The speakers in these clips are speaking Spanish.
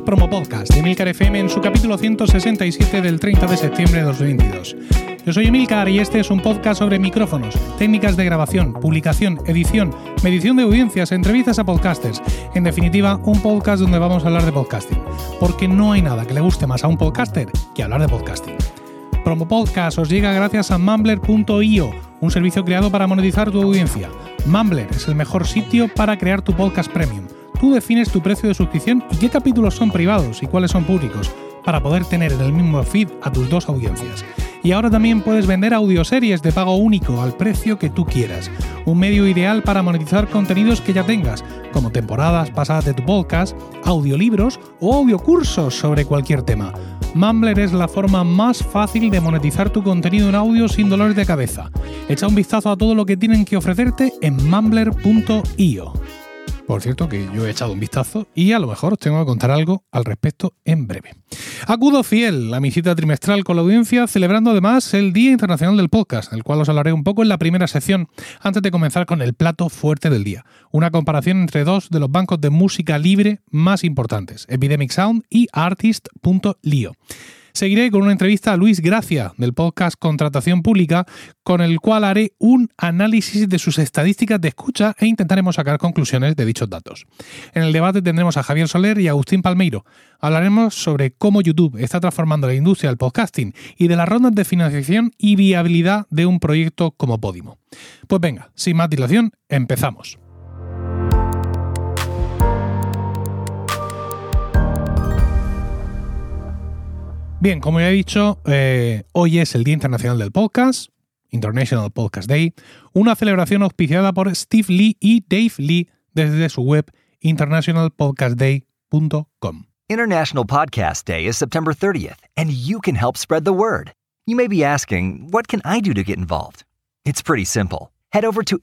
Promo Podcast de Emilcar FM en su capítulo 167 del 30 de septiembre de 2022. Yo soy Emilcar y este es un podcast sobre micrófonos, técnicas de grabación, publicación, edición, medición de audiencias, entrevistas a podcasters. En definitiva, un podcast donde vamos a hablar de podcasting, porque no hay nada que le guste más a un podcaster que hablar de podcasting. Promo Podcast os llega gracias a Mumbler.io, un servicio creado para monetizar tu audiencia. Mumbler es el mejor sitio para crear tu podcast premium. Tú defines tu precio de suscripción y qué capítulos son privados y cuáles son públicos, para poder tener en el mismo feed a tus dos audiencias. Y ahora también puedes vender audioseries de pago único al precio que tú quieras. Un medio ideal para monetizar contenidos que ya tengas, como temporadas pasadas de tu podcast, audiolibros o audiocursos sobre cualquier tema. Mumbler es la forma más fácil de monetizar tu contenido en audio sin dolores de cabeza. Echa un vistazo a todo lo que tienen que ofrecerte en mumbler.io. Por cierto, que yo he echado un vistazo y a lo mejor os tengo que contar algo al respecto en breve. Acudo fiel a mi cita trimestral con la audiencia, celebrando además el Día Internacional del Podcast, del cual os hablaré un poco en la primera sección, antes de comenzar con el plato fuerte del día. Una comparación entre dos de los bancos de música libre más importantes, Epidemic Sound y Artist.io. Seguiré con una entrevista a Luis Gracia, del podcast Contratación Pública, con el cual haré un análisis de sus estadísticas de escucha e intentaremos sacar conclusiones de dichos datos. En el debate tendremos a Javier Soler y a Agustín Palmeiro. Hablaremos sobre cómo YouTube está transformando la industria del podcasting y de las rondas de financiación y viabilidad de un proyecto como Podimo. Pues venga, sin más dilación, empezamos. Bien, como ya he dicho, hoy es el Día Internacional del Podcast, International Podcast Day, una celebración auspiciada por Steve Lee y Dave Lee desde su web internationalpodcastday.com. International Podcast Day is September 30th, and you can help spread the word. You may be asking, what can I do to get involved? It's pretty simple. Head over to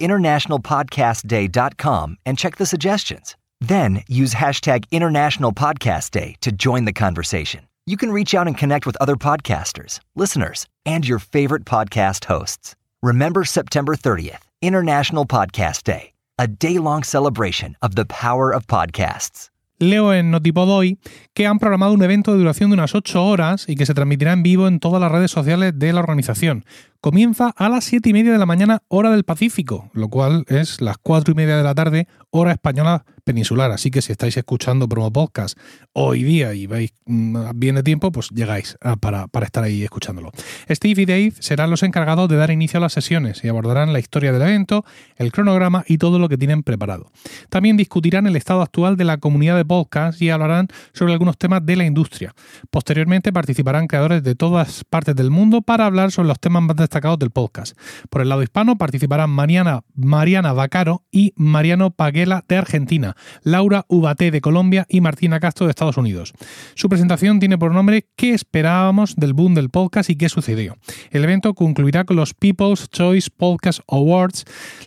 internationalpodcastday.com and check the suggestions. Then use hashtag International Podcast Day to join the conversation. You can reach out and connect with other podcasters, listeners, and your favorite podcast hosts. Remember September 30th, International Podcast Day, a day-long celebration of the power of podcasts. Leo en Notipod hoy que han programado un evento de duración de unas 8 horas y que se transmitirá en vivo en todas las redes sociales de la organización. Comienza a las 7:30 de la mañana, hora del Pacífico, lo cual es las 4:30 de la tarde, hora española peninsular. Así que si estáis escuchando Promo Podcast hoy día y veis bien de tiempo, pues llegáis para estar ahí escuchándolo. Steve y Dave serán los encargados de dar inicio a las sesiones y abordarán la historia del evento, el cronograma y todo lo que tienen preparado. También discutirán el estado actual de la comunidad de podcast y hablarán sobre algunos temas de la industria. Posteriormente participarán creadores de todas partes del mundo para hablar sobre los temas más destacados del podcast. Por el lado hispano participarán Mariana Vaccaro y Mariano Paguela de Argentina, Laura Ubaté de Colombia y Martina Castro de Estados Unidos. Su presentación tiene por nombre ¿Qué esperábamos del boom del podcast y qué sucedió? El evento concluirá con los People's Choice Podcast Awards,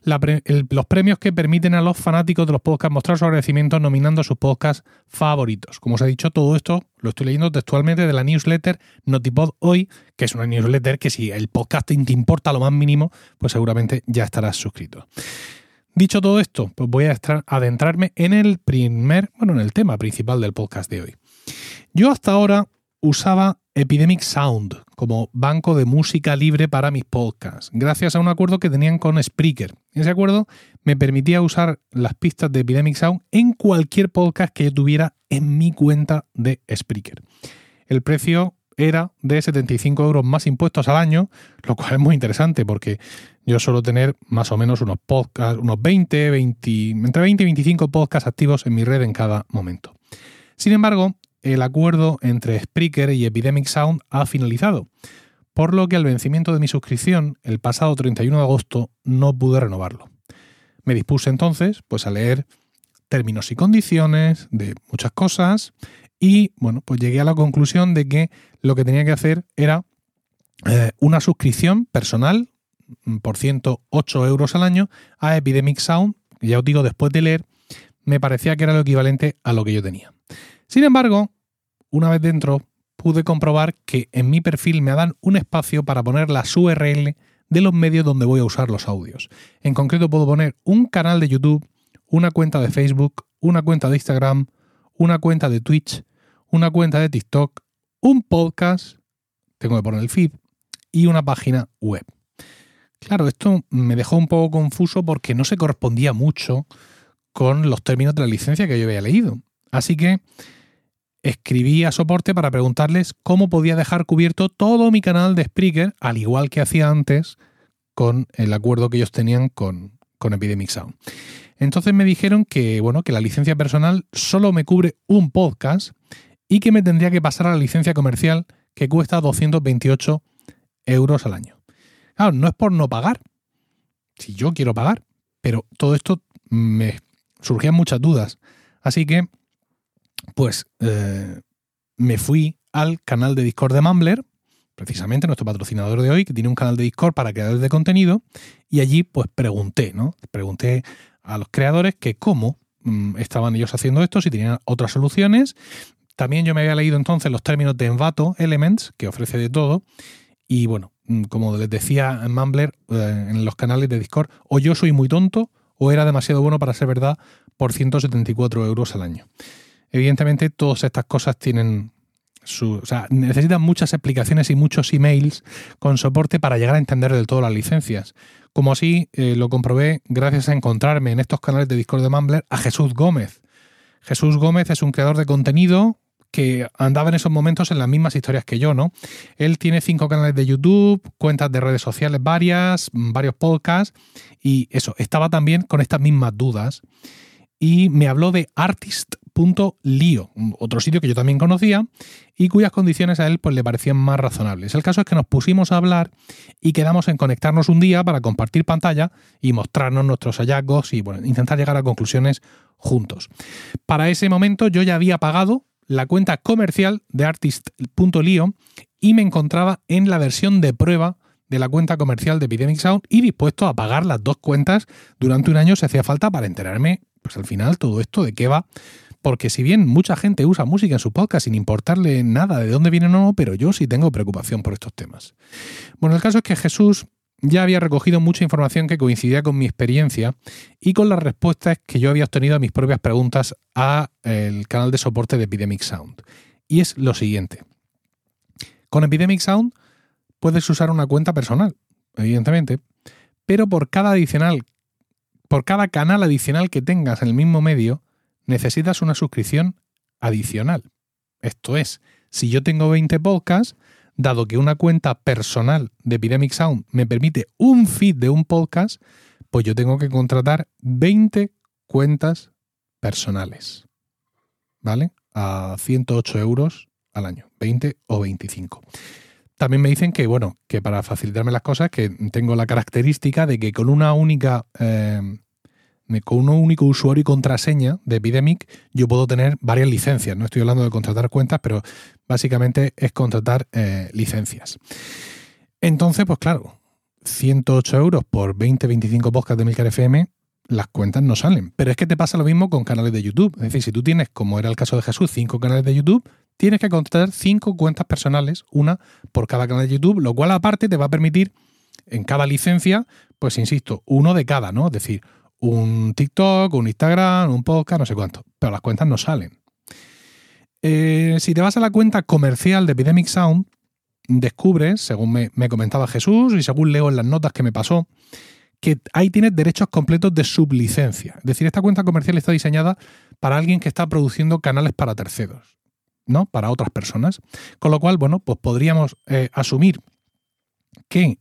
los premios que permiten a los fanáticos de los podcasts mostrar su agradecimiento nominando a sus podcasts favoritos. Como os he dicho, todo esto lo estoy leyendo textualmente de la newsletter Notipod hoy, que es una newsletter que si el podcasting te importa lo más mínimo, pues seguramente ya estarás suscrito. Dicho todo esto, pues voy a adentrarme en el tema principal del podcast de hoy. Yo hasta ahora usaba Epidemic Sound como banco de música libre para mis podcasts, gracias a un acuerdo que tenían con Spreaker. Ese acuerdo me permitía usar las pistas de Epidemic Sound en cualquier podcast que yo tuviera en mi cuenta de Spreaker. El precio era de 75 euros más impuestos al año, lo cual es muy interesante porque yo suelo tener más o menos unos podcasts, entre 20 y 25 podcasts activos en mi red en cada momento. Sin embargo, el acuerdo entre Spreaker y Epidemic Sound ha finalizado, por lo que al vencimiento de mi suscripción, el pasado 31 de agosto, no pude renovarlo. Me dispuse entonces pues a leer términos y condiciones de muchas cosas y bueno, pues llegué a la conclusión de que lo que tenía que hacer era una suscripción personal por 108 euros al año a Epidemic Sound. Ya os digo, después de leer, me parecía que era lo equivalente a lo que yo tenía. Sin embargo, una vez dentro, pude comprobar que en mi perfil me dan un espacio para poner las URL de los medios donde voy a usar los audios. En concreto, puedo poner un canal de YouTube, una cuenta de Facebook, una cuenta de Instagram, una cuenta de Twitch, una cuenta de TikTok, un podcast, tengo que poner el feed, y una página web. Claro, esto me dejó un poco confuso porque no se correspondía mucho con los términos de la licencia que yo había leído. Así que escribí a soporte para preguntarles cómo podía dejar cubierto todo mi canal de Spreaker, al igual que hacía antes con el acuerdo que ellos tenían con Epidemic Sound. Entonces me dijeron que, bueno, que la licencia personal solo me cubre un podcast y que me tendría que pasar a la licencia comercial, que cuesta 228 euros al año. Claro, no es por no pagar, si yo quiero pagar, pero todo esto me surgían muchas dudas. Así que, pues, me fui al canal de Discord de Mumbler, precisamente nuestro patrocinador de hoy, que tiene un canal de Discord para creadores de contenido, y allí pues pregunté a los creadores que cómo estaban ellos haciendo esto, si tenían otras soluciones. También yo me había leído entonces los términos de Envato Elements, que ofrece de todo, y bueno, como les decía en Mumbler, en los canales de Discord, o yo soy muy tonto o era demasiado bueno para ser verdad por 174 euros al año. Evidentemente todas estas cosas tienen necesitan muchas explicaciones y muchos emails con soporte para llegar a entender del todo las licencias. Como así lo comprobé gracias a encontrarme en estos canales de Discord de Mumbler a Jesús Gómez. Jesús Gómez es un creador de contenido que andaba en esos momentos en las mismas historias que yo, ¿no? Él tiene 5 canales de YouTube, cuentas de redes sociales varios podcasts, y eso, estaba también con estas mismas dudas. Y me habló de artist.lio, otro sitio que yo también conocía y cuyas condiciones a él pues le parecían más razonables. El caso es que nos pusimos a hablar y quedamos en conectarnos un día para compartir pantalla y mostrarnos nuestros hallazgos y bueno, intentar llegar a conclusiones juntos. Para ese momento yo ya había pagado la cuenta comercial de artist.lio y me encontraba en la versión de prueba de la cuenta comercial de Epidemic Sound y dispuesto a pagar las dos cuentas durante un año si hacía falta para enterarme, pues al final, todo esto de qué va. Porque si bien mucha gente usa música en su podcast sin importarle nada de dónde viene o no, pero yo sí tengo preocupación por estos temas. Bueno, el caso es que Jesús ya había recogido mucha información que coincidía con mi experiencia y con las respuestas que yo había obtenido a mis propias preguntas al canal de soporte de Epidemic Sound. Y es lo siguiente. Con Epidemic Sound puedes usar una cuenta personal, evidentemente, pero por cada canal adicional que tengas en el mismo medio, necesitas una suscripción adicional. Esto es, si yo tengo 20 podcasts, dado que una cuenta personal de Epidemic Sound me permite un feed de un podcast, pues yo tengo que contratar 20 cuentas personales, ¿vale? A 108 euros al año, 20 o 25. También me dicen que, bueno, que para facilitarme las cosas, que tengo la característica de que con un único usuario y contraseña de Epidemic yo puedo tener varias licencias. No estoy hablando de contratar cuentas, pero básicamente es contratar licencias. Entonces, pues claro, 108 euros por 20-25 podcasts de Milcar FM, las cuentas no salen. Pero es que te pasa lo mismo con canales de YouTube. Es decir, si tú tienes, como era el caso de Jesús, 5 canales de YouTube, tienes que contratar 5 cuentas personales, una por cada canal de YouTube, lo cual aparte te va a permitir en cada licencia, pues insisto, uno de cada, ¿no? Es decir, un TikTok, un Instagram, un podcast, no sé cuánto. Pero las cuentas no salen. Si te vas a la cuenta comercial de Epidemic Sound, descubres, según me comentaba Jesús y según leo en las notas que me pasó, que ahí tienes derechos completos de sublicencia. Es decir, esta cuenta comercial está diseñada para alguien que está produciendo canales para terceros, ¿no? Para otras personas. Con lo cual, bueno, pues podríamos asumir que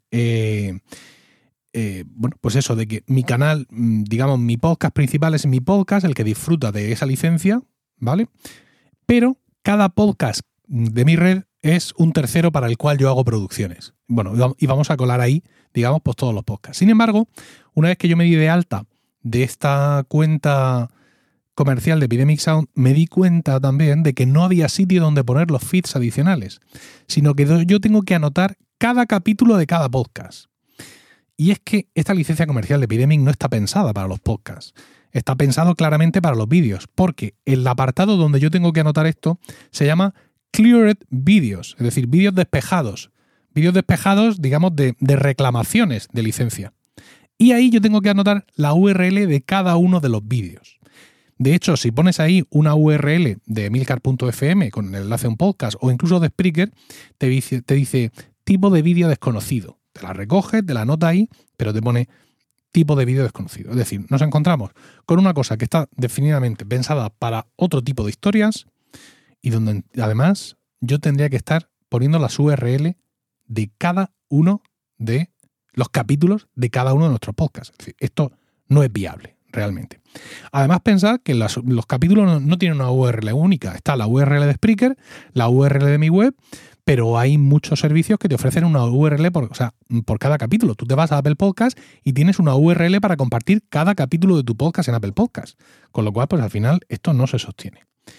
bueno, pues eso de que mi canal, digamos, mi podcast principal es mi podcast, el que disfruta de esa licencia, ¿vale? Pero cada podcast de mi red es un tercero para el cual yo hago producciones. Bueno, y vamos a colar ahí, digamos, pues todos los podcasts. Sin embargo, una vez que yo me di de alta de esta cuenta comercial de Epidemic Sound, me di cuenta también de que no había sitio donde poner los feeds adicionales, sino que yo tengo que anotar cada capítulo de cada podcast. Y es que esta licencia comercial de Epidemic no está pensada para los podcasts. Está pensado claramente para los vídeos, porque el apartado donde yo tengo que anotar esto se llama Cleared Videos, es decir, vídeos despejados. Vídeos despejados, digamos, de reclamaciones de licencia. Y ahí yo tengo que anotar la URL de cada uno de los vídeos. De hecho, si pones ahí una URL de emilcar.fm con el enlace a un podcast o incluso de Spreaker, te dice tipo de vídeo desconocido. Te la recoges, te la anota ahí, pero te pone tipo de vídeo desconocido. Es decir, nos encontramos con una cosa que está definitivamente pensada para otro tipo de historias y donde además yo tendría que estar poniendo las URL de cada uno de los capítulos de cada uno de nuestros podcasts. Es decir, esto no es viable, realmente. Además, pensad que los capítulos no tienen una URL única. Está la URL de Spreaker, la URL de mi web, pero hay muchos servicios que te ofrecen una URL por cada capítulo. Tú te vas a Apple Podcast y tienes una URL para compartir cada capítulo de tu podcast en Apple Podcast. Con lo cual, pues al final, esto no se sostiene.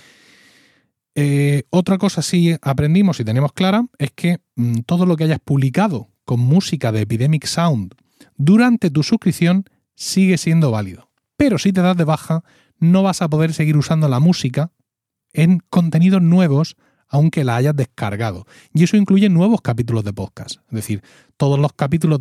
Otra cosa sí aprendimos y tenemos clara es que todo lo que hayas publicado con música de Epidemic Sound durante tu suscripción sigue siendo válido. Pero si te das de baja, no vas a poder seguir usando la música en contenidos nuevos, aunque la hayas descargado. Y eso incluye nuevos capítulos de podcast. Es decir, todos los capítulos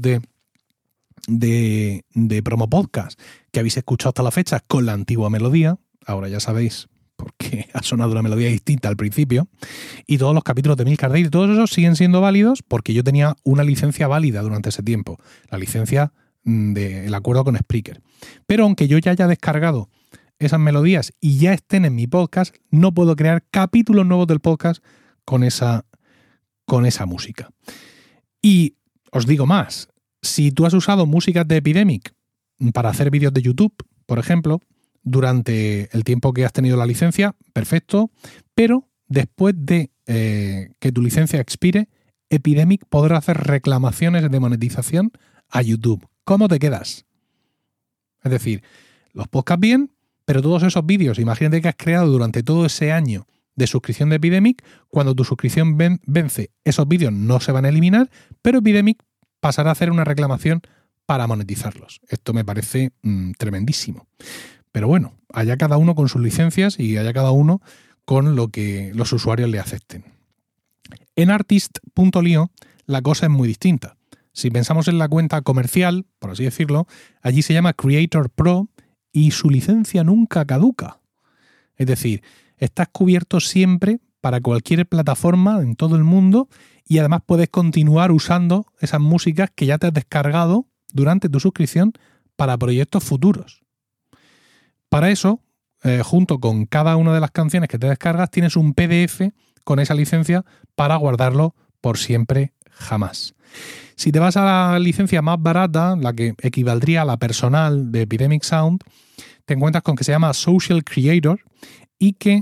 de promo podcast que habéis escuchado hasta la fecha con la antigua melodía, ahora ya sabéis porque ha sonado una melodía distinta al principio, y todos los capítulos de Emilcar Daily, todos esos siguen siendo válidos porque yo tenía una licencia válida durante ese tiempo, la licencia del acuerdo con Spreaker. Pero aunque yo ya haya descargado esas melodías y ya estén en mi podcast, no puedo crear capítulos nuevos del podcast con esa música. Y os digo más, si tú has usado músicas de Epidemic para hacer vídeos de YouTube, por ejemplo, durante el tiempo que has tenido la licencia, perfecto, pero después de que tu licencia expire, Epidemic podrá hacer reclamaciones de monetización a YouTube. ¿Cómo te quedas? Es decir, los podcasts bien, pero todos esos vídeos, imagínate que has creado durante todo ese año de suscripción de Epidemic, cuando tu suscripción vence, esos vídeos no se van a eliminar, pero Epidemic pasará a hacer una reclamación para monetizarlos. Esto me parece tremendísimo. Pero bueno, allá cada uno con sus licencias y allá cada uno con lo que los usuarios le acepten. En artist.io la cosa es muy distinta. Si pensamos en la cuenta comercial, por así decirlo, allí se llama Creator Pro y su licencia nunca caduca. Es decir, estás cubierto siempre para cualquier plataforma en todo el mundo y además puedes continuar usando esas músicas que ya te has descargado durante tu suscripción para proyectos futuros. Para eso, junto con cada una de las canciones que te descargas, tienes un PDF con esa licencia para guardarlo por siempre jamás. Si te vas a la licencia más barata, la que equivaldría a la personal de Epidemic Sound, te encuentras con que se llama Social Creator y que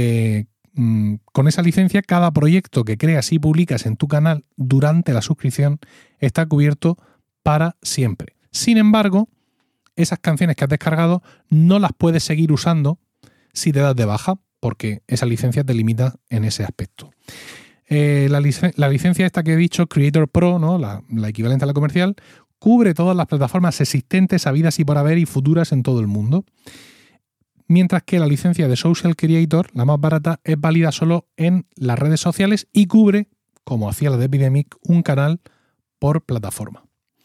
con esa licencia cada proyecto que creas y publicas en tu canal durante la suscripción está cubierto para siempre. Sin embargo, esas canciones que has descargado no las puedes seguir usando si te das de baja, porque esa licencia te limita en ese aspecto. La licencia esta que he dicho, Creator Pro, ¿no? la equivalente a la comercial, cubre todas las plataformas existentes, habidas y por haber y futuras en todo el mundo. Mientras que la licencia de Social Creator, la más barata, es válida solo en las redes sociales y cubre, como hacía la de Epidemic, un canal por plataforma.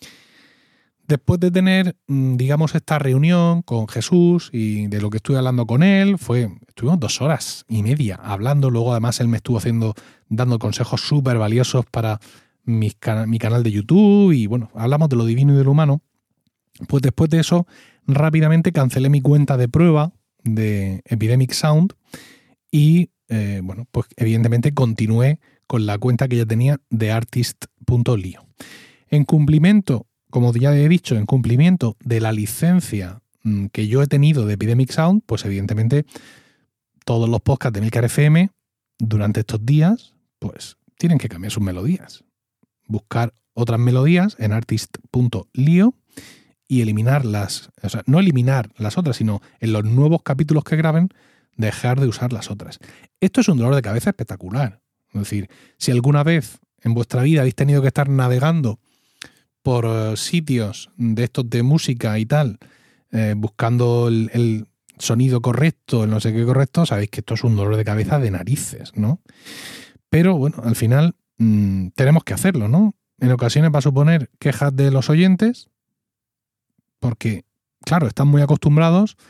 Después de tener, digamos, esta reunión con Jesús y de lo que estuve hablando con él, estuvimos 2 horas y media hablando. Luego, además, él me estuvo dando consejos súper valiosos para mi canal de YouTube y, bueno, hablamos de lo divino y de lo humano. Pues después de eso, rápidamente cancelé mi cuenta de prueba de Epidemic Sound y, bueno, pues evidentemente continué con la cuenta que ya tenía de artist.io. En cumplimiento, como ya he dicho, en cumplimiento de la licencia que yo he tenido de Epidemic Sound, pues evidentemente todos los podcasts de Emilcar FM durante estos días, pues tienen que cambiar sus melodías. Buscar otras melodías en artist.io y eliminarlas, o sea, no eliminar las otras, sino en los nuevos capítulos que graben, dejar de usar las otras. Esto es un dolor de cabeza espectacular. Es decir, si alguna vez en vuestra vida habéis tenido que estar navegando por sitios de estos de música y tal, buscando el sonido correcto, el no sé qué correcto, sabéis que esto es un dolor de cabeza de narices, ¿no? Pero bueno, al final tenemos que hacerlo, ¿no? En ocasiones va a suponer quejas de los oyentes, porque, claro, están muy acostumbrados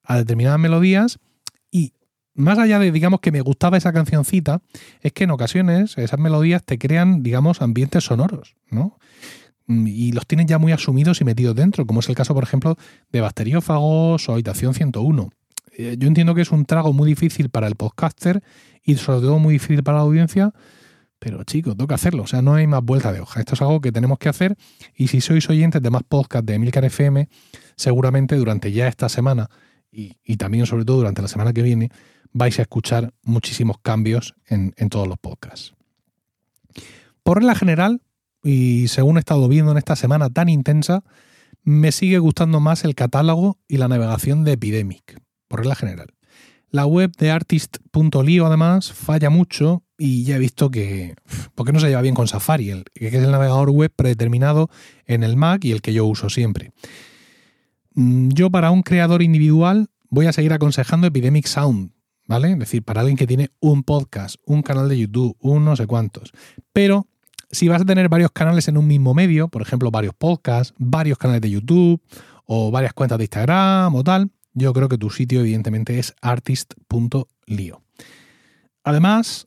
a determinadas melodías y más allá de, digamos, que me gustaba esa cancioncita, es que en ocasiones esas melodías te crean, digamos, ambientes sonoros, ¿no? Y los tienes ya muy asumidos y metidos dentro, como es el caso, por ejemplo, de Bacteriófagos o Habitación 101. Yo entiendo que es un trago muy difícil para el podcaster y sobre todo muy difícil para la audiencia, pero chicos, toca hacerlo, o sea, no hay más vuelta de hoja. Esto es algo que tenemos que hacer y si sois oyentes de más podcasts de Emilcar FM, seguramente durante ya esta semana y también sobre todo durante la semana que viene vais a escuchar muchísimos cambios en todos los podcasts. Por regla general, y según he estado viendo en esta semana tan intensa, me sigue gustando más el catálogo y la navegación de Epidemic, por regla general. La web de artist.lio además falla mucho y ya he visto que porque no se lleva bien con Safari, que es el navegador web predeterminado en el Mac y el que yo uso siempre. Yo para un creador individual voy a seguir aconsejando Epidemic Sound, ¿vale? Es decir, para alguien que tiene un podcast, un canal de YouTube, un no sé cuántos. Pero si vas a tener varios canales en un mismo medio, por ejemplo, varios podcasts, varios canales de YouTube o varias cuentas de Instagram o tal, yo creo que tu sitio evidentemente es artist.lio. Además,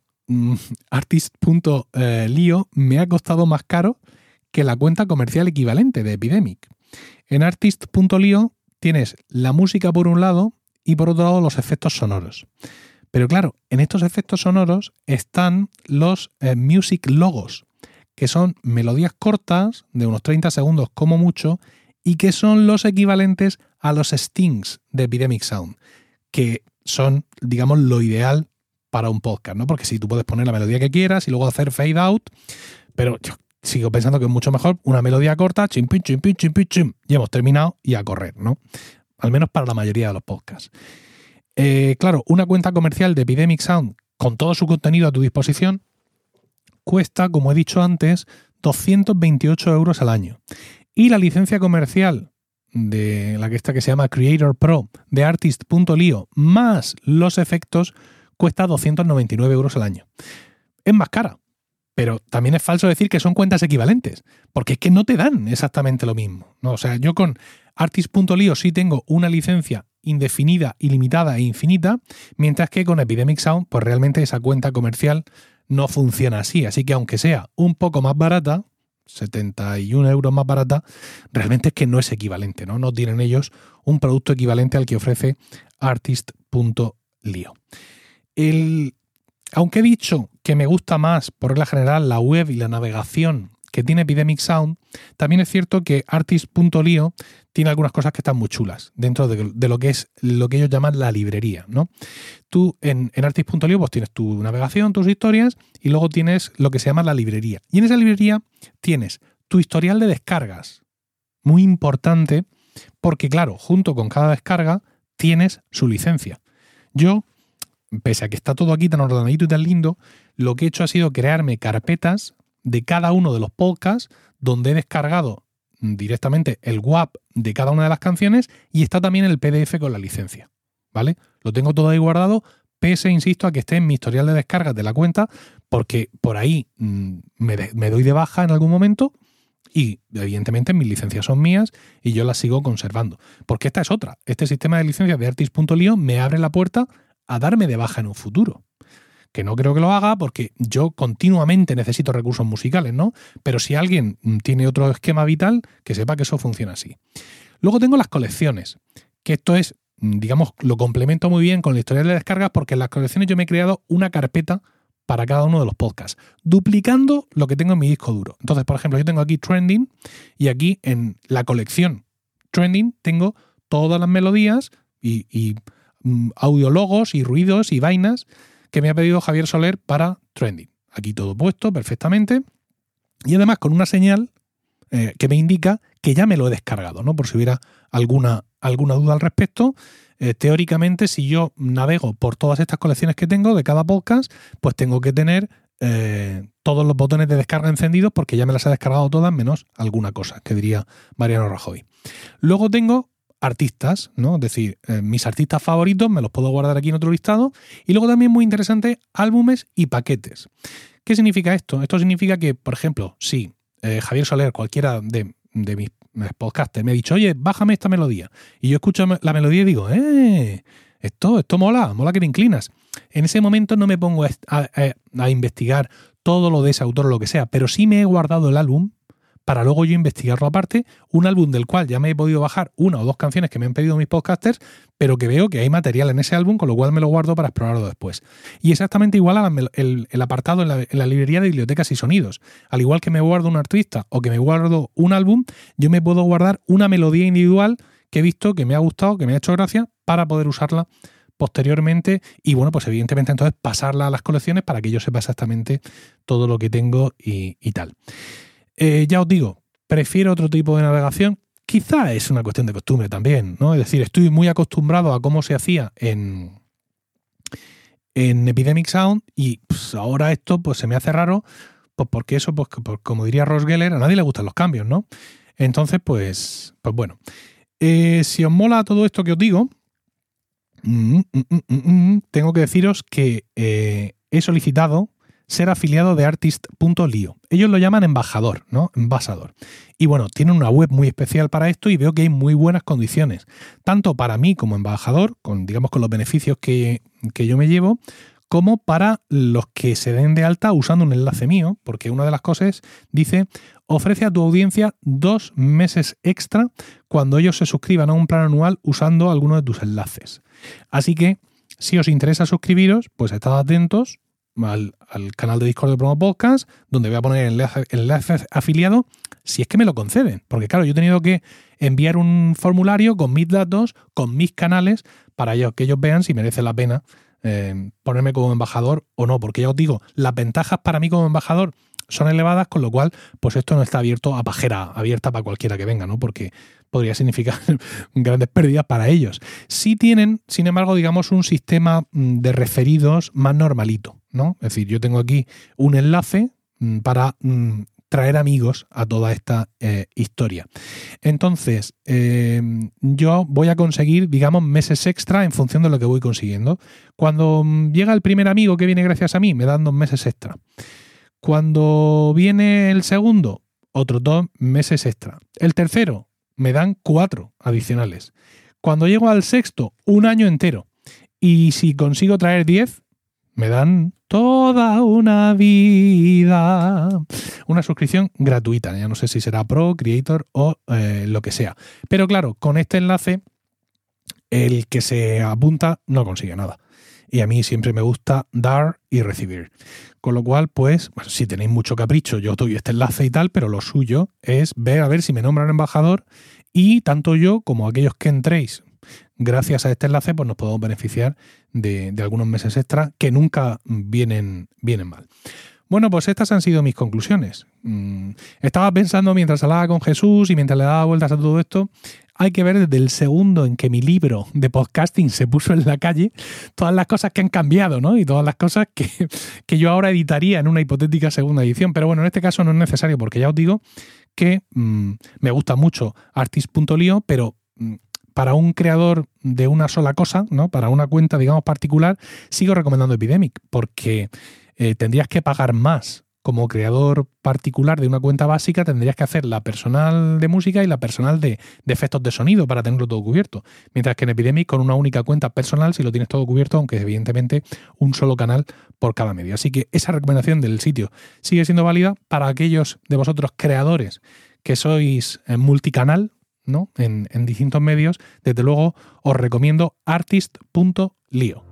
artist.lio me ha costado más caro que la cuenta comercial equivalente de Epidemic. En artist.lio tienes la música por un lado y por otro lado los efectos sonoros. Pero claro, en estos efectos sonoros están los music logos, que son melodías cortas de unos 30 segundos como mucho y que son los equivalentes a los stings de Epidemic Sound, que son, digamos, lo ideal para un podcast, ¿no? Porque si tú puedes poner la melodía que quieras y luego hacer fade out, pero yo sigo pensando que es mucho mejor una melodía corta, chim, pim, chim, pim, chim, pim, chim, y hemos terminado y a correr, ¿no? Al menos para la mayoría de los podcasts. Claro, una cuenta comercial de Epidemic Sound con todo su contenido a tu disposición cuesta, como he dicho antes, 228 euros al año. Y la licencia comercial de la que se llama Creator Pro de artist.lio más los efectos cuesta 299 euros al año. Es más cara, pero también es falso decir que son cuentas equivalentes, porque es que no te dan exactamente lo mismo, ¿no? O sea, yo con artist.lio sí tengo una licencia indefinida, ilimitada e infinita, mientras que con Epidemic Sound, pues realmente esa cuenta comercial no funciona así. Así que aunque sea un poco más barata, 71 euros más barata, realmente es que no es equivalente, ¿no? No tienen ellos un producto equivalente al que ofrece artist.lio. Aunque he dicho que me gusta más, por regla general, la web y la navegación que tiene Epidemic Sound, también es cierto que artist.lio tiene algunas cosas que están muy chulas dentro de lo que es lo que ellos llaman la librería, ¿no? Tú en artist.lio pues tienes tu navegación, tus historias y luego tienes lo que se llama la librería. Y en esa librería tienes tu historial de descargas, muy importante porque, claro, junto con cada descarga tienes su licencia. Yo, pese a que está todo aquí tan ordenadito y tan lindo, lo que he hecho ha sido crearme carpetas de cada uno de los podcasts donde he descargado directamente el WAP de cada una de las canciones y está también el PDF con la licencia, ¿vale? Lo tengo todo ahí guardado, pese, insisto, a que esté en mi historial de descargas de la cuenta, porque por ahí me doy de baja en algún momento y evidentemente mis licencias son mías y yo las sigo conservando. Porque esta es otra. Este sistema de licencias de artist.lio me abre la puerta a darme de baja en un futuro. Que no creo que lo haga porque yo continuamente necesito recursos musicales, ¿no? Pero si alguien tiene otro esquema vital, que sepa que eso funciona así. Luego tengo las colecciones, que esto es, digamos, lo complemento muy bien con la historial de descargas porque en las colecciones yo me he creado una carpeta para cada uno de los podcasts, duplicando lo que tengo en mi disco duro. Entonces, por ejemplo, yo tengo aquí Trending y aquí en la colección Trending tengo todas las melodías y audiologos y ruidos y vainas que me ha pedido Javier Soler para Trending. Aquí todo puesto perfectamente y además con una señal que me indica que ya me lo he descargado, ¿no? Por si hubiera alguna duda al respecto. Teóricamente, si yo navego por todas estas colecciones que tengo de cada podcast, pues tengo que tener todos los botones de descarga encendidos porque ya me las he descargado todas menos alguna cosa, que diría Mariano Rajoy. Luego tengo artistas, ¿no? Es decir, mis artistas favoritos me los puedo guardar aquí en otro listado y luego también muy interesante, álbumes y paquetes. ¿Qué significa esto? Esto significa que, por ejemplo, si Javier Soler, cualquiera de mis podcaster, me ha dicho, oye, bájame esta melodía. Y yo escucho la melodía y digo, esto mola que te inclinas. En ese momento no me pongo a investigar todo lo de ese autor o lo que sea, pero sí me he guardado el álbum para luego yo investigarlo aparte, un álbum del cual ya me he podido bajar 1 o 2 canciones que me han pedido mis podcasters, pero que veo que hay material en ese álbum, con lo cual me lo guardo para explorarlo después. Y exactamente igual el apartado en la librería de bibliotecas y sonidos. Al igual que me guardo un artista o que me guardo un álbum, yo me puedo guardar una melodía individual que he visto, que me ha gustado, que me ha hecho gracia, para poder usarla posteriormente y bueno, pues evidentemente entonces pasarla a las colecciones para que yo sepa exactamente todo lo que tengo y tal. Ya os digo, prefiero otro tipo de navegación. Quizá es una cuestión de costumbre también, ¿no? Es decir, estoy muy acostumbrado a cómo se hacía en Epidemic Sound y pues, ahora esto pues se me hace raro, pues porque eso, pues como diría Ross Geller, a nadie le gustan los cambios, ¿no? Entonces, pues bueno. Si os mola todo esto que os digo, tengo que deciros que he solicitado ser afiliado de artist.lio. Ellos lo llaman embajador, ¿no? Embajador. Y bueno, tienen una web muy especial para esto y veo que hay muy buenas condiciones, tanto para mí como embajador, con los beneficios que yo me llevo, como para los que se den de alta usando un enlace mío, porque una de las cosas dice, ofrece a tu audiencia 2 meses extra cuando ellos se suscriban a un plan anual usando alguno de tus enlaces. Así que, si os interesa suscribiros, pues estad atentos al canal de Discord de Promo Podcast, donde voy a poner el enlace afiliado, si es que me lo conceden. Porque claro, yo he tenido que enviar un formulario con mis datos, con mis canales, para que ellos vean si merece la pena ponerme como embajador o no. Porque ya os digo, las ventajas para mí como embajador son elevadas, con lo cual, pues esto no está abierto a pajera abierta para cualquiera que venga, ¿no? Porque podría significar grandes pérdidas para ellos. Sí tienen, sin embargo, digamos, un sistema de referidos más normalito, ¿no? Es decir, yo tengo aquí un enlace para traer amigos a toda esta historia. Entonces, yo voy a conseguir, digamos, meses extra en función de lo que voy consiguiendo. Cuando llega el primer amigo que viene gracias a mí, me dan 2 meses extra. Cuando viene el segundo, otros 2 meses extra. El tercero, me dan 4 adicionales. Cuando llego al sexto, 1 año entero. Y si consigo traer 10, me dan toda una vida. Una suscripción gratuita. Ya no sé si será Pro, Creator o lo que sea. Pero claro, con este enlace, el que se apunta no consigue nada. Y a mí siempre me gusta dar y recibir. Con lo cual, pues, bueno, si tenéis mucho capricho, yo doy este enlace y tal, pero lo suyo es ver a ver si me nombran embajador y tanto yo como aquellos que entréis gracias a este enlace, pues nos podemos beneficiar de algunos meses extra que nunca vienen mal. Bueno, pues estas han sido mis conclusiones. Estaba pensando mientras hablaba con Jesús y mientras le daba vueltas a todo esto, hay que ver desde el segundo en que mi libro de podcasting se puso en la calle, todas las cosas que han cambiado, ¿no? Y todas las cosas que yo ahora editaría en una hipotética segunda edición. Pero bueno, en este caso no es necesario porque ya os digo que me gusta mucho artist.lio, pero para un creador de una sola cosa, ¿no? Para una cuenta, digamos, particular, sigo recomendando Epidemic porque tendrías que pagar más. Como creador particular de una cuenta básica tendrías que hacer la personal de música y la personal de efectos de sonido para tenerlo todo cubierto. Mientras que en Epidemic con una única cuenta personal sí lo tienes todo cubierto, aunque evidentemente un solo canal por cada medio. Así que esa recomendación del sitio sigue siendo válida para aquellos de vosotros creadores que sois multicanal, ¿no? En distintos medios. Desde luego os recomiendo artist.lio.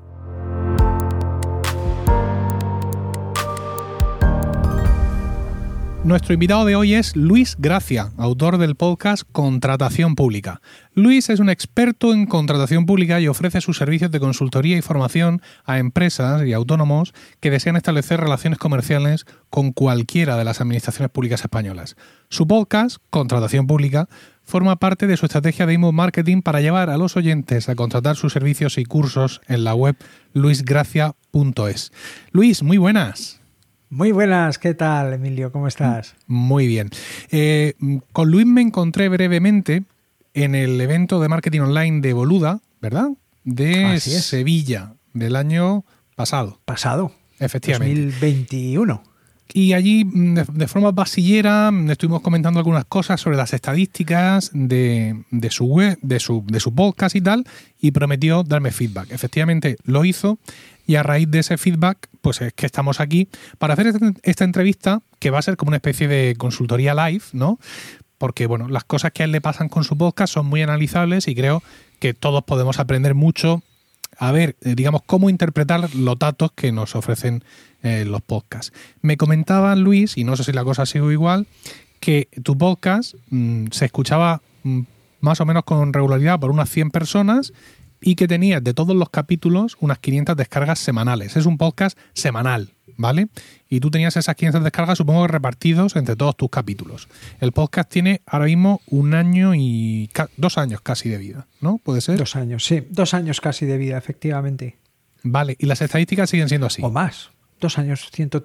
Nuestro invitado de hoy es Luis Gracia, autor del podcast Contratación Pública. Luis es un experto en contratación pública y ofrece sus servicios de consultoría y formación a empresas y autónomos que desean establecer relaciones comerciales con cualquiera de las administraciones públicas españolas. Su podcast, Contratación Pública, forma parte de su estrategia de inbound marketing para llevar a los oyentes a contratar sus servicios y cursos en la web luisgracia.es. Luis, muy buenas. Muy buenas, ¿qué tal, Emilio? ¿Cómo estás? Muy bien. Con Luis me encontré brevemente en el evento de marketing online de Boluda, ¿verdad? De Sevilla, del año pasado. Pasado. Efectivamente. 2021. Y allí, de forma pasillera, estuvimos comentando algunas cosas sobre las estadísticas de su web, de su podcast y tal, y prometió darme feedback. Efectivamente lo hizo, y a raíz de ese feedback, pues es que estamos aquí para hacer esta entrevista, que va a ser como una especie de consultoría live, ¿no? Porque, bueno, las cosas que a él le pasan con su podcast son muy analizables y creo que todos podemos aprender mucho a ver, digamos, cómo interpretar los datos que nos ofrecen los podcasts. Me comentaba Luis, y no sé si la cosa ha sido igual, que tu podcast se escuchaba más o menos con regularidad por unas 100 personas y que tenías de todos los capítulos unas 500 descargas semanales. Es un podcast semanal, ¿vale? Y tú tenías esas 500 descargas, supongo, repartidos entre todos tus capítulos. El podcast tiene ahora mismo 1 año y 2 años casi de vida, ¿no? ¿Puede ser? 2 años, sí. 2 años casi de vida, efectivamente. Vale, y las estadísticas siguen siendo así. O más. 2 años,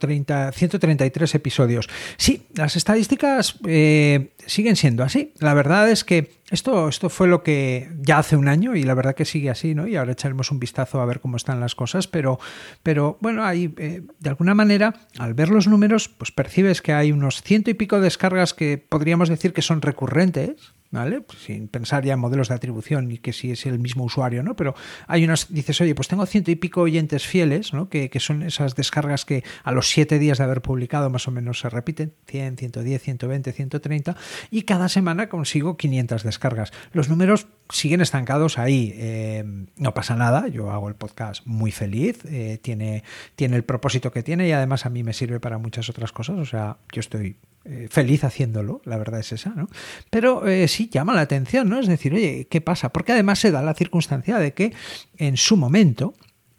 133 episodios. Sí, las estadísticas siguen siendo así. La verdad es que esto fue lo que ya hace 1 año y la verdad que sigue así, ¿no? Y ahora echaremos un vistazo a ver cómo están las cosas, pero bueno, ahí de alguna manera, al ver los números, pues percibes que hay unos 100 y pico descargas que podríamos decir que son recurrentes, ¿vale? Pues sin pensar ya en modelos de atribución y que si es el mismo usuario, ¿no? Pero hay unas, dices, oye, pues tengo 100 y pico oyentes fieles, ¿no? Que son esas descargas que a los 7 días de haber publicado más o menos se repiten, 100, 110, 120, 130, y cada semana consigo 500 descargas. Los números siguen estancados ahí, no pasa nada, yo hago el podcast muy feliz, tiene el propósito que tiene y además a mí me sirve para muchas otras cosas, o sea, yo estoy feliz haciéndolo, la verdad es esa, ¿no? Pero sí llama la atención, ¿no? Es decir, oye, ¿qué pasa? Porque además se da la circunstancia de que en su momento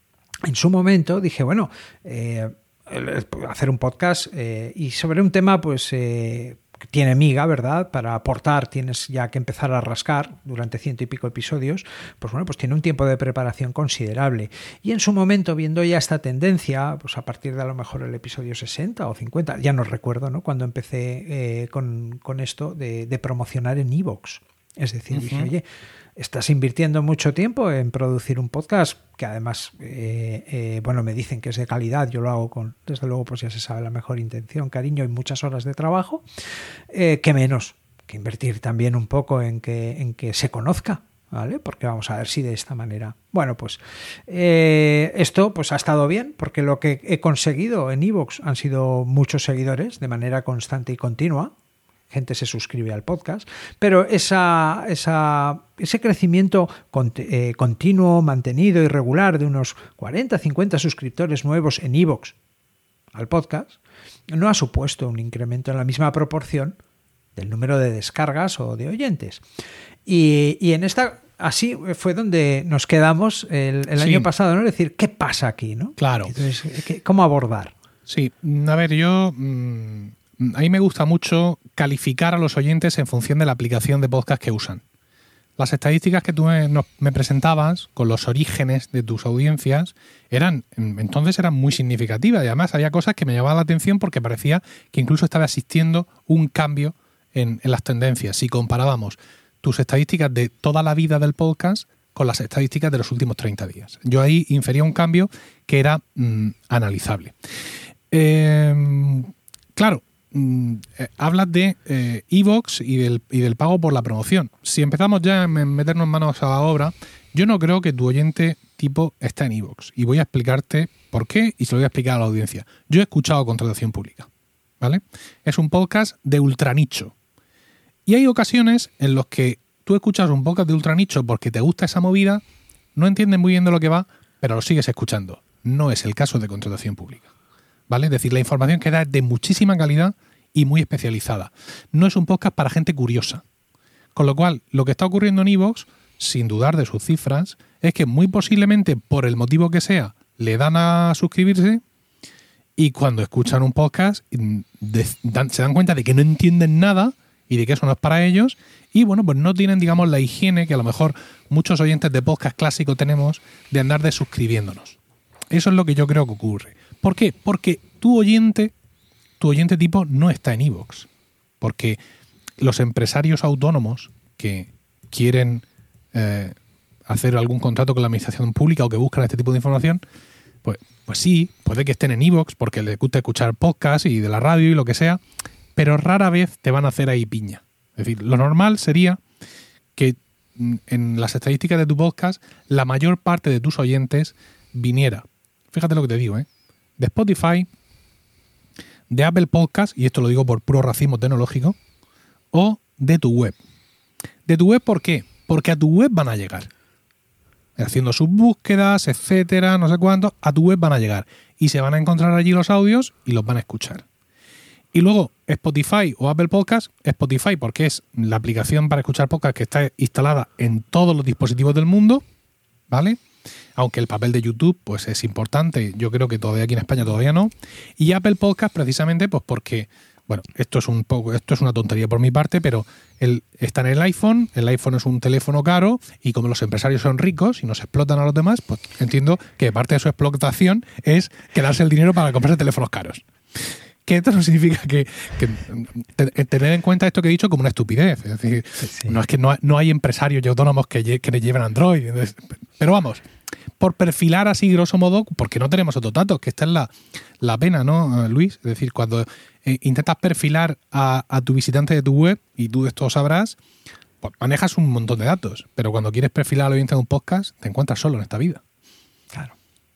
dije, bueno, hacer un podcast y sobre un tema, pues tiene miga, ¿verdad? Para aportar tienes ya que empezar a rascar durante 100 y pico episodios, pues bueno, pues tiene un tiempo de preparación considerable. Y en su momento, viendo ya esta tendencia, pues a partir de a lo mejor el episodio 60 o 50, ya no recuerdo, ¿no? Cuando empecé con esto de promocionar en iVoox. Es decir, dije, oye, estás invirtiendo mucho tiempo en producir un podcast que además, bueno, me dicen que es de calidad, yo lo hago con, desde luego, pues ya se sabe, la mejor intención, cariño y muchas horas de trabajo, que menos que invertir también un poco en que se conozca, ¿vale? Porque vamos a ver si de esta manera... Bueno, pues esto pues ha estado bien, porque lo que he conseguido en iVoox han sido muchos seguidores de manera constante y continua. Gente se suscribe al podcast, pero ese crecimiento continuo, mantenido y regular de unos 40, 50 suscriptores nuevos en iVoox al podcast no ha supuesto un incremento en la misma proporción del número de descargas o de oyentes. Y en esta... Así fue donde nos quedamos el año pasado, ¿no? Es decir, ¿qué pasa aquí, no? Claro. Entonces, ¿cómo abordar? Sí, a ver, yo... a mí me gusta mucho calificar a los oyentes en función de la aplicación de podcast que usan. Las estadísticas que tú me presentabas con los orígenes de tus audiencias entonces eran muy significativas y además había cosas que me llamaban la atención porque parecía que incluso estaba existiendo un cambio en las tendencias. Si comparábamos tus estadísticas de toda la vida del podcast con las estadísticas de los últimos 30 días. Yo ahí infería un cambio que era analizable. Claro, hablas de iVoox y del pago por la promoción. Si empezamos ya a meternos manos a la obra, yo no creo que tu oyente tipo está en iVoox. Y voy a explicarte por qué y se lo voy a explicar a la audiencia. Yo he escuchado Contratación Pública, ¿vale? Es un podcast de ultranicho. Y hay ocasiones en las que tú escuchas un podcast de ultranicho porque te gusta esa movida, no entiendes muy bien de lo que va, pero lo sigues escuchando. No es el caso de Contratación Pública, ¿vale? Es decir, la información que da es de muchísima calidad y muy especializada. No es un podcast para gente curiosa. Con lo cual, lo que está ocurriendo en iVoox, sin dudar de sus cifras, es que muy posiblemente, por el motivo que sea, le dan a suscribirse y cuando escuchan un podcast se dan cuenta de que no entienden nada y de que eso no es para ellos y, bueno, pues no tienen, digamos, la higiene que a lo mejor muchos oyentes de podcast clásico tenemos de andar desuscribiéndonos. Eso es lo que yo creo que ocurre. ¿Por qué? Porque tu oyente tipo no está en iVoox. Porque los empresarios autónomos que quieren hacer algún contrato con la administración pública o que buscan este tipo de información, pues pues sí, puede que estén en iVoox porque les guste escuchar podcast y de la radio y lo que sea, pero rara vez te van a hacer ahí piña. Es decir, lo normal sería que en las estadísticas de tu podcast la mayor parte de tus oyentes viniera, fíjate lo que te digo, de Spotify, de Apple Podcast, y esto lo digo por puro racismo tecnológico, o de tu web. ¿De tu web por qué? Porque a tu web van a llegar. Haciendo sus búsquedas, etcétera, no sé cuánto, a tu web van a llegar. Y se van a encontrar allí los audios y los van a escuchar. Y luego Spotify o Apple Podcast, Spotify porque es la aplicación para escuchar podcast que está instalada en todos los dispositivos del mundo, ¿vale? Aunque el papel de YouTube pues es importante, yo creo que todavía aquí en España todavía no. Y Apple Podcast precisamente pues porque, bueno, esto es una tontería por mi parte, pero está en el iPhone es un teléfono caro y como los empresarios son ricos y nos explotan a los demás, pues entiendo que parte de su explotación es quedarse el dinero para comprarse teléfonos caros. Que esto no significa que tener en cuenta esto que he dicho como una estupidez. Es decir, sí. No es que no hay empresarios y autónomos que lleven Android. Pero vamos, por perfilar así grosso modo, porque no tenemos otros datos, que esta es la pena, ¿no, Luis? Es decir, cuando intentas perfilar a tu visitante de tu web, y tú esto sabrás, pues manejas un montón de datos. Pero cuando quieres perfilar al oyente de un podcast, te encuentras solo en esta vida. Claro.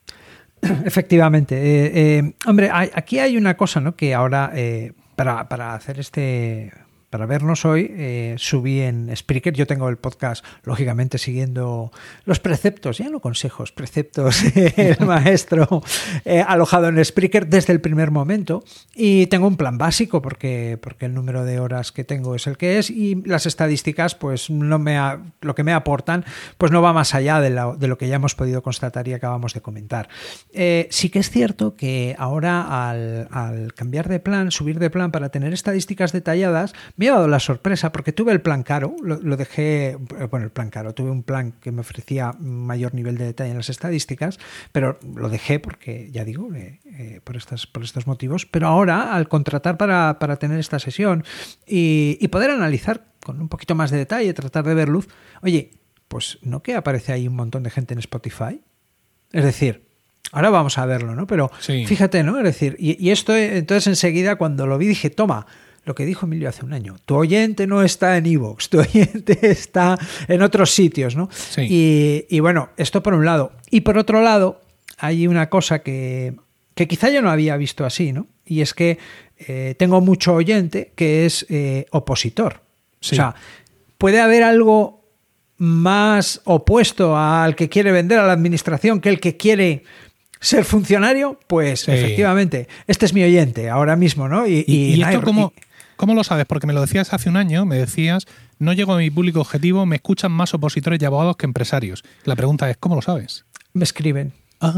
Efectivamente. Hombre, aquí hay una cosa, ¿no? Que ahora, para hacer para vernos hoy, subí en Spreaker. Yo tengo el podcast, lógicamente, siguiendo los preceptos, ya no consejos, preceptos del maestro, alojado en Spreaker desde el primer momento. Y tengo un plan básico porque el número de horas que tengo es el que es y las estadísticas, pues lo que me aportan, pues no va más allá de lo que ya hemos podido constatar y acabamos de comentar. Sí que es cierto que ahora al cambiar de plan, subir de plan para tener estadísticas detalladas, me ha dado la sorpresa porque tuve el plan caro, lo dejé, bueno, el plan caro, tuve un plan que me ofrecía mayor nivel de detalle en las estadísticas, pero lo dejé porque, ya digo, por estos motivos, pero ahora al contratar para tener esta sesión y poder analizar con un poquito más de detalle, tratar de ver luz, oye, pues ¿no que aparece ahí un montón de gente en Spotify? Es decir, ahora vamos a verlo, ¿no? Pero sí. Fíjate, ¿no? Es decir, y esto entonces enseguida cuando lo vi dije, toma, lo que dijo Emilio hace un año, tu oyente no está en iVoox, tu oyente está en otros sitios, ¿no? Sí. Y bueno, esto por un lado. Y por otro lado, hay una cosa que quizá yo no había visto así, ¿no? Y es que tengo mucho oyente que es opositor. Sí. O sea, puede haber algo más opuesto al que quiere vender a la administración que el que quiere ser funcionario, pues sí. Efectivamente, este es mi oyente ahora mismo, ¿no? ¿Y esto cómo lo sabes? Porque me lo decías hace un año, me decías, no llego a mi público objetivo, me escuchan más opositores y abogados que empresarios. La pregunta es, ¿cómo lo sabes? Me escriben,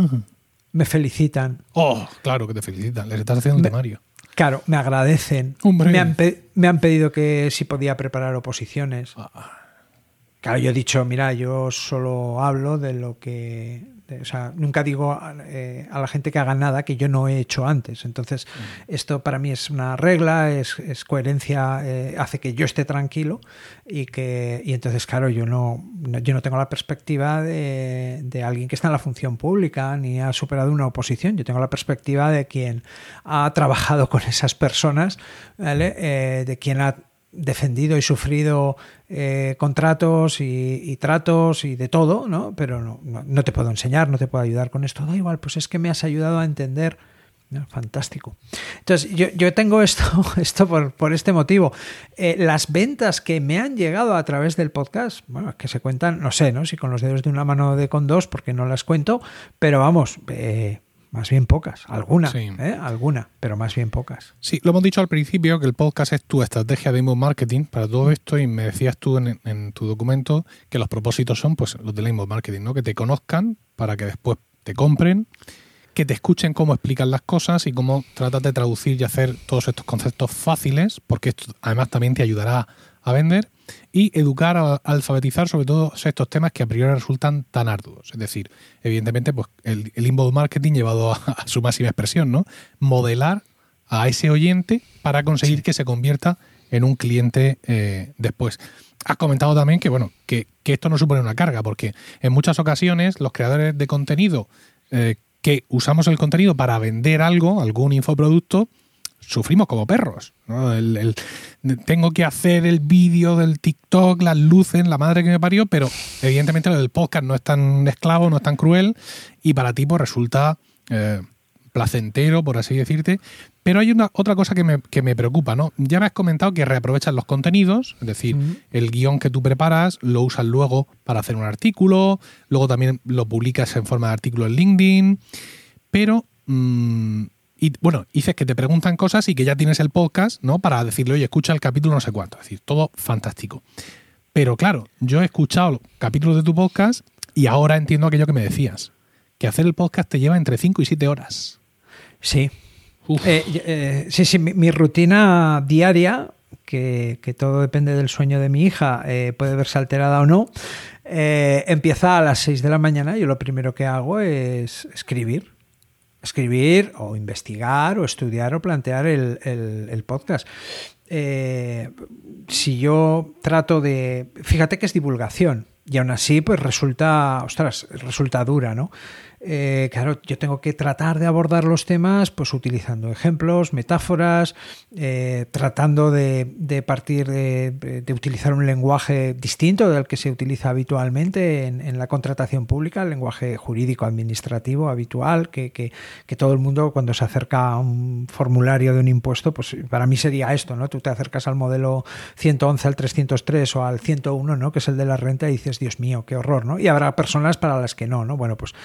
me felicitan. Oh, claro que te felicitan, les estás haciendo un temario. Claro, me agradecen. Me han pedido que si podía preparar oposiciones. Claro, yo he dicho, mira, yo solo hablo de lo que... O sea, nunca digo a la gente que haga nada que yo no he hecho antes. Entonces, esto para mí es una regla, es coherencia, hace que yo esté tranquilo y entonces, claro, yo no tengo la perspectiva de alguien que está en la función pública ni ha superado una oposición. Yo tengo la perspectiva de quien ha trabajado con esas personas, ¿vale? De quien ha defendido y sufrido contratos y tratos y de todo, ¿no? Pero no te puedo enseñar, no te puedo ayudar con esto. Da igual, pues es que me has ayudado a entender. ¿No? Fantástico. Entonces, yo tengo esto por este motivo. Las ventas que me han llegado a través del podcast, bueno, es que se cuentan, no sé, ¿no? Si con los dedos de una mano o con dos, porque no las cuento, pero vamos... Más bien pocas, alguna, sí. Alguna, pero más bien pocas. Sí, lo hemos dicho al principio que el podcast es tu estrategia de inbound marketing para todo esto y me decías tú en tu documento que los propósitos son pues los del inbound marketing, ¿no? Que te conozcan para que después te compren, que te escuchen cómo explican las cosas y cómo tratas de traducir y hacer todos estos conceptos fáciles, porque esto además también te ayudará a vender y educar, a alfabetizar sobre todos estos temas que a priori resultan tan arduos. Es decir, evidentemente, pues el inbound marketing llevado a su máxima expresión, ¿no? Modelar a ese oyente para conseguir que se convierta en un cliente después. Has comentado también que, bueno, que esto no supone una carga, porque en muchas ocasiones los creadores de contenido que usamos el contenido para vender algo, algún infoproducto, sufrimos como perros, ¿no? Tengo que hacer el vídeo del TikTok, las luces, la madre que me parió, pero evidentemente lo del podcast no es tan esclavo, no es tan cruel, y para ti pues resulta placentero, por así decirte. Pero hay otra cosa que me preocupa, ¿no? Ya me has comentado que reaprovechas los contenidos, es decir, el guión que tú preparas lo usas luego para hacer un artículo, luego también lo publicas en forma de artículo en LinkedIn, pero y bueno, dices que te preguntan cosas y que ya tienes el podcast, ¿no? Para decirle, oye, escucha el capítulo no sé cuánto. Es decir, todo fantástico. Pero claro, yo he escuchado capítulos de tu podcast y ahora entiendo aquello que me decías, que hacer el podcast te lleva entre 5 y 7 horas. Sí. Sí, mi rutina diaria, que todo depende del sueño de mi hija, puede verse alterada o no, empieza a las 6 de la mañana. Yo lo primero que hago es escribir o investigar o estudiar o plantear el podcast. Si yo trato de... Fíjate que es divulgación y aún así pues resulta dura, ¿no? Claro, yo tengo que tratar de abordar los temas pues utilizando ejemplos, metáforas, tratando de partir de utilizar un lenguaje distinto del que se utiliza habitualmente en la contratación pública, el lenguaje jurídico administrativo habitual, que todo el mundo cuando se acerca a un formulario de un impuesto, pues para mí sería esto, ¿no? Tú te acercas al modelo 111, al 303 o al 101, ¿no? Que es el de la renta, y dices, Dios mío, qué horror, ¿no? Y habrá personas para las que no, ¿no? Bueno, pues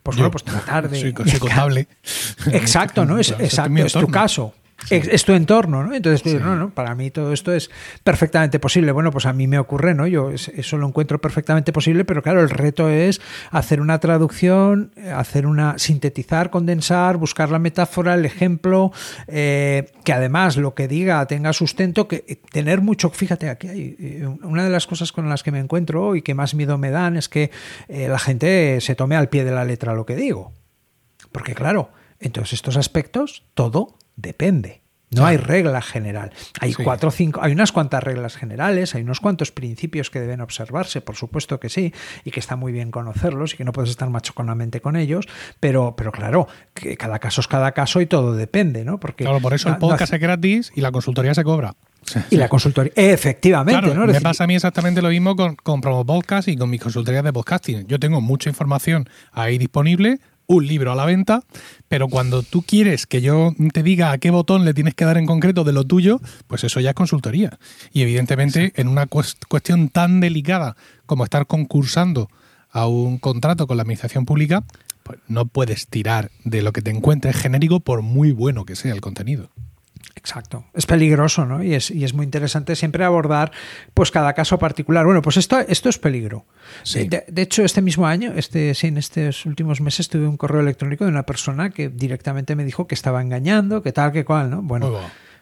tratar de... Soy contable. Exacto, ¿no? Exacto, es tu caso. Es tu entorno, ¿no? Entonces, sí. No, para mí todo esto es perfectamente posible. Bueno, pues a mí me ocurre, ¿no? Yo eso lo encuentro perfectamente posible, pero claro, el reto es hacer una traducción, sintetizar, condensar, buscar la metáfora, el ejemplo, que además lo que diga tenga sustento, que tener mucho... Fíjate, aquí hay una de las cosas con las que me encuentro y que más miedo me dan es que la gente se tome al pie de la letra lo que digo. Porque claro, en todos estos aspectos, todo depende. No hay regla general. Hay 4 o 5, hay unas cuantas reglas generales, hay unos cuantos principios que deben observarse, por supuesto que sí, y que está muy bien conocerlos y que no puedes estar machoconamente con ellos, pero claro, que cada caso es cada caso y todo depende, ¿no? Porque claro, por eso el podcast es gratis y la consultoría se cobra. Y la consultoría, efectivamente. Claro, ¿no? Me pasa a mí exactamente lo mismo con Promo Podcast y con mis consultorías de podcasting. Yo tengo mucha información ahí disponible, un libro a la venta, pero cuando tú quieres que yo te diga a qué botón le tienes que dar en concreto de lo tuyo, pues eso ya es consultoría. Y evidentemente en una cuestión tan delicada como estar concursando a un contrato con la administración pública, pues no puedes tirar de lo que te encuentres genérico por muy bueno que sea el contenido. Exacto. Es peligroso, ¿no? Y es muy interesante siempre abordar pues cada caso particular. Bueno, pues esto es peligro. Sí. De hecho, este mismo año, en estos últimos meses, tuve un correo electrónico de una persona que directamente me dijo que estaba engañando, que tal, que cual, ¿no? Bueno,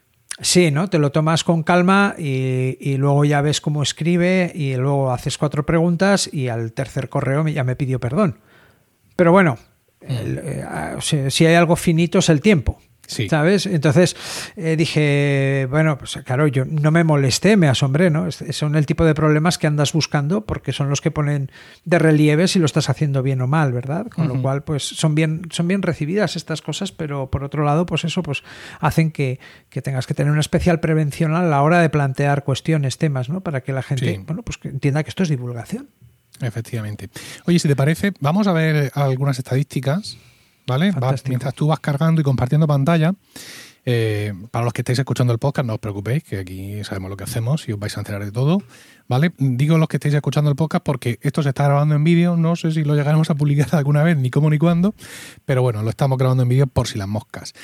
sí, ¿no? Te lo tomas con calma y luego ya ves cómo escribe y luego haces 4 preguntas y al tercer correo ya me pidió perdón. Pero bueno, si hay algo finito es el tiempo. Sí. ¿Sabes? Entonces dije, bueno, pues claro, yo no me molesté, me asombré, ¿no? Son el tipo de problemas que andas buscando porque son los que ponen de relieve si lo estás haciendo bien o mal, ¿verdad? Con lo cual, pues son bien recibidas estas cosas, pero por otro lado, pues eso pues hacen que tengas que tener una especial prevención a la hora de plantear cuestiones, temas, ¿no? Para que la gente, bueno, pues que entienda que esto es divulgación. Efectivamente. Oye, si te parece, vamos a ver algunas estadísticas, ¿vale? Mientras tú vas cargando y compartiendo pantalla, para los que estáis escuchando el podcast, no os preocupéis, que aquí sabemos lo que hacemos y os vais a enterar de todo, ¿vale? Digo los que estáis escuchando el podcast porque esto se está grabando en vídeo, no sé si lo llegaremos a publicar alguna vez, ni cómo ni cuándo, pero bueno, lo estamos grabando en vídeo por si las moscas.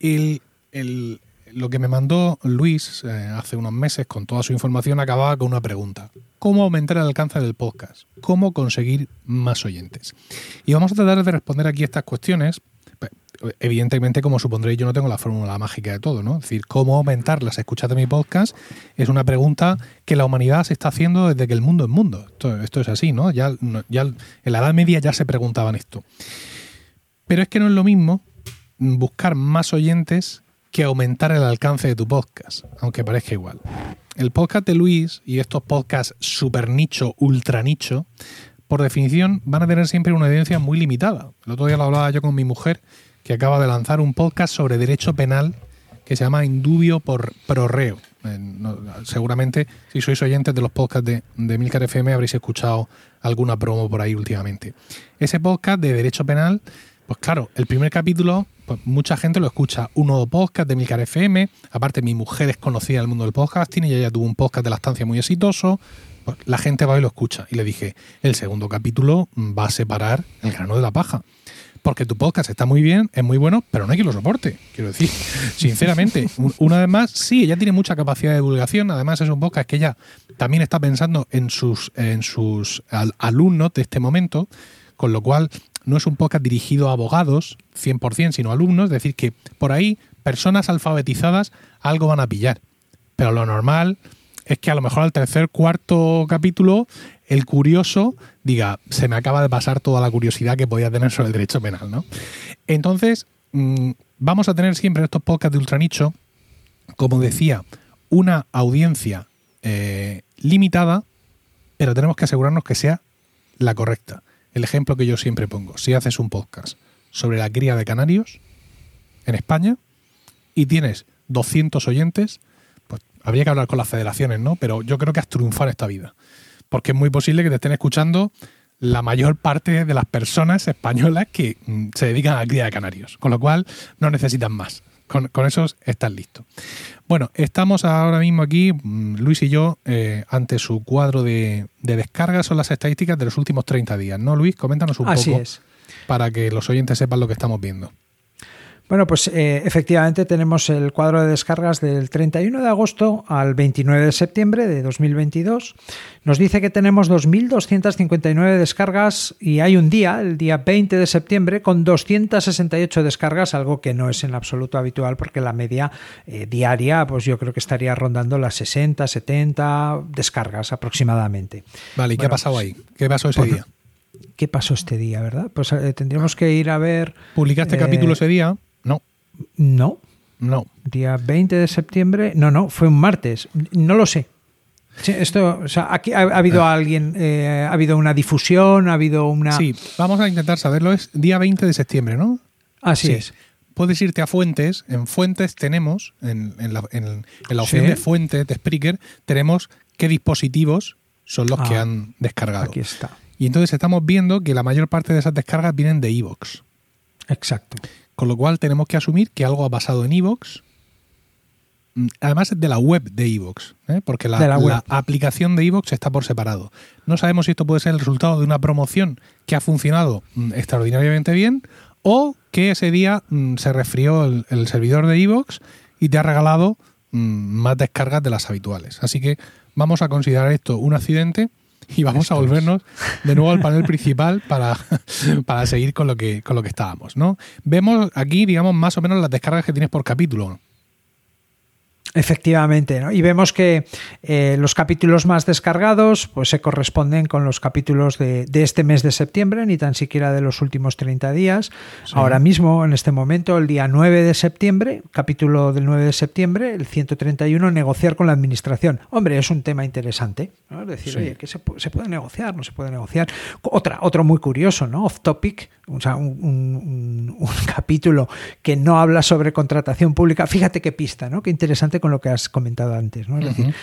Lo que me mandó Luis hace unos meses con toda su información acababa con una pregunta. ¿Cómo aumentar el alcance del podcast? ¿Cómo conseguir más oyentes? Y vamos a tratar de responder aquí estas cuestiones. Evidentemente, como supondréis, yo no tengo la fórmula mágica de todo, ¿no? Es decir, ¿cómo aumentar las escuchas de mi podcast? Es una pregunta que la humanidad se está haciendo desde que el mundo es mundo. Esto es así, ¿no? Ya en la Edad Media ya se preguntaban esto. Pero es que no es lo mismo buscar más oyentes que aumentar el alcance de tu podcast, aunque parezca igual. El podcast de Luis y estos podcasts super nicho, ultra nicho, por definición, van a tener siempre una audiencia muy limitada. El otro día lo hablaba yo con mi mujer, que acaba de lanzar un podcast sobre derecho penal que se llama Indubio pro reo. Seguramente, si sois oyentes de los podcasts de Emilcar FM, habréis escuchado alguna promo por ahí últimamente. Ese podcast de derecho penal, pues claro, el primer capítulo, pues mucha gente lo escucha. Un nuevo podcast de Emilcar FM. Aparte, mi mujer es conocida del mundo del podcasting y ella tuvo un podcast de La Estancia muy exitoso. Pues la gente va y lo escucha. Y le dije, el segundo capítulo va a separar el grano de la paja. Porque tu podcast está muy bien, es muy bueno, pero no hay quien lo soporte. Quiero decir, sinceramente, una vez más, sí, ella tiene mucha capacidad de divulgación. Además, es un podcast que ella también está pensando en sus alumnos de este momento, con lo cual no es un podcast dirigido a abogados 100%, sino a alumnos. Es decir, que por ahí personas alfabetizadas algo van a pillar. Pero lo normal es que a lo mejor al tercer, cuarto capítulo el curioso diga, se me acaba de pasar toda la curiosidad que podía tener sobre el derecho penal, ¿no? Entonces, vamos a tener siempre en estos podcasts de ultranicho, como decía, una audiencia limitada, pero tenemos que asegurarnos que sea la correcta. El ejemplo que yo siempre pongo, si haces un podcast sobre la cría de canarios en España y tienes 200 oyentes, pues habría que hablar con las federaciones, ¿no? Pero yo creo que has triunfado en esta vida. Porque es muy posible que te estén escuchando la mayor parte de las personas españolas que se dedican a la cría de canarios. Con lo cual, no necesitan más. Con esos estás listo. Bueno, estamos ahora mismo aquí, Luis y yo, ante su cuadro de descargas. Son las estadísticas de los últimos 30 días, ¿no, Luis? Coméntanos un poco para que los oyentes sepan lo que estamos viendo. Bueno, pues efectivamente tenemos el cuadro de descargas del 31 de agosto al 29 de septiembre de 2022. Nos dice que tenemos 2.259 descargas y hay un día, el día 20 de septiembre, con 268 descargas, algo que no es en absoluto habitual porque la media diaria, pues yo creo que estaría rondando las 60, 70 descargas aproximadamente. Vale, ¿y qué ha pasado ahí? ¿Qué pasó ese día? ¿Qué pasó este día, verdad? Pues tendríamos que ir a ver... ¿Publicaste capítulo ese día? No. No. Día 20 de septiembre. No, fue un martes. No lo sé. Sí, esto, o sea, aquí ha habido alguien, ha habido una difusión, ha habido una... Sí, vamos a intentar saberlo. Es día 20 de septiembre, ¿no? Así es. Puedes irte a Fuentes. En Fuentes tenemos, en la opción de Fuentes de Spreaker, tenemos qué dispositivos son los que han descargado. Aquí está. Y entonces estamos viendo que la mayor parte de esas descargas vienen de iVoox. Exacto. Con lo cual tenemos que asumir que algo ha pasado en iVoox. Además de la web de iVoox, porque la aplicación de iVoox está por separado. No sabemos si esto puede ser el resultado de una promoción que ha funcionado extraordinariamente bien o que ese día se resfrió el servidor de iVoox y te ha regalado más descargas de las habituales. Así que vamos a considerar esto un accidente y vamos a volvernos de nuevo al panel principal para seguir con lo que estábamos, ¿no? Vemos aquí, digamos, más o menos las descargas que tienes por capítulo. Efectivamente, ¿no? Y vemos que los capítulos más descargados pues se corresponden con los capítulos de este mes de septiembre, ni tan siquiera de los últimos 30 días. Sí. Ahora mismo, en este momento, el día 9 de septiembre, capítulo del 9 de septiembre, el 131, negociar con la administración. Hombre, es un tema interesante, ¿no? Es decir, oye, ¿qué se puede negociar? ¿No se puede negociar? Otro muy curioso, ¿no? Off topic, o sea, un capítulo que no habla sobre contratación pública. Fíjate qué pista, ¿no? Qué interesante con lo que has comentado antes, ¿no? Es decir,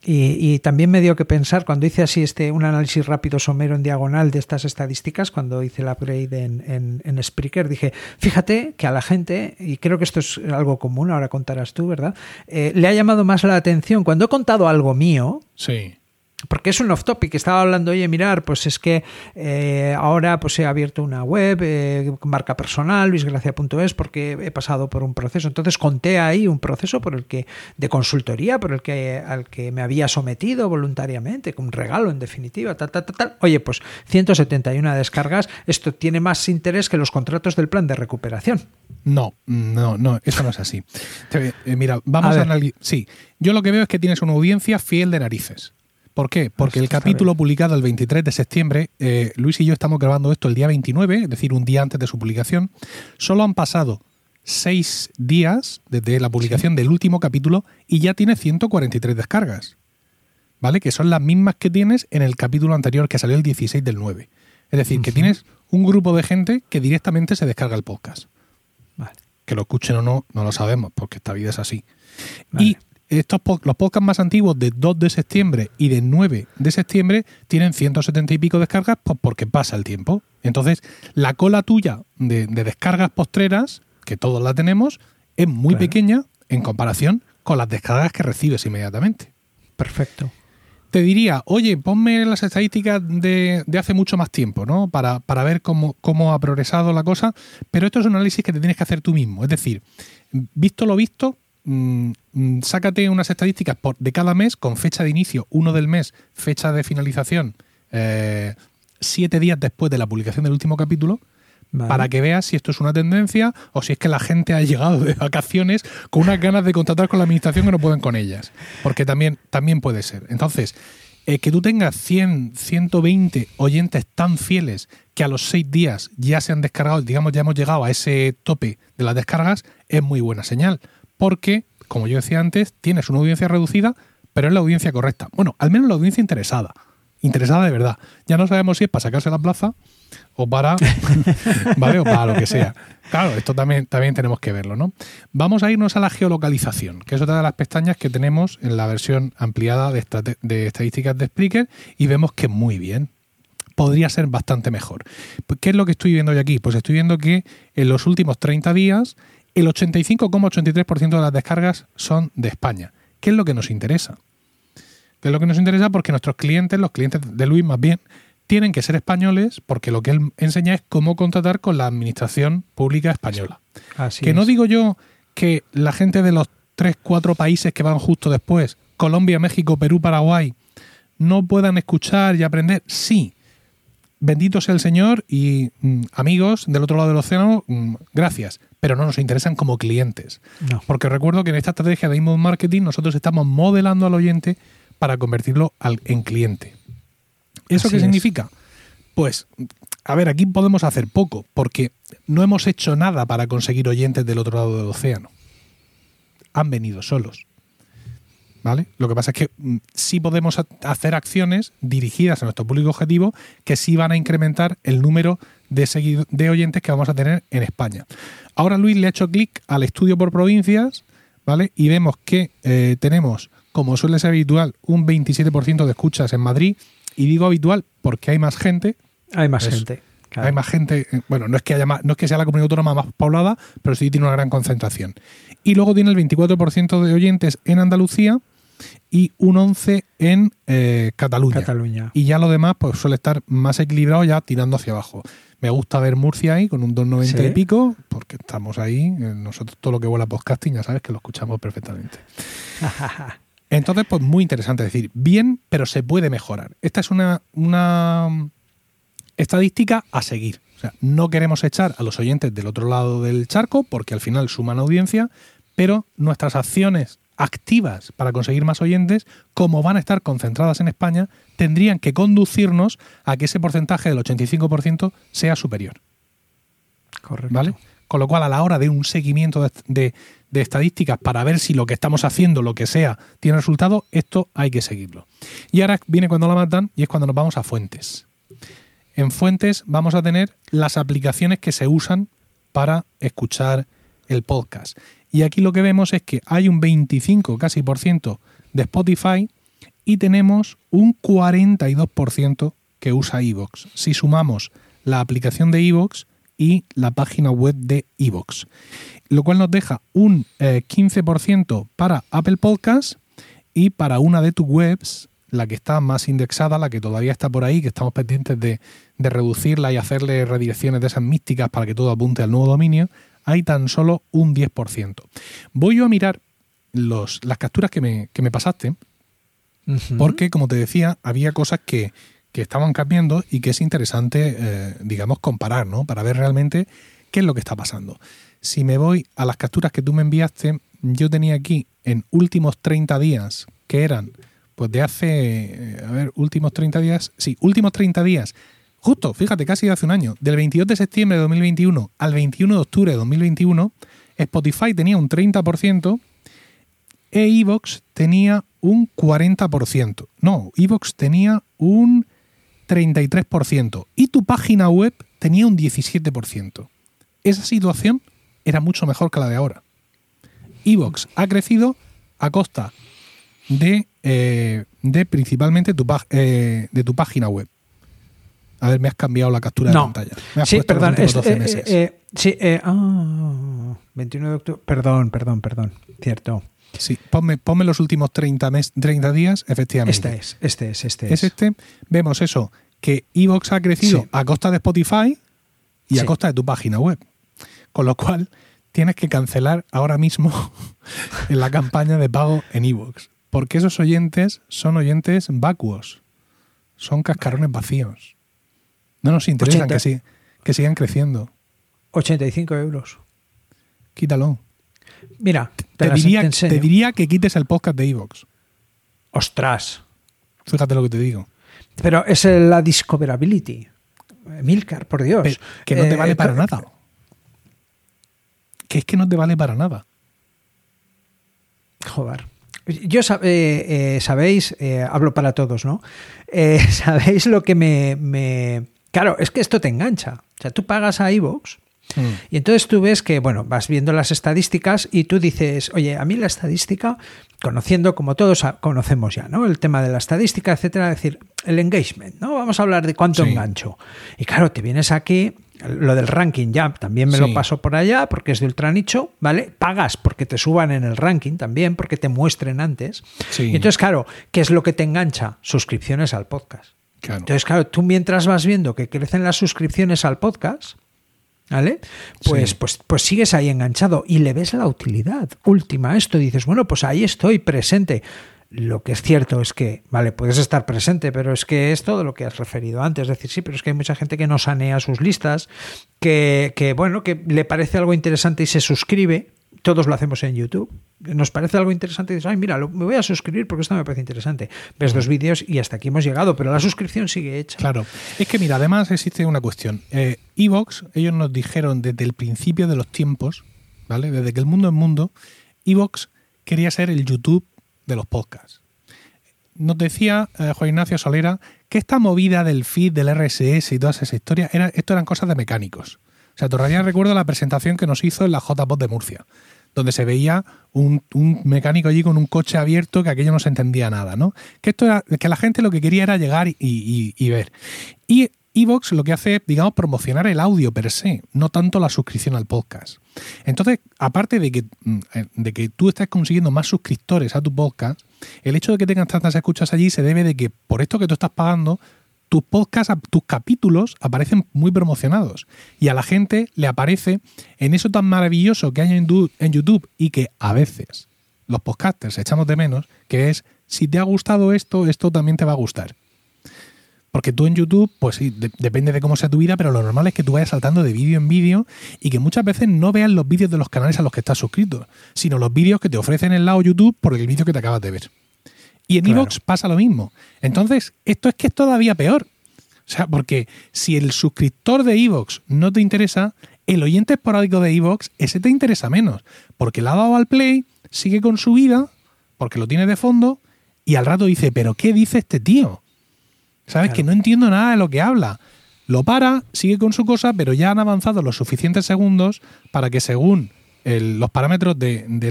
y también me dio que pensar cuando hice así un análisis rápido somero en diagonal de estas estadísticas, cuando hice el upgrade en Spreaker, dije, fíjate que a la gente, y creo que esto es algo común, ahora contarás tú, ¿verdad? Le ha llamado más la atención cuando he contado algo mío. Sí. Porque es un off topic, estaba hablando, oye, mirar, pues es que ahora pues he abierto una web, marca personal, luisgracia.es, porque he pasado por un proceso. Entonces conté ahí un proceso de consultoría, al que me había sometido voluntariamente, con un regalo en definitiva, tal. Oye, pues 171 descargas, esto tiene más interés que los contratos del plan de recuperación. No, eso no es así. Mira, vamos a analizar. Sí, yo lo que veo es que tienes una audiencia fiel de narices. ¿Por qué? Porque el capítulo publicado el 23 de septiembre, Luis y yo estamos grabando esto el día 29, es decir, un día antes de su publicación. Solo han pasado 6 días desde la publicación del último capítulo y ya tiene 143 descargas. ¿vale? Que son las mismas que tienes en el capítulo anterior que salió el 16 del 9. Es decir, que tienes un grupo de gente que directamente se descarga el podcast. Vale. Que lo escuchen o no, no lo sabemos, porque esta vida es así. Vale. Y los podcasts más antiguos de 2 de septiembre y de 9 de septiembre tienen 170 y pico descargas, pues porque pasa el tiempo. Entonces, la cola tuya de descargas postreras, que todos la tenemos, es muy pequeña en comparación con las descargas que recibes inmediatamente. Perfecto. Te diría, oye, ponme las estadísticas de hace mucho más tiempo, ¿no? Para ver cómo ha progresado la cosa, pero esto es un análisis que te tienes que hacer tú mismo. Es decir, visto lo visto, sácate unas estadísticas de cada mes con fecha de inicio, 1 del mes, fecha de finalización, 7 días después de la publicación del último capítulo, vale, para que veas si esto es una tendencia o si es que la gente ha llegado de vacaciones con unas ganas de contratar con la administración que no pueden con ellas. Porque también puede ser. Entonces, que tú tengas 100, 120 oyentes tan fieles que a los 6 días ya se han descargado, digamos, ya hemos llegado a ese tope de las descargas, es muy buena señal. Porque, como yo decía antes, tienes una audiencia reducida, pero es la audiencia correcta. Bueno, al menos la audiencia interesada. Interesada de verdad. Ya no sabemos si es para sacarse la plaza o para, ¿vale? O para lo que sea. Claro, esto también tenemos que verlo, ¿no? Vamos a irnos a la geolocalización, que es otra de las pestañas que tenemos en la versión ampliada de estadísticas de Spreaker, y vemos que muy bien. Podría ser bastante mejor. ¿Qué es lo que estoy viendo hoy aquí? Pues estoy viendo que en los últimos 30 días el 85,83% de las descargas son de España. ¿Qué es lo que nos interesa? ¿Qué es lo que nos interesa? Porque nuestros clientes, los clientes de Luis más bien, tienen que ser españoles, porque lo que él enseña es cómo contratar con la administración pública española. Así que es. No digo yo que la gente de los 3-4 países que van justo después, Colombia, México, Perú, Paraguay, no puedan escuchar y aprender. Sí, bendito sea el Señor y amigos del otro lado del océano, gracias, pero no nos interesan como clientes. No. Porque recuerdo que en esta estrategia de inbound marketing nosotros estamos modelando al oyente para convertirlo en cliente. ¿Eso qué significa? Pues, a ver, aquí podemos hacer poco, porque no hemos hecho nada para conseguir oyentes del otro lado del océano. Han venido solos. ¿Vale? Lo que pasa es que sí podemos hacer acciones dirigidas a nuestro público objetivo que sí van a incrementar el número de oyentes que vamos a tener en España. Ahora Luis le ha hecho clic al estudio por provincias, ¿vale? Y vemos que tenemos, como suele ser habitual, un 27% de escuchas en Madrid. Y digo habitual porque hay más gente. Hay más gente. Claro. Hay más gente. Bueno, no es que sea la comunidad autónoma más poblada, pero sí tiene una gran concentración. Y luego tiene el 24% de oyentes en Andalucía y un 11% en Cataluña. Y ya lo demás pues suele estar más equilibrado, ya tirando hacia abajo. Me gusta ver Murcia ahí con un 2,90 y pico, porque estamos ahí. Nosotros todo lo que vuela podcasting ya sabes que lo escuchamos perfectamente. Entonces, pues muy interesante decir, bien, pero se puede mejorar. Esta es una estadística a seguir. O sea, no queremos echar a los oyentes del otro lado del charco porque al final suman audiencia, pero nuestras acciones activas para conseguir más oyentes, como van a estar concentradas en España, tendrían que conducirnos a que ese porcentaje del 85% sea superior. Correcto. ¿Vale? Con lo cual, a la hora de un seguimiento de estadísticas para ver si lo que estamos haciendo, lo que sea, tiene resultado, esto hay que seguirlo. Y ahora viene cuando la matan y es cuando nos vamos a fuentes. En fuentes vamos a tener las aplicaciones que se usan para escuchar el podcast. Y aquí lo que vemos es que hay un 25 casi por ciento de Spotify y tenemos un 42% que usa iVoox. Si sumamos la aplicación de iVoox y la página web de iVoox, lo cual nos deja un 15% para Apple Podcasts y para una de tus webs, la que está más indexada, la que todavía está por ahí, que estamos pendientes de reducirla y hacerle redirecciones de esas místicas para que todo apunte al nuevo dominio, hay tan solo un 10%. Voy yo a mirar las capturas que me pasaste, porque, como te decía, había cosas que estaban cambiando y que es interesante, digamos, comparar, ¿no? Para ver realmente qué es lo que está pasando. Si me voy a las capturas que tú me enviaste, yo tenía aquí en últimos 30 días, que eran, pues de hace, últimos 30 días, justo, fíjate, casi de hace un año, del 22 de septiembre de 2021 al 21 de octubre de 2021, Spotify tenía un 30% e iVoox tenía un 40%. No, iVoox tenía un 33%. Y tu página web tenía un 17%. Esa situación era mucho mejor que la de ahora. iVoox ha crecido a costa de principalmente de tu página web. A ver, me has cambiado la captura de pantalla. Me has puesto perdón. Los 12 meses. 29 de octubre. Perdón. Cierto. Sí, ponme los últimos 30 días, efectivamente. Este es. Vemos eso, que iVoox ha crecido a costa de Spotify y a costa de tu página web. Con lo cual, tienes que cancelar ahora mismo en la campaña de pago en iVoox. Porque esos oyentes son oyentes vacuos. Son cascarones vacíos. No nos interesa que sigan creciendo. 85 euros. Quítalo. Mira, te diría que quites el podcast de iVoox. ¡Ostras! Fíjate lo que te digo. Pero es la discoverability. Milcar, por Dios. Que no te vale para nada. Que es que no te vale para nada. Joder. Yo sabéis, hablo para todos, ¿no? Sabéis lo que me... Claro, es que esto te engancha. O sea, tú pagas a iVoox y entonces tú ves que, bueno, vas viendo las estadísticas y tú dices, oye, a mí la estadística, conociendo como todos conocemos ya, ¿no? El tema de la estadística, etcétera, es decir, el engagement, ¿no? Vamos a hablar de cuánto engancho. Y claro, te vienes aquí, lo del ranking ya también me lo paso por allá porque es de ultranicho, ¿vale? Pagas porque te suban en el ranking también, porque te muestren antes. Sí. Y entonces, claro, ¿qué es lo que te engancha? Suscripciones al podcast. Claro. Entonces, claro, tú mientras vas viendo que crecen las suscripciones al podcast, ¿vale? Pues sigues ahí enganchado y le ves la utilidad última a esto. Dices, bueno, pues ahí estoy presente. Lo que es cierto es que, vale, puedes estar presente, pero es que es todo lo que has referido antes. Es decir, sí, pero es que hay mucha gente que no sanea sus listas, que le parece algo interesante y se suscribe. Todos lo hacemos en YouTube. Nos parece algo interesante y dices, ay, mira, me voy a suscribir porque esto me parece interesante. Ves 2 vídeos y hasta aquí hemos llegado, pero la suscripción sigue hecha. Claro. Es que, mira, además existe una cuestión. iVoox, ellos nos dijeron desde el principio de los tiempos, ¿vale? Desde que el mundo es mundo, iVoox quería ser el YouTube de los podcasts. Nos decía Juan Ignacio Solera que esta movida del feed, del RSS y todas esas historias, esto eran cosas de mecánicos. O sea, todavía recuerdo la presentación que nos hizo en la JPod de Murcia, donde se veía un mecánico allí con un coche abierto que aquello no se entendía nada, ¿no? Que esto era, que la gente lo que quería era llegar y ver. Y iVoox lo que hace es, digamos, promocionar el audio per se, no tanto la suscripción al podcast. Entonces, aparte de que tú estés consiguiendo más suscriptores a tu podcast, el hecho de que tengas tantas escuchas allí se debe de que por esto que tú estás pagando, tus podcasts, tus capítulos aparecen muy promocionados y a la gente le aparece en eso tan maravilloso que hay en YouTube y que a veces los podcasters echamos de menos, que es, si te ha gustado esto también te va a gustar. Porque tú en YouTube, pues sí, depende de cómo sea tu vida, pero lo normal es que tú vayas saltando de vídeo en vídeo y que muchas veces no veas los vídeos de los canales a los que estás suscrito, sino los vídeos que te ofrecen en el lado YouTube por el vídeo que te acabas de ver. Y en iVoox pasa lo mismo. Entonces, esto es que es todavía peor. O sea, porque si el suscriptor de iVoox no te interesa, el oyente esporádico de iVoox, ese te interesa menos. Porque le ha dado al play, sigue con su vida, porque lo tiene de fondo, y al rato dice, ¿pero qué dice este tío? ¿Sabes? Claro. Que no entiendo nada de lo que habla. Lo para, sigue con su cosa, pero ya han avanzado los suficientes segundos para que según los parámetros de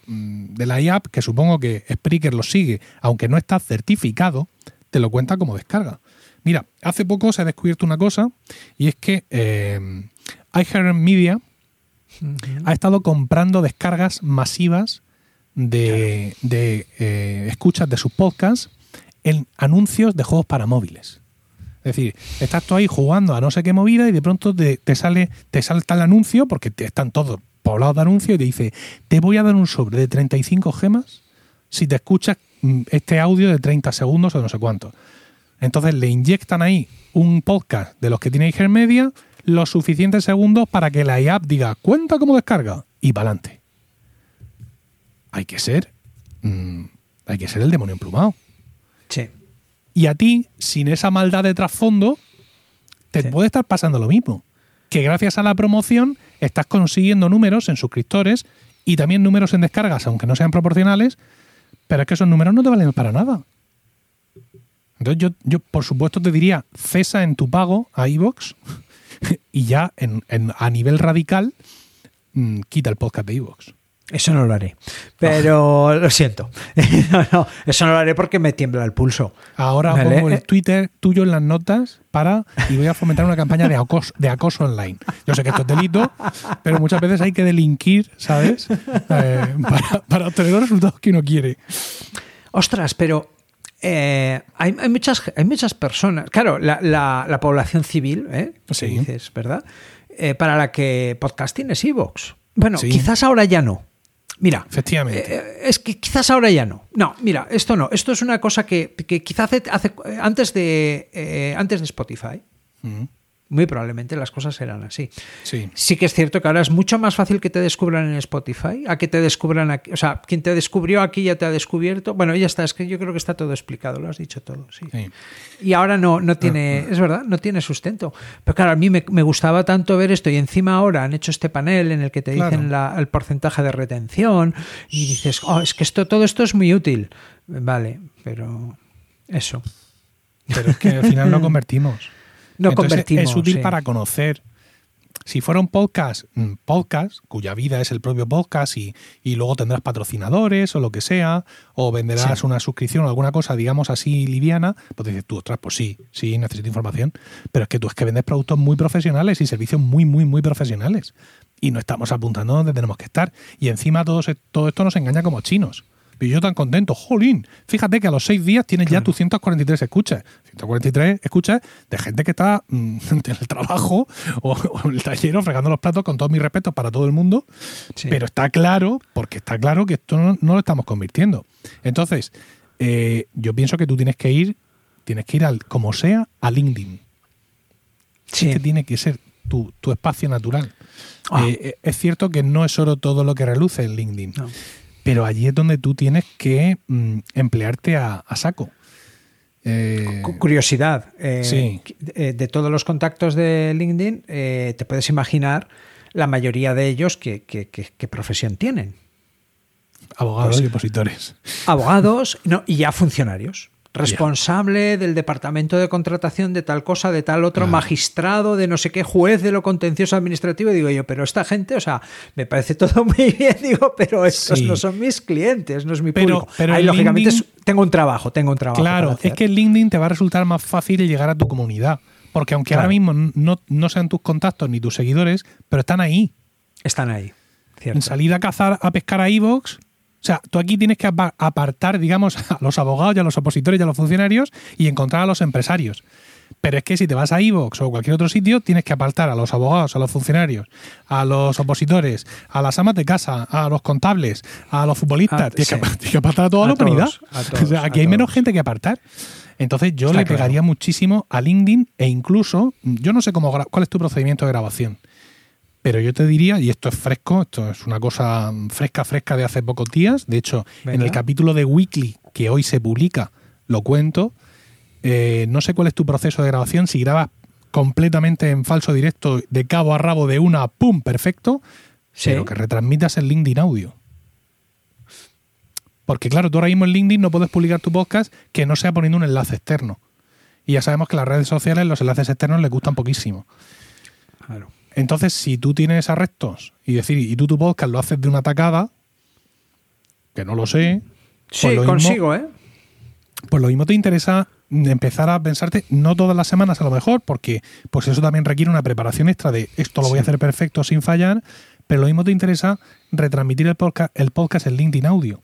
la IAP, que supongo que Spreaker los sigue, aunque no está certificado, te lo cuenta como descarga. Mira, hace poco se ha descubierto una cosa y es que iHeartMedia ha estado comprando descargas masivas de escuchas de sus podcasts en anuncios de juegos para móviles. Es decir, estás tú ahí jugando a no sé qué movida y de pronto te salta el anuncio, porque están todos poblados de anuncios, y te dice, te voy a dar un sobre de 35 gemas si te escuchas este audio de 30 segundos o no sé cuánto. Entonces le inyectan ahí un podcast de los que tiene iHeartMedia los suficientes segundos para que la IAP diga, cuenta como descarga, y para adelante. Hay que ser el demonio emplumado. Sí. Y a ti, sin esa maldad de trasfondo, te puede estar pasando lo mismo. Que gracias a la promoción estás consiguiendo números en suscriptores y también números en descargas, aunque no sean proporcionales, Pero es que esos números no te valen para nada. Entonces yo por supuesto te diría, cesa en tu pago a iVoox y ya a nivel radical quita el podcast de iVoox. Eso no lo haré, pero lo siento. No, eso no lo haré porque me tiembla el pulso. Ahora ¿vale? pongo el Twitter tuyo en las notas y voy a fomentar una campaña de acoso online. Yo sé que esto es delito, pero muchas veces hay que delinquir, ¿sabes? Para obtener los resultados que uno quiere. Ostras, pero hay muchas personas. Claro, la población civil, Sí. que dices, ¿verdad? Para la que podcasting es iVoox. Bueno, Sí. quizás ahora ya no. Mira, Efectivamente. es que quizás ahora ya no. No, mira, esto no. Esto es una cosa que quizás hace antes de Spotify. Muy probablemente las cosas eran así. Sí. Sí que es cierto que ahora es mucho más fácil que te descubran en Spotify a que te descubran aquí. O sea, quien te descubrió aquí ya te ha descubierto. Bueno, ya está. Es que yo creo que está todo explicado. Lo has dicho todo, sí. Y ahora no tiene, es verdad, no tiene sustento. Pero claro, a mí me gustaba tanto ver esto y encima ahora han hecho este panel en el que te dicen el porcentaje de retención y dices, es que todo esto es muy útil. Vale, pero eso. Pero es que al final no convertimos. No Entonces, convertimos. es útil sí. para conocer. Si fuera un podcast cuya vida es el propio podcast y luego tendrás patrocinadores o lo que sea, o venderás una suscripción o alguna cosa, digamos así, liviana, pues dices tú, ostras, pues sí, necesito información. Pero es que tú es que vendes productos muy profesionales y servicios muy, muy, muy profesionales. Y no estamos apuntando donde tenemos que estar. Y encima todo esto nos engaña como chinos. Y yo tan contento, jolín, fíjate que a los 6 días tienes ya tus 143 escuchas. 143 escuchas de gente que está en el trabajo o en el taller o fregando los platos, con todos mis respetos para todo el mundo. Sí. Pero está claro que esto no lo estamos convirtiendo. Entonces, yo pienso que tú tienes que ir como sea, a LinkedIn. Sí. Es que tiene que ser tu espacio natural. Es cierto que no es oro todo lo que reluce en LinkedIn. No. Pero allí es donde tú tienes que emplearte a saco. Curiosidad. Sí. De todos los contactos de LinkedIn, te puedes imaginar la mayoría de ellos qué profesión tienen. Abogados y opositores. Abogados y ya funcionarios. Responsable del departamento de contratación de tal cosa, de tal otro, magistrado de no sé qué, juez de lo contencioso administrativo. Digo yo, pero esta gente, o sea, me parece todo muy bien, digo, pero estos no son mis clientes, no es mi público. Pero ahí, lógicamente, LinkedIn, tengo un trabajo. Claro, es que en LinkedIn te va a resultar más fácil llegar a tu comunidad, porque aunque ahora mismo no sean tus contactos ni tus seguidores, pero están ahí. Están ahí, cierto. En salir a pescar a iVoox. O sea, tú aquí tienes que apartar, digamos, a los abogados y a los opositores y a los funcionarios y encontrar a los empresarios. Pero es que si te vas a iVoox o cualquier otro sitio, tienes que apartar a los abogados, a los funcionarios, a los opositores, a las amas de casa, a los contables, a los futbolistas. Tienes que apartar a toda la humanidad. O sea, aquí hay menos gente que apartar. Entonces yo le pegaría muchísimo a LinkedIn e incluso, yo no sé cuál es tu procedimiento de grabación. Pero yo te diría, y esto es fresco, esto es una cosa fresca de hace pocos días. De hecho, en el capítulo de Weekly, que hoy se publica, lo cuento. No sé cuál es tu proceso de grabación, si grabas completamente en falso directo, de cabo a rabo, de una, ¡pum!, perfecto, pero que retransmitas en LinkedIn Audio. Porque claro, tú ahora mismo en LinkedIn no puedes publicar tu podcast que no sea poniendo un enlace externo. Y ya sabemos que las redes sociales los enlaces externos les gustan poquísimo. Claro. Entonces, si tú tienes arrestos y tú tu podcast lo haces de una tacada, que no lo sé... Sí, pues consigo, Pues lo mismo te interesa empezar a pensarte, no todas las semanas a lo mejor, porque pues eso también requiere una preparación extra de esto lo voy a hacer perfecto sin fallar, pero lo mismo te interesa retransmitir el podcast en LinkedIn Audio.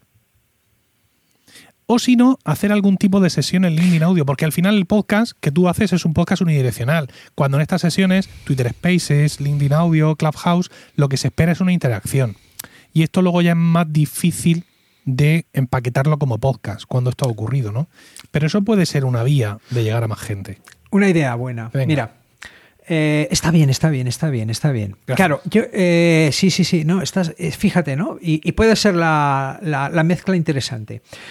O si no, hacer algún tipo de sesión en LinkedIn Audio, porque al final el podcast que tú haces es un podcast unidireccional. Cuando en estas sesiones, Twitter Spaces, LinkedIn Audio, Clubhouse, lo que se espera es una interacción. Y esto luego ya es más difícil de empaquetarlo como podcast cuando esto ha ocurrido, ¿no? Pero eso puede ser una vía de llegar a más gente. Una idea buena. Venga. Mira, está bien. Gracias. Claro, yo sí, no, fíjate, ¿no? Y puede ser la mezcla interesante.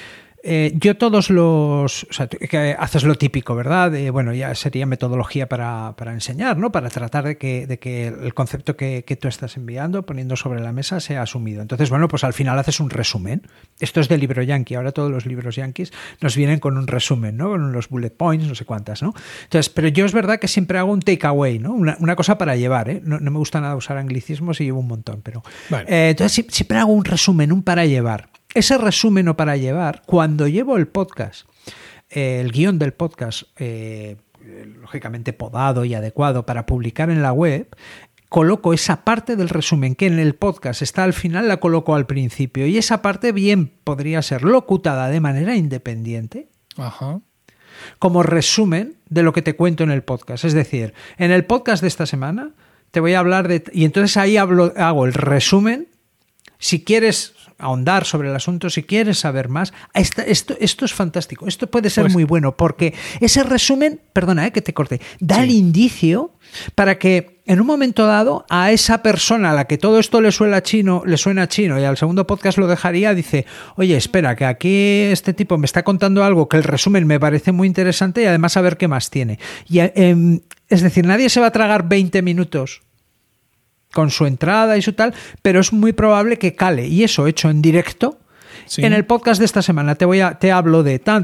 yo todos los... O sea, que haces lo típico, ¿verdad? Bueno, ya sería metodología para enseñar, ¿no? Para tratar de que el concepto que tú estás enviando, poniendo sobre la mesa, sea asumido. Entonces, bueno, pues al final haces un resumen. Esto es de libro yankee. Ahora todos los libros yankees nos vienen con un resumen, ¿no? Con los bullet points, no sé cuántas, ¿no? Entonces, pero yo es verdad que siempre hago un takeaway, ¿no? Una cosa para llevar, ¿eh? No me gusta nada usar anglicismos y llevo un montón, pero... Vale. Entonces, siempre hago un resumen, un para llevar. Ese resumen o para llevar, cuando llevo el podcast, el guión del podcast, lógicamente podado y adecuado para publicar en la web, coloco esa parte del resumen que en el podcast está al final, la coloco al principio. Y esa parte bien podría ser locutada de manera independiente. Ajá. Como resumen de lo que te cuento en el podcast. Es decir, en el podcast de esta semana te voy a hablar de... Y entonces ahí hago el resumen. Si quieres ahondar sobre el asunto, si quieres saber más, esto es fantástico. Esto puede ser muy bueno porque ese resumen, perdona que te corte, da el indicio para que en un momento dado a esa persona a la que todo esto le suena chino y al segundo podcast lo dejaría, dice, oye, espera, que aquí este tipo me está contando algo que el resumen me parece muy interesante y además a ver qué más tiene. Y, es decir, nadie se va a tragar 20 minutos con su entrada y su tal, pero es muy probable que cale. Y eso hecho en directo, en el podcast de esta semana te hablo de tan.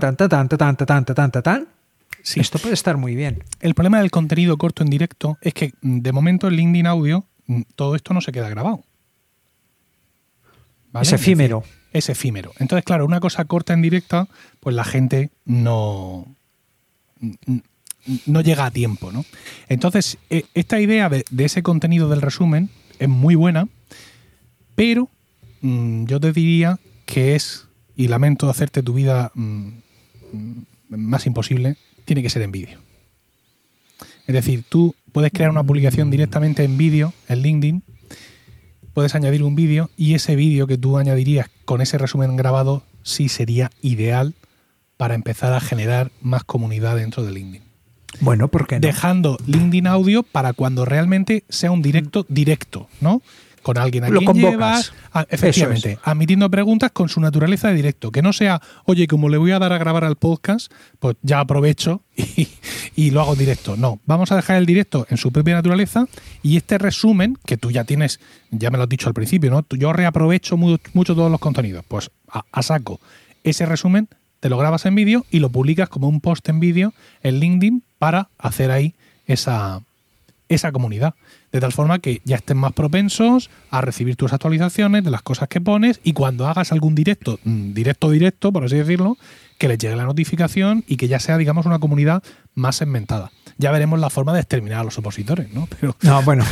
Sí. Esto puede estar muy bien. El problema del contenido corto en directo es que, de momento, en LinkedIn Audio, todo esto no se queda grabado. ¿Vale? Es efímero. Es efímero. Entonces, claro, una cosa corta en directa, pues la gente no llega a tiempo, ¿no? Entonces, esta idea de ese contenido del resumen es muy buena, pero yo te diría que es, y lamento hacerte tu vida más imposible, tiene que ser en vídeo. Es decir, tú puedes crear una publicación directamente en vídeo, en LinkedIn, puedes añadir un vídeo y ese vídeo que tú añadirías con ese resumen grabado sí sería ideal para empezar a generar más comunidad dentro de LinkedIn. Bueno, ¿por qué no? Dejando LinkedIn Audio para cuando realmente sea un directo, ¿no? Con alguien a quien llevas, efectivamente, admitiendo preguntas con su naturaleza de directo. Que no sea, oye, como le voy a dar a grabar al podcast, pues ya aprovecho y lo hago directo. No, vamos a dejar el directo en su propia naturaleza y este resumen, que tú ya tienes, ya me lo has dicho al principio, ¿no? Yo reaprovecho mucho todos los contenidos. Pues a saco. Ese resumen te lo grabas en vídeo y lo publicas como un post en vídeo en LinkedIn para hacer ahí esa comunidad. De tal forma que ya estén más propensos a recibir tus actualizaciones de las cosas que pones y cuando hagas algún directo, por así decirlo, que les llegue la notificación y que ya sea, digamos, una comunidad más segmentada. Ya veremos la forma de exterminar a los opositores, ¿no? Pero no, bueno.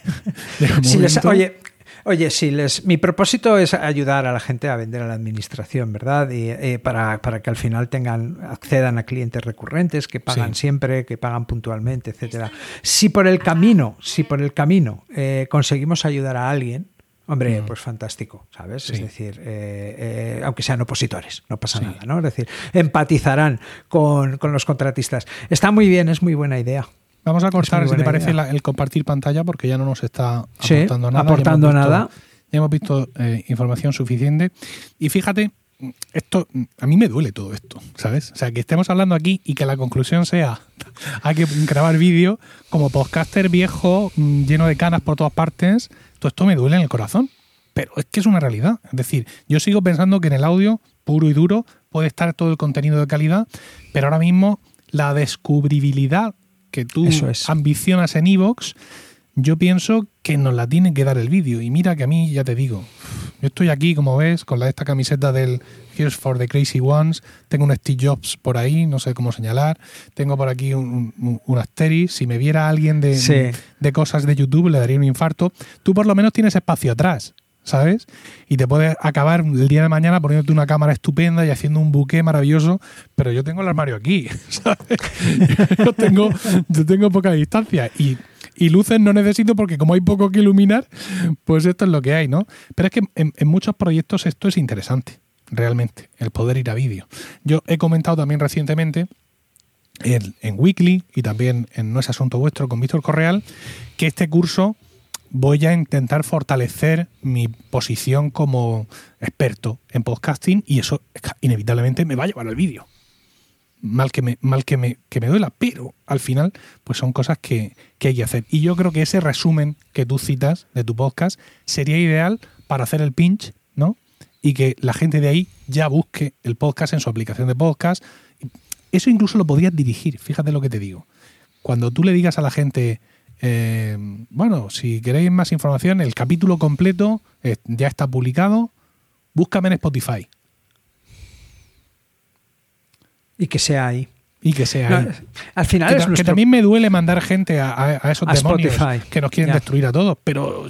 Oye, mi propósito es ayudar a la gente a vender a la administración, ¿verdad? Y para que al final accedan a clientes recurrentes que pagan siempre, que pagan puntualmente, etcétera. Si por el camino conseguimos ayudar a alguien, hombre, pues fantástico, ¿sabes? Sí. Es decir, aunque sean opositores, no pasa nada, ¿no? Es decir, empatizarán con los contratistas. Está muy bien, es muy buena idea. Vamos a cortar, si te parece, el compartir pantalla porque ya no nos está aportando nada. Ya hemos visto información suficiente. Y fíjate, esto a mí me duele todo esto, ¿sabes? O sea, que estemos hablando aquí y que la conclusión sea hay que grabar vídeo como podcaster viejo, lleno de canas por todas partes. Todo esto me duele en el corazón. Pero es que es una realidad. Es decir, yo sigo pensando que en el audio puro y duro puede estar todo el contenido de calidad, pero ahora mismo la descubribilidad que tú ambicionas en iVoox, yo pienso que nos la tiene que dar el vídeo. Y mira que a mí, ya te digo, yo estoy aquí, como ves, con esta camiseta del Here's for the Crazy Ones, tengo un Steve Jobs por ahí, no sé cómo señalar, tengo por aquí un Asterix, si me viera alguien de cosas de YouTube le daría un infarto. Tú por lo menos tienes espacio atrás, ¿sabes? Y te puedes acabar el día de mañana poniéndote una cámara estupenda y haciendo un buqué maravilloso, pero yo tengo el armario aquí, ¿sabes? Yo tengo poca distancia y luces no necesito porque como hay poco que iluminar, pues esto es lo que hay, ¿no? Pero es que en muchos proyectos esto es interesante, realmente, el poder ir a vídeo. Yo he comentado también recientemente en Weekly y también en No es Asunto Vuestro con Víctor Correal que este curso voy a intentar fortalecer mi posición como experto en podcasting y eso inevitablemente me va a llevar al vídeo. Mal que me duela, pero al final pues son cosas que hay que hacer. Y yo creo que ese resumen que tú citas de tu podcast sería ideal para hacer el pinch, ¿no? Y que la gente de ahí ya busque el podcast en su aplicación de podcast. Eso incluso lo podrías dirigir, fíjate lo que te digo. Cuando tú le digas a la gente, bueno, si queréis más información, el capítulo completo ya está publicado, búscame en Spotify. Y que sea ahí. Y que sea ahí. Al final que también me duele mandar gente a esos demonios Spotify, que nos quieren destruir a todos, pero...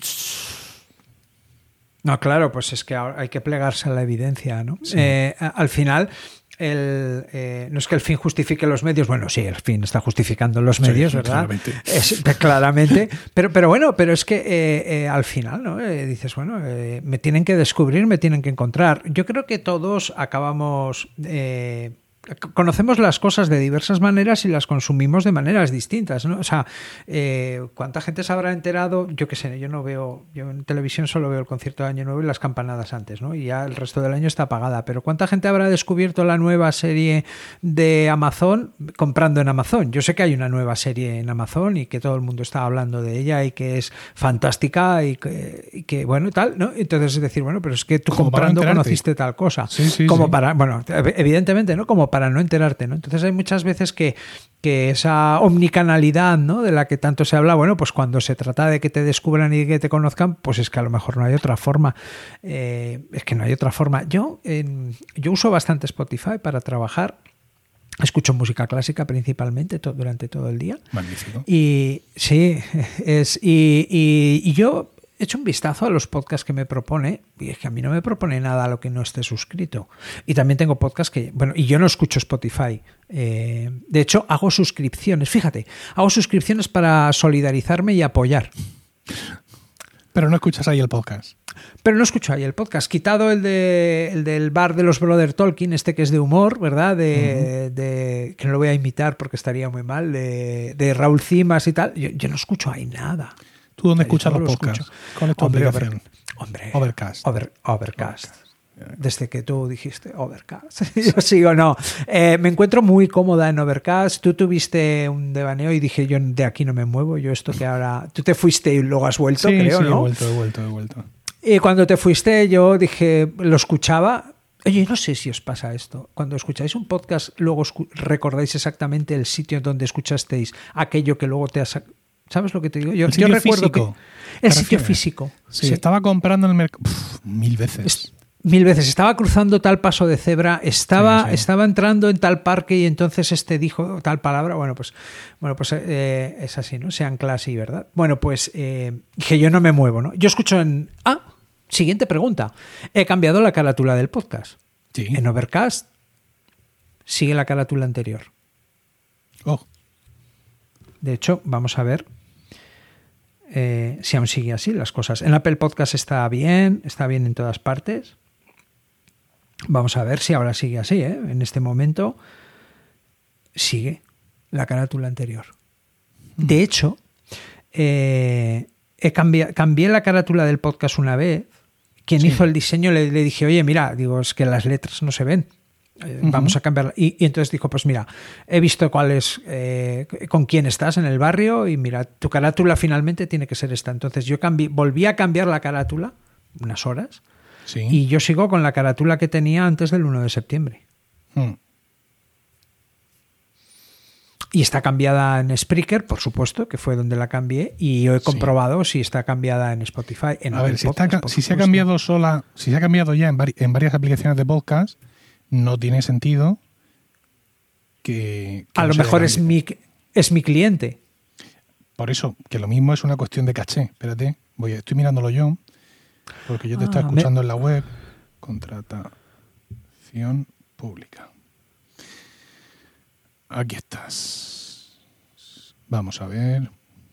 No, claro, pues es que hay que plegarse a la evidencia, ¿no? Sí. Al final... no es que el fin justifique los medios, bueno, sí, el fin está justificando los medios, sí, ¿verdad? Claramente. Pero bueno, pero es que al final, ¿no? Dices, bueno, me tienen que descubrir, me tienen que encontrar. Yo creo que todos acabamos... conocemos las cosas de diversas maneras y las consumimos de maneras distintas, ¿no? O sea, ¿cuánta gente se habrá enterado? Yo qué sé, yo en televisión solo veo el concierto de Año Nuevo y las campanadas antes, ¿no? Y ya el resto del año está apagada. Pero ¿cuánta gente habrá descubierto la nueva serie de Amazon comprando en Amazon? Yo sé que hay una nueva serie en Amazon y que todo el mundo está hablando de ella y que es fantástica y que bueno, tal, ¿no? Entonces es decir, bueno, pero es que tú como comprando conociste tal cosa. Sí, como sí. Para, bueno, evidentemente, ¿no? Como para no enterarte, ¿no? Entonces hay muchas veces que esa omnicanalidad, ¿no? De la que tanto se habla, bueno, pues cuando se trata de que te descubran y que te conozcan, pues es que a lo mejor no hay otra forma. Es que no hay otra forma. Yo uso bastante Spotify para trabajar. Escucho música clásica principalmente durante todo el día. Magnífico. Y sí, y yo he hecho un vistazo a los podcasts que me propone y es que a mí no me propone nada a lo que no esté suscrito. Y también tengo podcasts que... Bueno, y yo no escucho Spotify. De hecho, hago suscripciones. Fíjate, hago suscripciones para solidarizarme y apoyar. Pero no escuchas ahí el podcast. Pero no escucho ahí el podcast. Quitado el del bar de los Brother Tolkien, que es de humor, ¿verdad? Que no lo voy a imitar porque estaría muy mal, de Raúl Cimas y tal. Yo no escucho ahí nada. ¿Tú dónde escuchas los podcasts? ¿Cuál es tu aplicación? Overcast. Overcast. Desde que tú dijiste Overcast. Yo sigo, no. Me encuentro muy cómoda en Overcast. Tú tuviste un devaneo y dije, yo de aquí no me muevo. Yo esto que ahora... Tú te fuiste y luego has vuelto, creo, ¿no? Sí, he vuelto. Y cuando te fuiste yo dije, lo escuchaba... Oye, no sé si os pasa esto. Cuando escucháis un podcast, luego recordáis exactamente el sitio donde escuchasteis aquello que luego te has... ¿Sabes lo que te digo? Yo recuerdo físico, que el sitio físico. Sí, estaba comprando en el mercado 1000 veces. 1000 veces. Estaba cruzando tal paso de cebra, estaba entrando en tal parque y entonces dijo tal palabra. Bueno, pues es así, ¿no? Se ancla así, ¿verdad? Bueno, pues que yo no me muevo, ¿no? Yo escucho en... Siguiente pregunta. He cambiado la carátula del podcast. Sí. En Overcast sigue la carátula anterior. Oh. De hecho, vamos a ver si aún sigue así las cosas. En Apple Podcast está bien en todas partes. Vamos a ver si ahora sigue así, ¿eh? En este momento sigue la carátula anterior. De hecho, cambié la carátula del podcast una vez. Quien hizo el diseño le dije, oye, mira, digo, es que las letras no se ven. Vamos a cambiarla. Y entonces dijo, pues mira, he visto cuál es, con quién estás en el barrio y mira, tu carátula finalmente tiene que ser esta. Entonces yo volví a cambiar la carátula unas horas y yo sigo con la carátula que tenía antes del 1 de septiembre. Y está cambiada en Spreaker, por supuesto, que fue donde la cambié, y yo he comprobado si está cambiada en Spotify. A ver, si se ha cambiado sola, si se ha cambiado ya en varias aplicaciones de podcast, no tiene sentido que a lo mejor es mi cliente. Por eso, que lo mismo es una cuestión de caché. Espérate, estoy mirándolo yo, porque yo te estoy escuchando en la web. Contratación pública. Aquí estás. Vamos a ver.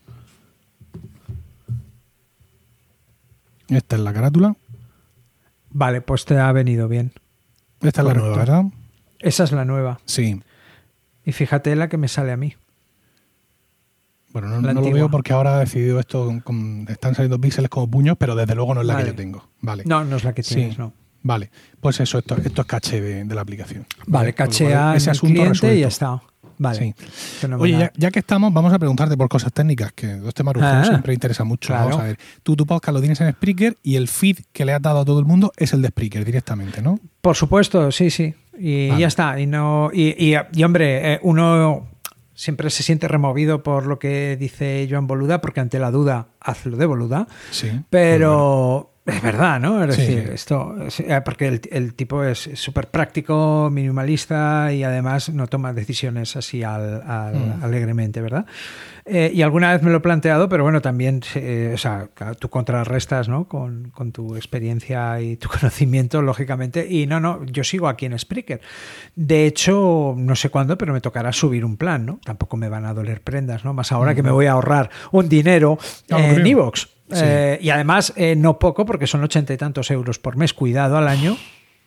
Esta es la carátula. Vale, pues te ha venido bien. Esta es la nueva, ¿verdad? Esa es la nueva. Sí. Y fíjate la que me sale a mí. Bueno, no lo veo porque ahora ha decidido esto, están saliendo píxeles como puños, pero desde luego no es la que yo tengo. Vale. No es la que tienes, no. Vale, pues eso, esto es caché de la aplicación. Vale, cachea ese asunto cliente resuelto. Y ya está. Vale. Sí. Oye, ya que estamos, vamos a preguntarte por cosas técnicas, que los temas rusos siempre interesa mucho. Claro. Vamos a ver, tú tu podcast lo tienes en Spreaker y el feed que le has dado a todo el mundo es el de Spreaker directamente, ¿no? Por supuesto, sí. Y ya está. Y hombre, uno siempre se siente removido por lo que dice Joan Boluda, porque ante la duda, hazlo de Boluda. Sí. Pero es verdad, ¿no? Es decir, esto, porque el tipo es súper práctico, minimalista y además no toma decisiones así alegremente, ¿verdad? Y alguna vez me lo he planteado, pero bueno, también, o sea, tú contrarrestas, ¿no? Con tu experiencia y tu conocimiento, lógicamente. Y no, yo sigo aquí en Spreaker. De hecho, no sé cuándo, pero me tocará subir un plan, ¿no? Tampoco me van a doler prendas, ¿no? Más ahora que me voy a ahorrar un dinero en iVoox. Sí. Y además, no poco, porque son 80 y tantos euros por mes. Cuidado al año.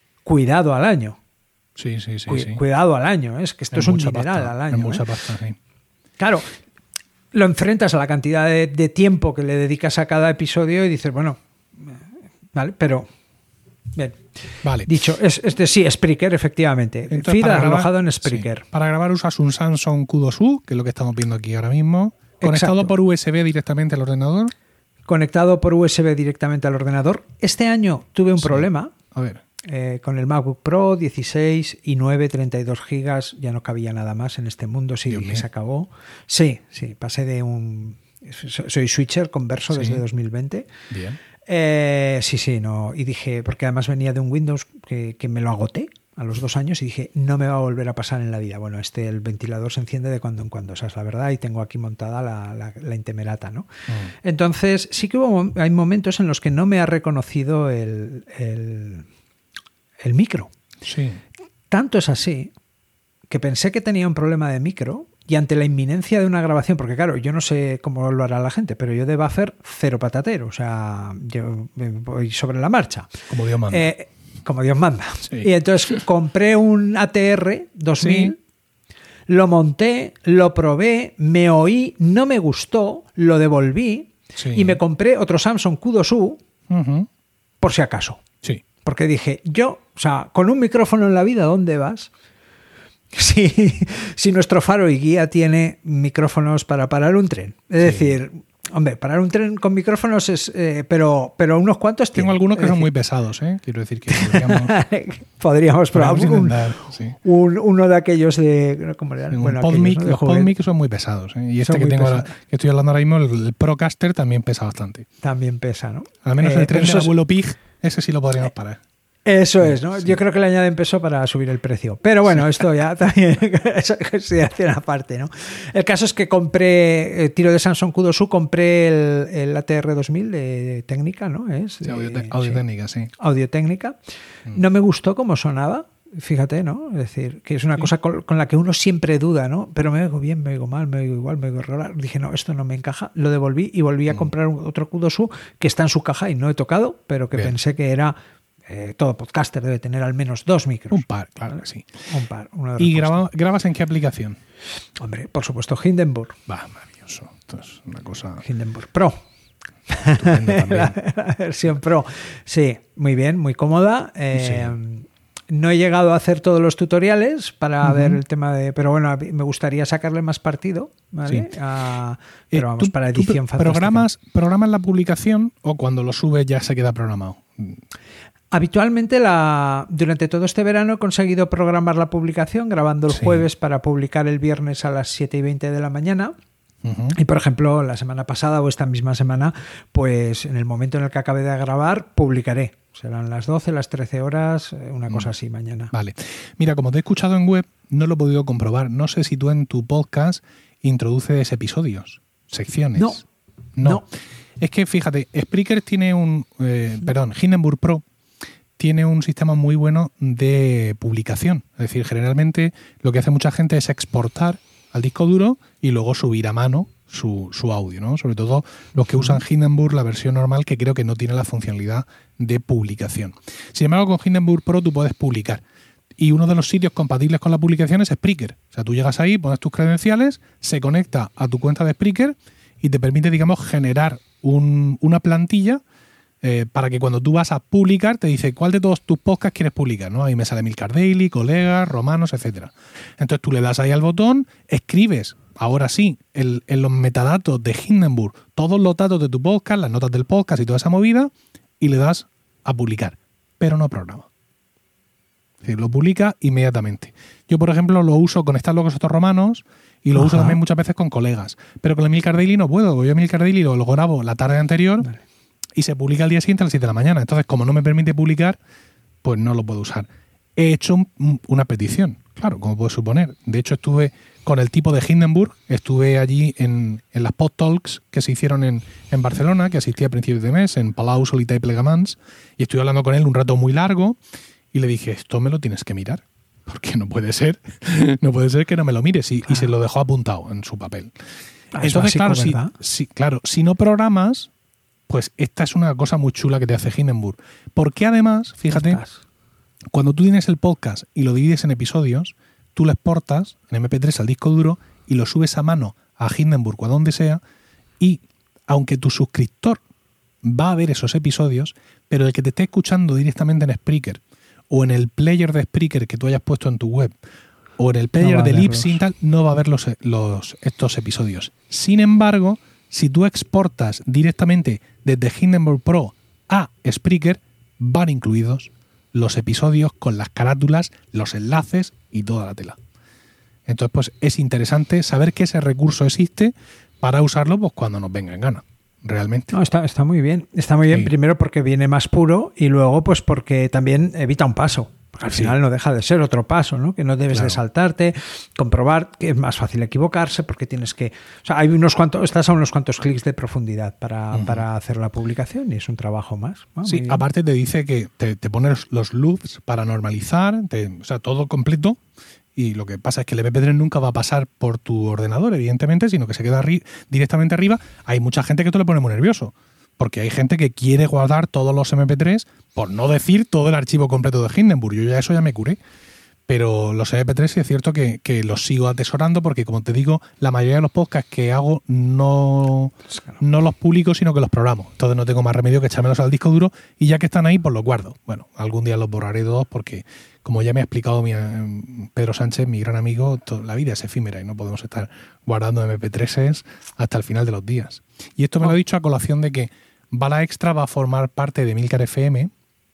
Sí. Cuidado al año. Es que esto es un dineral al año. Es mucha pasta, sí. Claro, lo enfrentas a la cantidad de tiempo que le dedicas a cada episodio y dices, bueno, vale, pero... Bien. Vale. Dicho, Spreaker, efectivamente. Feed alojado en Spreaker. Sí. Para grabar usas un Samsung Q2U, que es lo que estamos viendo aquí ahora mismo. ¿Conectado por USB directamente al ordenador? Conectado por USB directamente al ordenador. Este año tuve un problema. A ver. Con el MacBook Pro 16 y 9, 32 gigas. Ya no cabía nada más en este mundo. Sí, que se acabó. Sí, pasé de un... Soy switcher converso desde 2020. Bien. No. Y dije, porque además venía de un Windows que me lo agoté a los 2 años y dije, no me va a volver a pasar en la vida. Bueno, el ventilador se enciende de cuando en cuando, esa es la verdad, y tengo aquí montada la Intemerata, ¿no? Entonces, sí que hay momentos en los que no me ha reconocido el micro. Sí. Tanto es así que pensé que tenía un problema de micro y ante la inminencia de una grabación, porque claro, yo no sé cómo lo hará la gente, pero yo de buffer cero patatero, o sea, yo voy sobre la marcha. Como Dios manda. Como Dios manda. Sí. Y entonces compré un ATR 2000, lo monté, lo probé, me oí, no me gustó, lo devolví y me compré otro Samsung Q2U por si acaso. Sí. Porque dije, con un micrófono en la vida, ¿dónde vas? Si nuestro faro y guía tiene micrófonos para parar un tren. Es decir... Hombre, parar un tren con micrófonos es... pero unos cuantos tengo algunos que son muy pesados, ¿eh? Quiero decir que podríamos probar uno de aquellos de... ¿Cómo le dan? Bueno, los PodMic son muy pesados, ¿eh? Y que tengo ahora, que estoy hablando ahora mismo, el Procaster también pesa bastante. También pesa, ¿no? Al menos el tren del abuelo Pig, ese sí lo podríamos parar. Eso es, ¿no? Sí. Yo creo que le añaden peso para subir el precio. Pero bueno, esto ya también es consideración aparte, ¿no? El caso es que compré, tiro de Samsung Q2U, compré el ATR 2000 de técnica, ¿no? Audio-Técnica, sí. Audio-Técnica. No me gustó cómo sonaba. Fíjate, ¿no? Es decir, que es una cosa con la que uno siempre duda, ¿no? Pero me oigo bien, me oigo mal, me oigo igual, me oigo raro. Dije, no, esto no me encaja. Lo devolví y volví a comprar otro Q2U que está en su caja y no he tocado, pero que pensé que era... todo podcaster debe tener al menos 2 micros. Un par, claro que sí. Un par. ¿Y grabas en qué aplicación? Hombre, por supuesto, Hindenburg. Maravilloso. Esto es una cosa... Hindenburg Pro. También. La versión Pro. Sí, muy bien, muy cómoda. No he llegado a hacer todos los tutoriales para ver el tema de... Pero bueno, me gustaría sacarle más partido, ¿vale? Sí. Pero vamos, para edición fantástica. ¿Programas la publicación o cuando lo subes ya se queda programado? Habitualmente durante todo este verano he conseguido programar la publicación grabando el jueves para publicar el viernes a las 7:20 de la mañana. Y por ejemplo, la semana pasada o esta misma semana, pues en el momento en el que acabe de grabar, publicaré. Serán las 12, las 13 horas, una cosa así mañana. Vale. Mira, como te he escuchado en web, no lo he podido comprobar. No sé si tú en tu podcast introduces episodios, secciones. No. Es que fíjate, Spreaker tiene Hindenburg Pro tiene un sistema muy bueno de publicación. Es decir, generalmente lo que hace mucha gente es exportar al disco duro y luego subir a mano su audio, ¿no? Sobre todo los que usan Hindenburg, la versión normal, que creo que no tiene la funcionalidad de publicación. Sin embargo, con Hindenburg Pro tú puedes publicar. Y uno de los sitios compatibles con la publicación es Spreaker. O sea, tú llegas ahí, pones tus credenciales, se conecta a tu cuenta de Spreaker y te permite, digamos, generar una plantilla para que cuando tú vas a publicar te dice cuál de todos tus podcasts quieres publicar, ¿no? Ahí me sale Milcar Daily, Colegas, Romanos, etcétera. Entonces tú le das ahí al botón, escribes, ahora sí, en los metadatos de Hindenburg, todos los datos de tu podcast, las notas del podcast y toda esa movida, y le das a publicar, pero no programa. Es decir, lo publica inmediatamente. Yo, por ejemplo, lo uso con Están locos estos romanos y lo uso también muchas veces con Colegas. Pero con el Milcar Daily no puedo, porque yo Milcar Daily lo grabo la tarde anterior y se publica al día siguiente a las 7 de la mañana. Entonces, como no me permite publicar, pues no lo puedo usar. He hecho una petición, claro, como puedes suponer. De hecho, estuve con el tipo de Hindenburg, estuve allí en las Pod Talks que se hicieron en Barcelona, que asistí a principios de mes, en Palau, Solità i Plegamans, y estuve hablando con él un rato muy largo. Y le dije, esto me lo tienes que mirar, porque no puede ser que no me lo mires. Y se lo dejó apuntado en su papel. Entonces, claro, si no programas, pues esta es una cosa muy chula que te hace Hindenburg. Porque además, fíjate, cuando tú tienes el podcast y lo divides en episodios, tú lo exportas en MP3 al disco duro y lo subes a mano a Hindenburg o a donde sea, y aunque tu suscriptor va a ver esos episodios, pero el que te esté escuchando directamente en Spreaker, o en el player de Spreaker que tú hayas puesto en tu web, o en el player de Libsyn, no va a ver estos episodios. Sin embargo, si tú exportas directamente desde Hindenburg Pro a Spreaker, van incluidos los episodios con las carátulas, los enlaces y toda la tela. Entonces, pues es interesante saber que ese recurso existe para usarlo pues cuando nos venga en gana. Realmente. No, está muy bien. Está muy bien, primero porque viene más puro y luego pues porque también evita un paso. Porque al final no deja de ser otro paso, ¿no? Que no debes de saltarte, comprobar que es más fácil equivocarse porque tienes que... O sea, hay estás a unos cuantos clics de profundidad para hacer la publicación y es un trabajo más. Sí, aparte te dice que te pone los loops para normalizar, o sea, todo completo. Y lo que pasa es que el MP3 nunca va a pasar por tu ordenador, evidentemente, sino que se queda directamente arriba. Hay mucha gente que esto le pone muy nervioso, porque hay gente que quiere guardar todos los MP3, por no decir todo el archivo completo de Hindenburg. Yo eso ya me curé. Pero los MP3 sí es cierto que los sigo atesorando porque, como te digo, la mayoría de los podcasts que hago no los publico, sino que los programo. Entonces no tengo más remedio que echármelos al disco duro y ya que están ahí, pues los guardo. Bueno, algún día los borraré todos porque, como ya me ha explicado Pedro Sánchez, mi gran amigo, la vida es efímera y no podemos estar guardando MP3s hasta el final de los días. Y esto me lo he dicho a colación de que Bala Extra va a formar parte de Milcar FM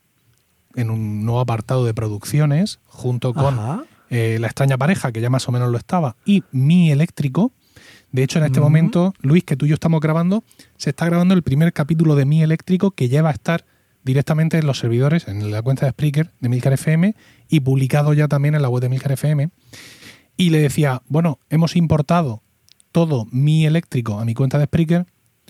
en un nuevo apartado de producciones, junto con La extraña pareja, que ya más o menos lo estaba, y Mi Eléctrico. De hecho, en este momento, Luis, que tú y yo estamos grabando, se está grabando el primer capítulo de Mi Eléctrico, que ya va a estar directamente en los servidores, en la cuenta de Spreaker de Milcar FM, y publicado ya también en la web de Milcar FM. Y le decía, bueno, hemos importado todo Mi Eléctrico a mi cuenta de Spreaker,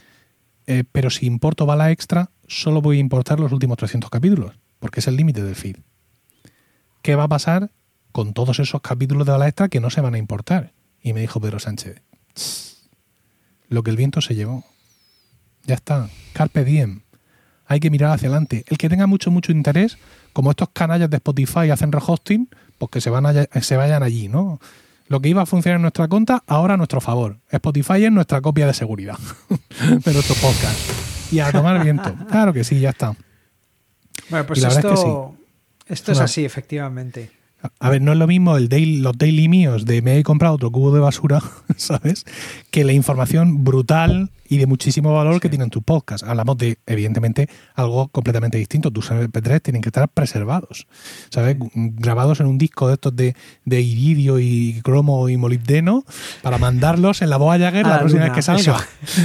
pero si importo Bala Extra, solo voy a importar los últimos 300 capítulos. Porque es el límite del feed. ¿Qué va a pasar con todos esos capítulos de Bala Extra que no se van a importar? Y me dijo Pedro Sánchez, lo que el viento se llevó. Ya está, carpe diem. Hay que mirar hacia adelante. El que tenga mucho interés, como estos canallas de Spotify hacen rehosting, pues que se vayan allí, ¿no? Lo que iba a funcionar en nuestra cuenta, ahora a nuestro favor. Spotify es nuestra copia de seguridad de nuestro podcast. Y a tomar viento. Claro que sí, ya está. Bueno, pues esto es así, efectivamente. A ver, no es lo mismo los daily míos de me he comprado otro cubo de basura, ¿sabes? Que la información brutal y de muchísimo valor que tienen tus podcasts. Hablamos de, evidentemente, algo completamente distinto. Tus MP3 tienen que estar preservados, ¿sabes? Grabados en un disco de estos de iridio y cromo y molibdeno para mandarlos en la Voyager la próxima vez que salga.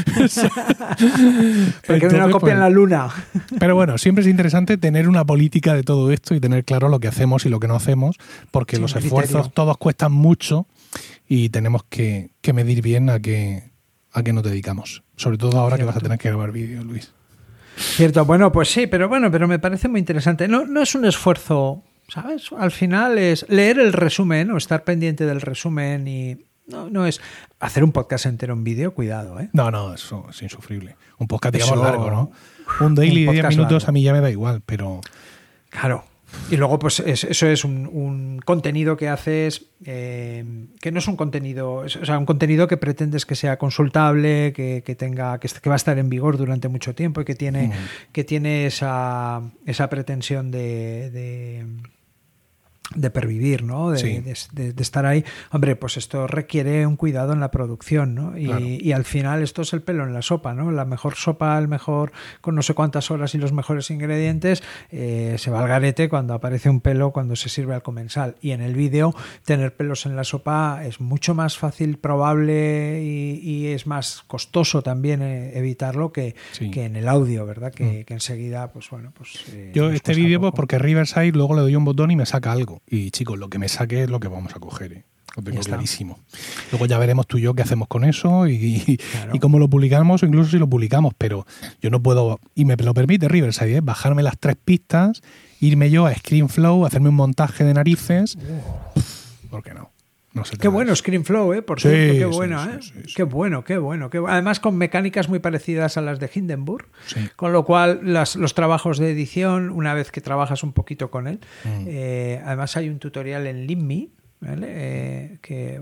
Porque hay una copia en la luna. Pero bueno, siempre es interesante tener una política de todo esto y tener claro lo que hacemos y lo que no hacemos, porque los esfuerzos todos cuestan mucho y tenemos que medir bien a qué nos dedicamos. Sobre todo ahora que vas a tener que grabar vídeo, Luis. Cierto, bueno, pues sí, pero me parece muy interesante. No es un esfuerzo, ¿sabes? Al final es leer el resumen o estar pendiente del resumen y no es hacer un podcast entero en vídeo, cuidado, ¿eh? No, eso es insufrible. Un podcast, digamos, largo, ¿no? Un daily de 10 minutos largo. A mí ya me da igual, pero... Claro. Y luego, pues eso es un contenido que haces que no es un contenido, o sea, un contenido que pretendes que sea consultable, que va a estar en vigor durante mucho tiempo y que tiene esa pretensión de pervivir, ¿no? De estar ahí. Hombre, pues esto requiere un cuidado en la producción, ¿no? Y al final esto es el pelo en la sopa, ¿no? La mejor sopa, el mejor con no sé cuántas horas y los mejores ingredientes, se va al garete cuando aparece un pelo cuando se sirve al comensal. Y en el vídeo, tener pelos en la sopa es mucho más fácil, probable y es más costoso también evitarlo que en el audio, ¿verdad? Que enseguida, pues bueno, pues... Yo este vídeo, pues porque Riverside luego le doy un botón y me saca algo. Y chicos, lo que me saque es lo que vamos a coger. Lo tengo clarísimo. Luego ya veremos tú y yo qué hacemos con eso y cómo lo publicamos o incluso si lo publicamos. Pero yo no puedo, y me lo permite Riverside, bajarme las 3 pistas, irme yo a ScreenFlow, hacerme un montaje de narices. ¿Por qué no? No sé. Qué bueno ScreenFlow, por cierto, qué bueno, sí. Qué bueno. Además con mecánicas muy parecidas a las de Hindenburg, con lo cual los trabajos de edición, una vez que trabajas un poquito con él, además hay un tutorial en LibMe, ¿vale? Que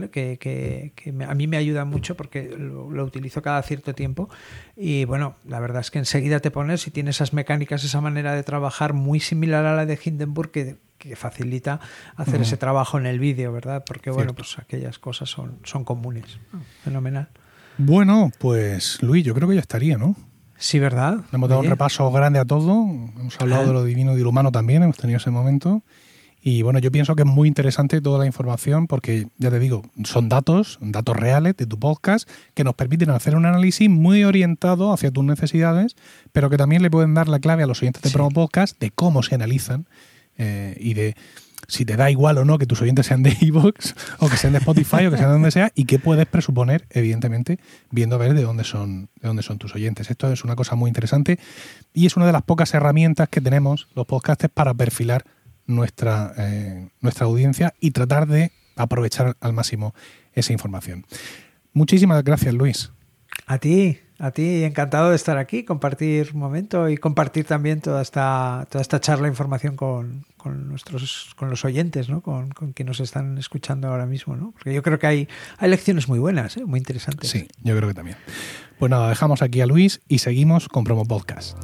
a mí me ayuda mucho porque lo utilizo cada cierto tiempo y bueno, la verdad es que enseguida te pones y tiene esas mecánicas, esa manera de trabajar muy similar a la de Hindenburg que facilita hacer ese trabajo en el vídeo, ¿verdad? Porque bueno, pues aquellas cosas son comunes. Fenomenal. Bueno, pues Luis, yo creo que ya estaría, ¿no? Sí, ¿verdad? Hemos dado un repaso grande a todo, hemos hablado de lo divino y de lo humano también, hemos tenido ese momento. Y bueno, yo pienso que es muy interesante toda la información porque, ya te digo, son datos reales de tu podcast que nos permiten hacer un análisis muy orientado hacia tus necesidades, pero que también le pueden dar la clave a los oyentes de Promo Podcast de cómo se analizan y de si te da igual o no que tus oyentes sean de iVoox o que sean de Spotify o que sean de donde sea y qué puedes presuponer, evidentemente, viendo a ver de dónde son tus oyentes. Esto es una cosa muy interesante y es una de las pocas herramientas que tenemos los podcasters para perfilar nuestra audiencia y tratar de aprovechar al máximo esa información. Muchísimas gracias, Luis. A ti, encantado de estar aquí, compartir un momento y compartir también toda esta charla e información con los oyentes, ¿no? Con quienes nos están escuchando ahora mismo, ¿no? Porque yo creo que hay lecciones muy buenas, muy interesantes. Sí, yo creo que también. Pues nada, dejamos aquí a Luis y seguimos con Promo Podcast.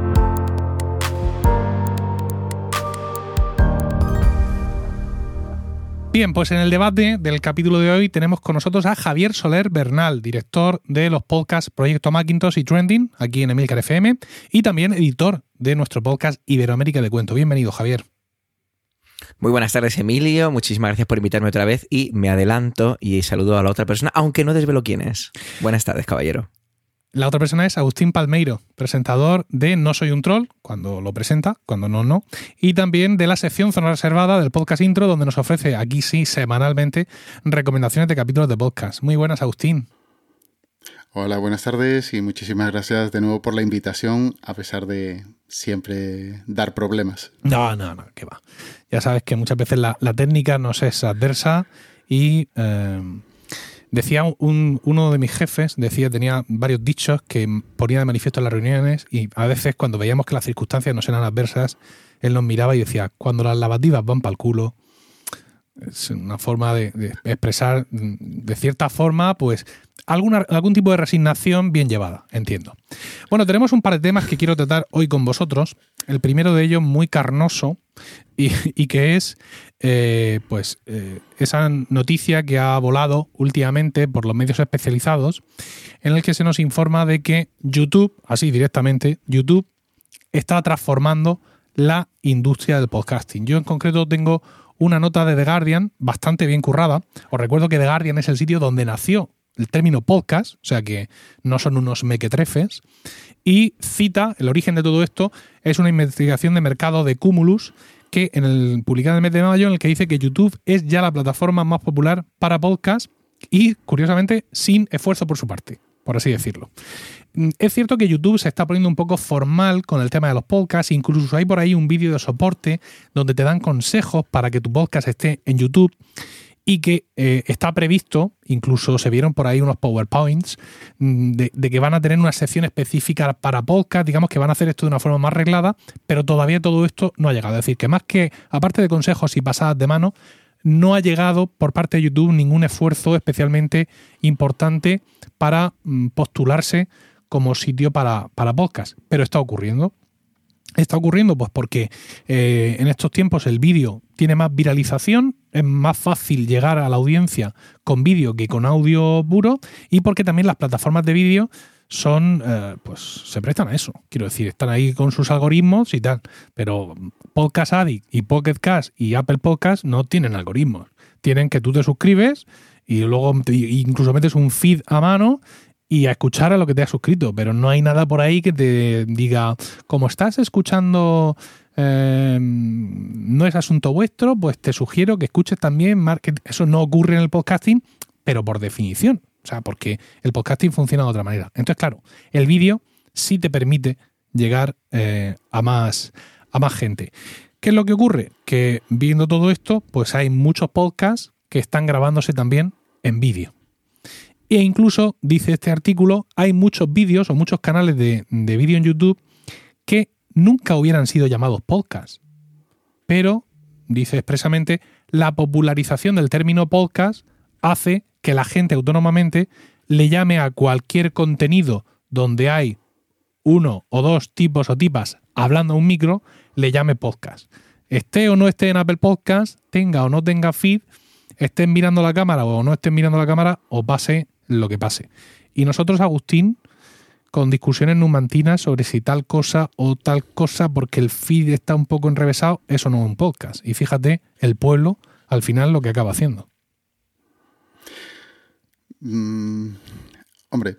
Bien, pues en el debate del capítulo de hoy tenemos con nosotros a Javier Soler Bernal, director de los podcasts Proyecto Macintosh y Trending, aquí en Emilcar FM, y también editor de nuestro podcast Iberoamérica de Cuento. Bienvenido, Javier. Muy buenas tardes, Emilio. Muchísimas gracias por invitarme otra vez y me adelanto y saludo a la otra persona, aunque no desvelo quién es. Buenas tardes, caballero. La otra persona es Agustín Palmeiro, presentador de No Soy un Troll, cuando lo presenta, cuando no, y también de la sección Zona Reservada del Podcast Intro, donde nos ofrece, aquí sí, semanalmente, recomendaciones de capítulos de podcast. Muy buenas, Agustín. Hola, buenas tardes y muchísimas gracias de nuevo por la invitación, a pesar de siempre dar problemas. No, que va. Ya sabes que muchas veces la técnica nos es adversa y... Decía uno de mis jefes, tenía varios dichos que ponía de manifiesto en las reuniones y a veces cuando veíamos que las circunstancias nos eran adversas, él nos miraba y decía, cuando las lavativas van para el culo, es una forma de expresar de cierta forma, pues algún tipo de resignación bien llevada, entiendo. Bueno, tenemos un par de temas que quiero tratar hoy con vosotros. El primero de ellos muy carnoso y que es esa noticia que ha volado últimamente por los medios especializados en el que se nos informa de que YouTube, así directamente, YouTube está transformando la industria del podcasting. Yo en concreto tengo una nota de The Guardian bastante bien currada. Os recuerdo que The Guardian es el sitio donde nació el término podcast, o sea que no son unos mequetrefes, y cita, el origen de todo esto es una investigación de mercado de Cumulus que publicada en el mes de mayo, en el que dice que YouTube es ya la plataforma más popular para podcast y, curiosamente, sin esfuerzo por su parte, por así decirlo. Es cierto que YouTube se está poniendo un poco formal con el tema de los podcasts, incluso hay por ahí un vídeo de soporte donde te dan consejos para que tu podcast esté en YouTube. y que está previsto, incluso se vieron por ahí unos PowerPoints, de que van a tener una sección específica para podcast, digamos que van a hacer esto de una forma más arreglada, pero todavía todo esto no ha llegado. Es decir, que más que, aparte de consejos y pasadas de mano, no ha llegado por parte de YouTube ningún esfuerzo especialmente importante para postularse como sitio para podcast, pero está ocurriendo. Está ocurriendo pues porque en estos tiempos el vídeo tiene más viralización, es más fácil llegar a la audiencia con vídeo que con audio puro, y porque también las plataformas de vídeo son, pues se prestan a eso. Quiero decir, están ahí con sus algoritmos y tal, pero Podcast Addict y Pocket Cast y Apple Podcast no tienen algoritmos. Tienen que tú te suscribes y luego incluso metes un feed a mano y a escuchar a lo que te has suscrito, pero no hay nada por ahí que te diga, como estás escuchando, no es asunto vuestro, pues te sugiero que escuches también. Eso no ocurre en el podcasting, pero por definición, o sea, porque el podcasting funciona de otra manera. Entonces, claro, el vídeo sí te permite llegar a más gente. ¿Qué es lo que ocurre? Que viendo todo esto, pues hay muchos podcasts que están grabándose también en vídeo. E incluso, dice este artículo, hay muchos vídeos o muchos canales de vídeo en YouTube que nunca hubieran sido llamados podcast. Pero, dice expresamente, la popularización del término podcast hace que la gente autónomamente le llame a cualquier contenido donde hay uno o dos tipos o tipas hablando a un micro, le llame podcast. Esté o no esté en Apple Podcast, tenga o no tenga feed, estén mirando la cámara o no estén mirando la cámara, o pase lo que pase. Y nosotros, Agustín, con discusiones numantinas sobre si tal cosa o tal cosa, porque el feed está un poco enrevesado, eso no es un podcast. Y fíjate, el pueblo, al final, lo que acaba haciendo. Hombre,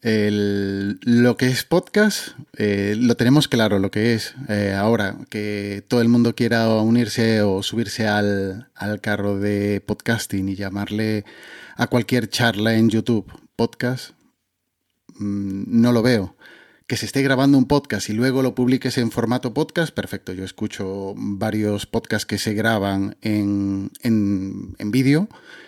lo que es podcast lo tenemos claro, lo que es. Ahora, que todo el mundo quiera unirse o subirse al carro de podcasting y llamarle a cualquier charla en YouTube podcast, no lo veo. Que se esté grabando un podcast y luego lo publiques en formato podcast, perfecto. Yo escucho varios podcasts que se graban en vídeo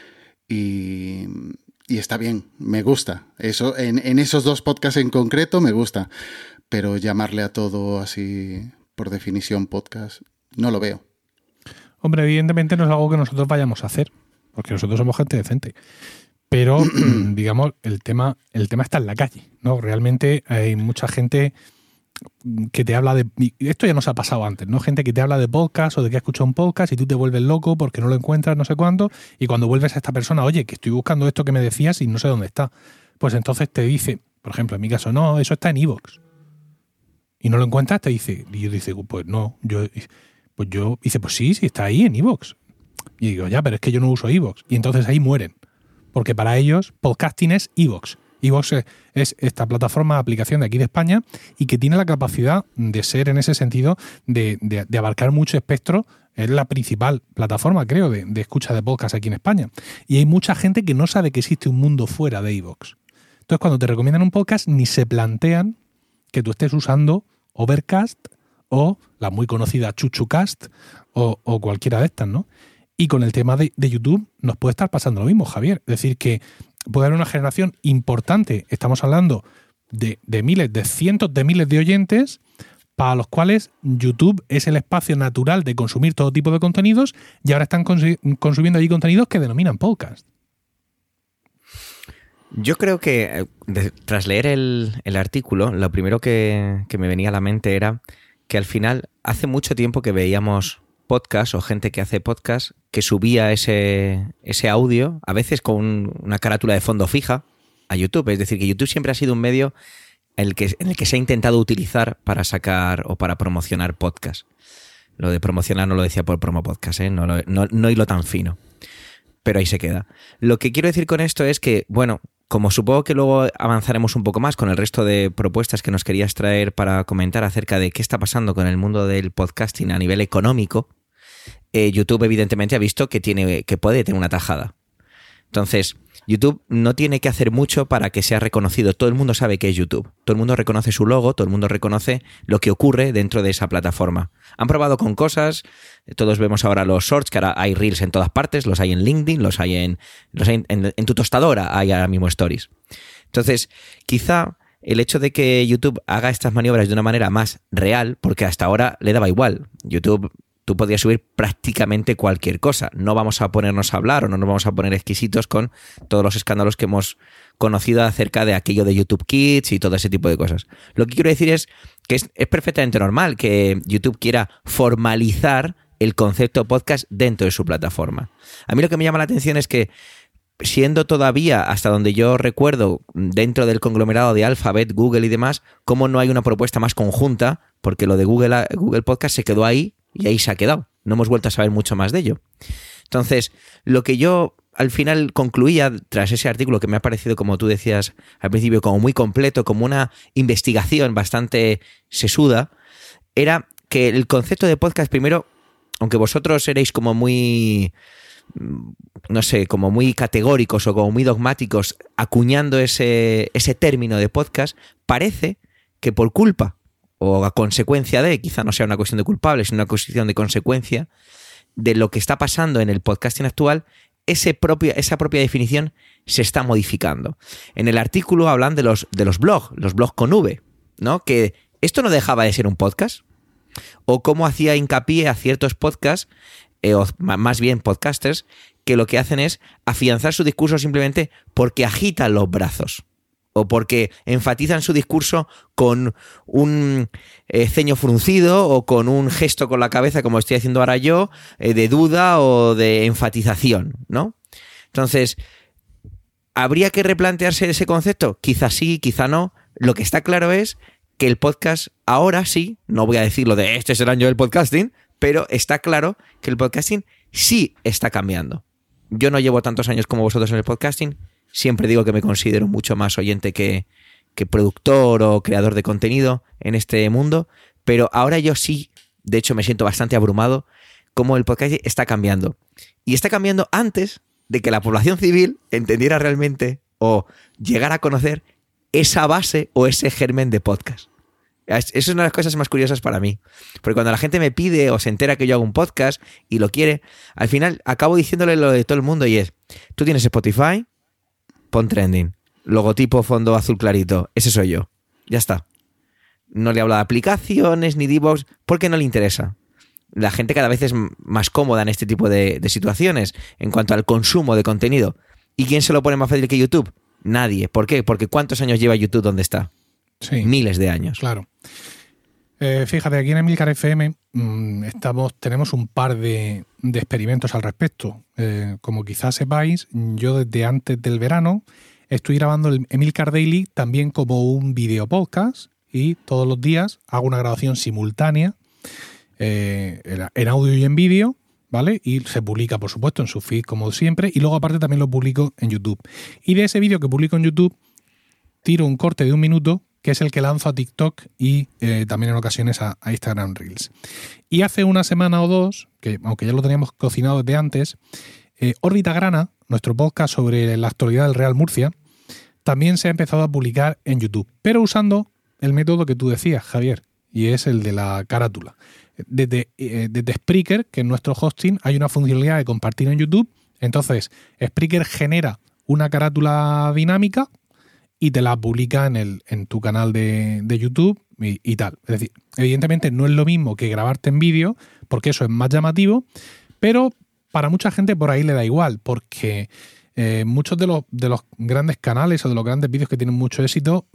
y está bien, me gusta. Eso, en esos dos podcasts en concreto me gusta. Pero llamarle a todo así, por definición, podcast, no lo veo. Hombre, evidentemente no es algo que nosotros vayamos a hacer, porque nosotros somos gente decente. Pero, digamos, el tema está en la calle, ¿no? Realmente hay mucha gente que te habla de... Esto ya nos ha pasado antes, ¿no? Gente que te habla de podcast o de que ha escuchado un podcast y tú te vuelves loco porque no lo encuentras no sé cuánto, y cuando vuelves a esta persona, oye, que estoy buscando esto que me decías y no sé dónde está, pues entonces te dice, por ejemplo, en mi caso, no, eso está en iVoox. Y no lo encuentras, te dice, y yo dice, pues no, dice, pues sí, está ahí en iVoox. Y digo, ya, pero es que yo no uso iVoox. Y entonces ahí mueren. Porque para ellos podcasting es iVoox. iVoox es esta plataforma de aplicación de aquí de España y que tiene la capacidad de ser, en ese sentido, de abarcar mucho espectro. Es la principal plataforma, creo, de escucha de podcast aquí en España. Y hay mucha gente que no sabe que existe un mundo fuera de iVoox. Entonces, cuando te recomiendan un podcast, ni se plantean que tú estés usando Overcast o la muy conocida ChuchuCast o cualquiera de estas, ¿no? Y con el tema de YouTube nos puede estar pasando lo mismo, Javier. Es decir, que puede haber una generación importante, estamos hablando de miles, de cientos de miles de oyentes, para los cuales YouTube es el espacio natural de consumir todo tipo de contenidos, y ahora están consumiendo allí contenidos que denominan podcast. Yo creo que tras leer el artículo, lo primero que me venía a la mente era que al final hace mucho tiempo que veíamos podcast o gente que hace podcast que subía ese audio, a veces con una carátula de fondo fija, a YouTube. Es decir, que YouTube siempre ha sido un medio en el que se ha intentado utilizar para sacar o para promocionar podcast. Lo de promocionar no lo decía por promo podcast, no hilo tan fino. Pero ahí se queda. Lo que quiero decir con esto es que, bueno, como supongo que luego avanzaremos un poco más con el resto de propuestas que nos querías traer para comentar acerca de qué está pasando con el mundo del podcasting a nivel económico, YouTube evidentemente ha visto que puede tener una tajada. Entonces, YouTube no tiene que hacer mucho para que sea reconocido. Todo el mundo sabe qué es YouTube. Todo el mundo reconoce su logo, todo el mundo reconoce lo que ocurre dentro de esa plataforma. Han probado con cosas, todos vemos ahora los shorts, que ahora hay reels en todas partes, los hay en LinkedIn, los hay en tu tostadora, hay ahora mismo stories. Entonces, quizá el hecho de que YouTube haga estas maniobras de una manera más real, porque hasta ahora le daba igual. YouTube, tú podías subir prácticamente cualquier cosa. No vamos a ponernos a hablar o no nos vamos a poner exquisitos con todos los escándalos que hemos conocido acerca de aquello de YouTube Kids y todo ese tipo de cosas. Lo que quiero decir es que es perfectamente normal que YouTube quiera formalizar el concepto podcast dentro de su plataforma. A mí lo que me llama la atención es que, siendo todavía, hasta donde yo recuerdo, dentro del conglomerado de Alphabet, Google y demás, cómo no hay una propuesta más conjunta, porque lo de Google Podcast se quedó ahí y ahí se ha quedado. No hemos vuelto a saber mucho más de ello. Entonces, lo que yo al final concluía tras ese artículo, que me ha parecido, como tú decías al principio, como muy completo, como una investigación bastante sesuda, era que el concepto de podcast, primero, aunque vosotros erais como muy, no sé, como muy categóricos o como muy dogmáticos acuñando ese término de podcast, parece que por culpa o a consecuencia de, quizá no sea una cuestión de culpable, sino una cuestión de consecuencia de lo que está pasando en el podcasting actual, esa propia definición se está modificando. En el artículo hablan de los blogs con V, ¿no? Que esto no dejaba de ser un podcast, o cómo hacía hincapié a ciertos podcasts, o más bien podcasters, que lo que hacen es afianzar su discurso simplemente porque agitan los brazos o porque enfatizan su discurso con un ceño fruncido o con un gesto con la cabeza, como estoy haciendo ahora yo, de duda o de enfatización, ¿no? Entonces, ¿habría que replantearse ese concepto? Quizá sí, quizá no. Lo que está claro es que el podcast ahora sí, no voy a decir lo de este es el año del podcasting, pero está claro que el podcasting sí está cambiando. Yo no llevo tantos años como vosotros en el podcasting. Siempre digo que me considero mucho más oyente que productor o creador de contenido en este mundo, pero ahora yo sí, de hecho me siento bastante abrumado, cómo el podcasting está cambiando. Y está cambiando antes de que la población civil entendiera realmente o llegara a conocer esa base o ese germen de podcast. Es una de las cosas más curiosas para mí. Porque cuando la gente me pide o se entera que yo hago un podcast y lo quiere, al final acabo diciéndole lo de todo el mundo y es, tú tienes Spotify, pon trending, logotipo fondo azul clarito, ese soy yo, ya está. No le hablo de aplicaciones ni de iVoox porque no le interesa. La gente cada vez es más cómoda en este tipo de situaciones en cuanto al consumo de contenido. ¿Y quién se lo pone más fácil que YouTube? Nadie. ¿Por qué? Porque ¿cuántos años lleva YouTube donde está? Sí, miles de años. Claro. Fíjate, aquí en Emilcar FM tenemos un par de experimentos al respecto. Como quizás sepáis, yo desde antes del verano estoy grabando el Emilcar Daily también como un video podcast y todos los días hago una grabación simultánea en audio y en vídeo, ¿vale? Y se publica, por supuesto, en su feed como siempre y luego aparte también lo publico en YouTube. Y de ese vídeo que publico en YouTube tiro un corte de 1 minuto que es el que lanzo a TikTok y también en ocasiones a Instagram Reels. Y hace una semana o dos, que aunque ya lo teníamos cocinado desde antes, Órbita Grana, nuestro podcast sobre la actualidad del Real Murcia, también se ha empezado a publicar en YouTube, pero usando el método que tú decías, Javier, y es el de la carátula. Desde Spreaker, que es nuestro hosting, hay una funcionalidad de compartir en YouTube, entonces Spreaker genera una carátula dinámica y te la publica en tu canal de YouTube y tal. Es decir, evidentemente no es lo mismo que grabarte en vídeo, porque eso es más llamativo, pero para mucha gente por ahí le da igual, porque muchos de los grandes canales o de los grandes vídeos que tienen mucho éxito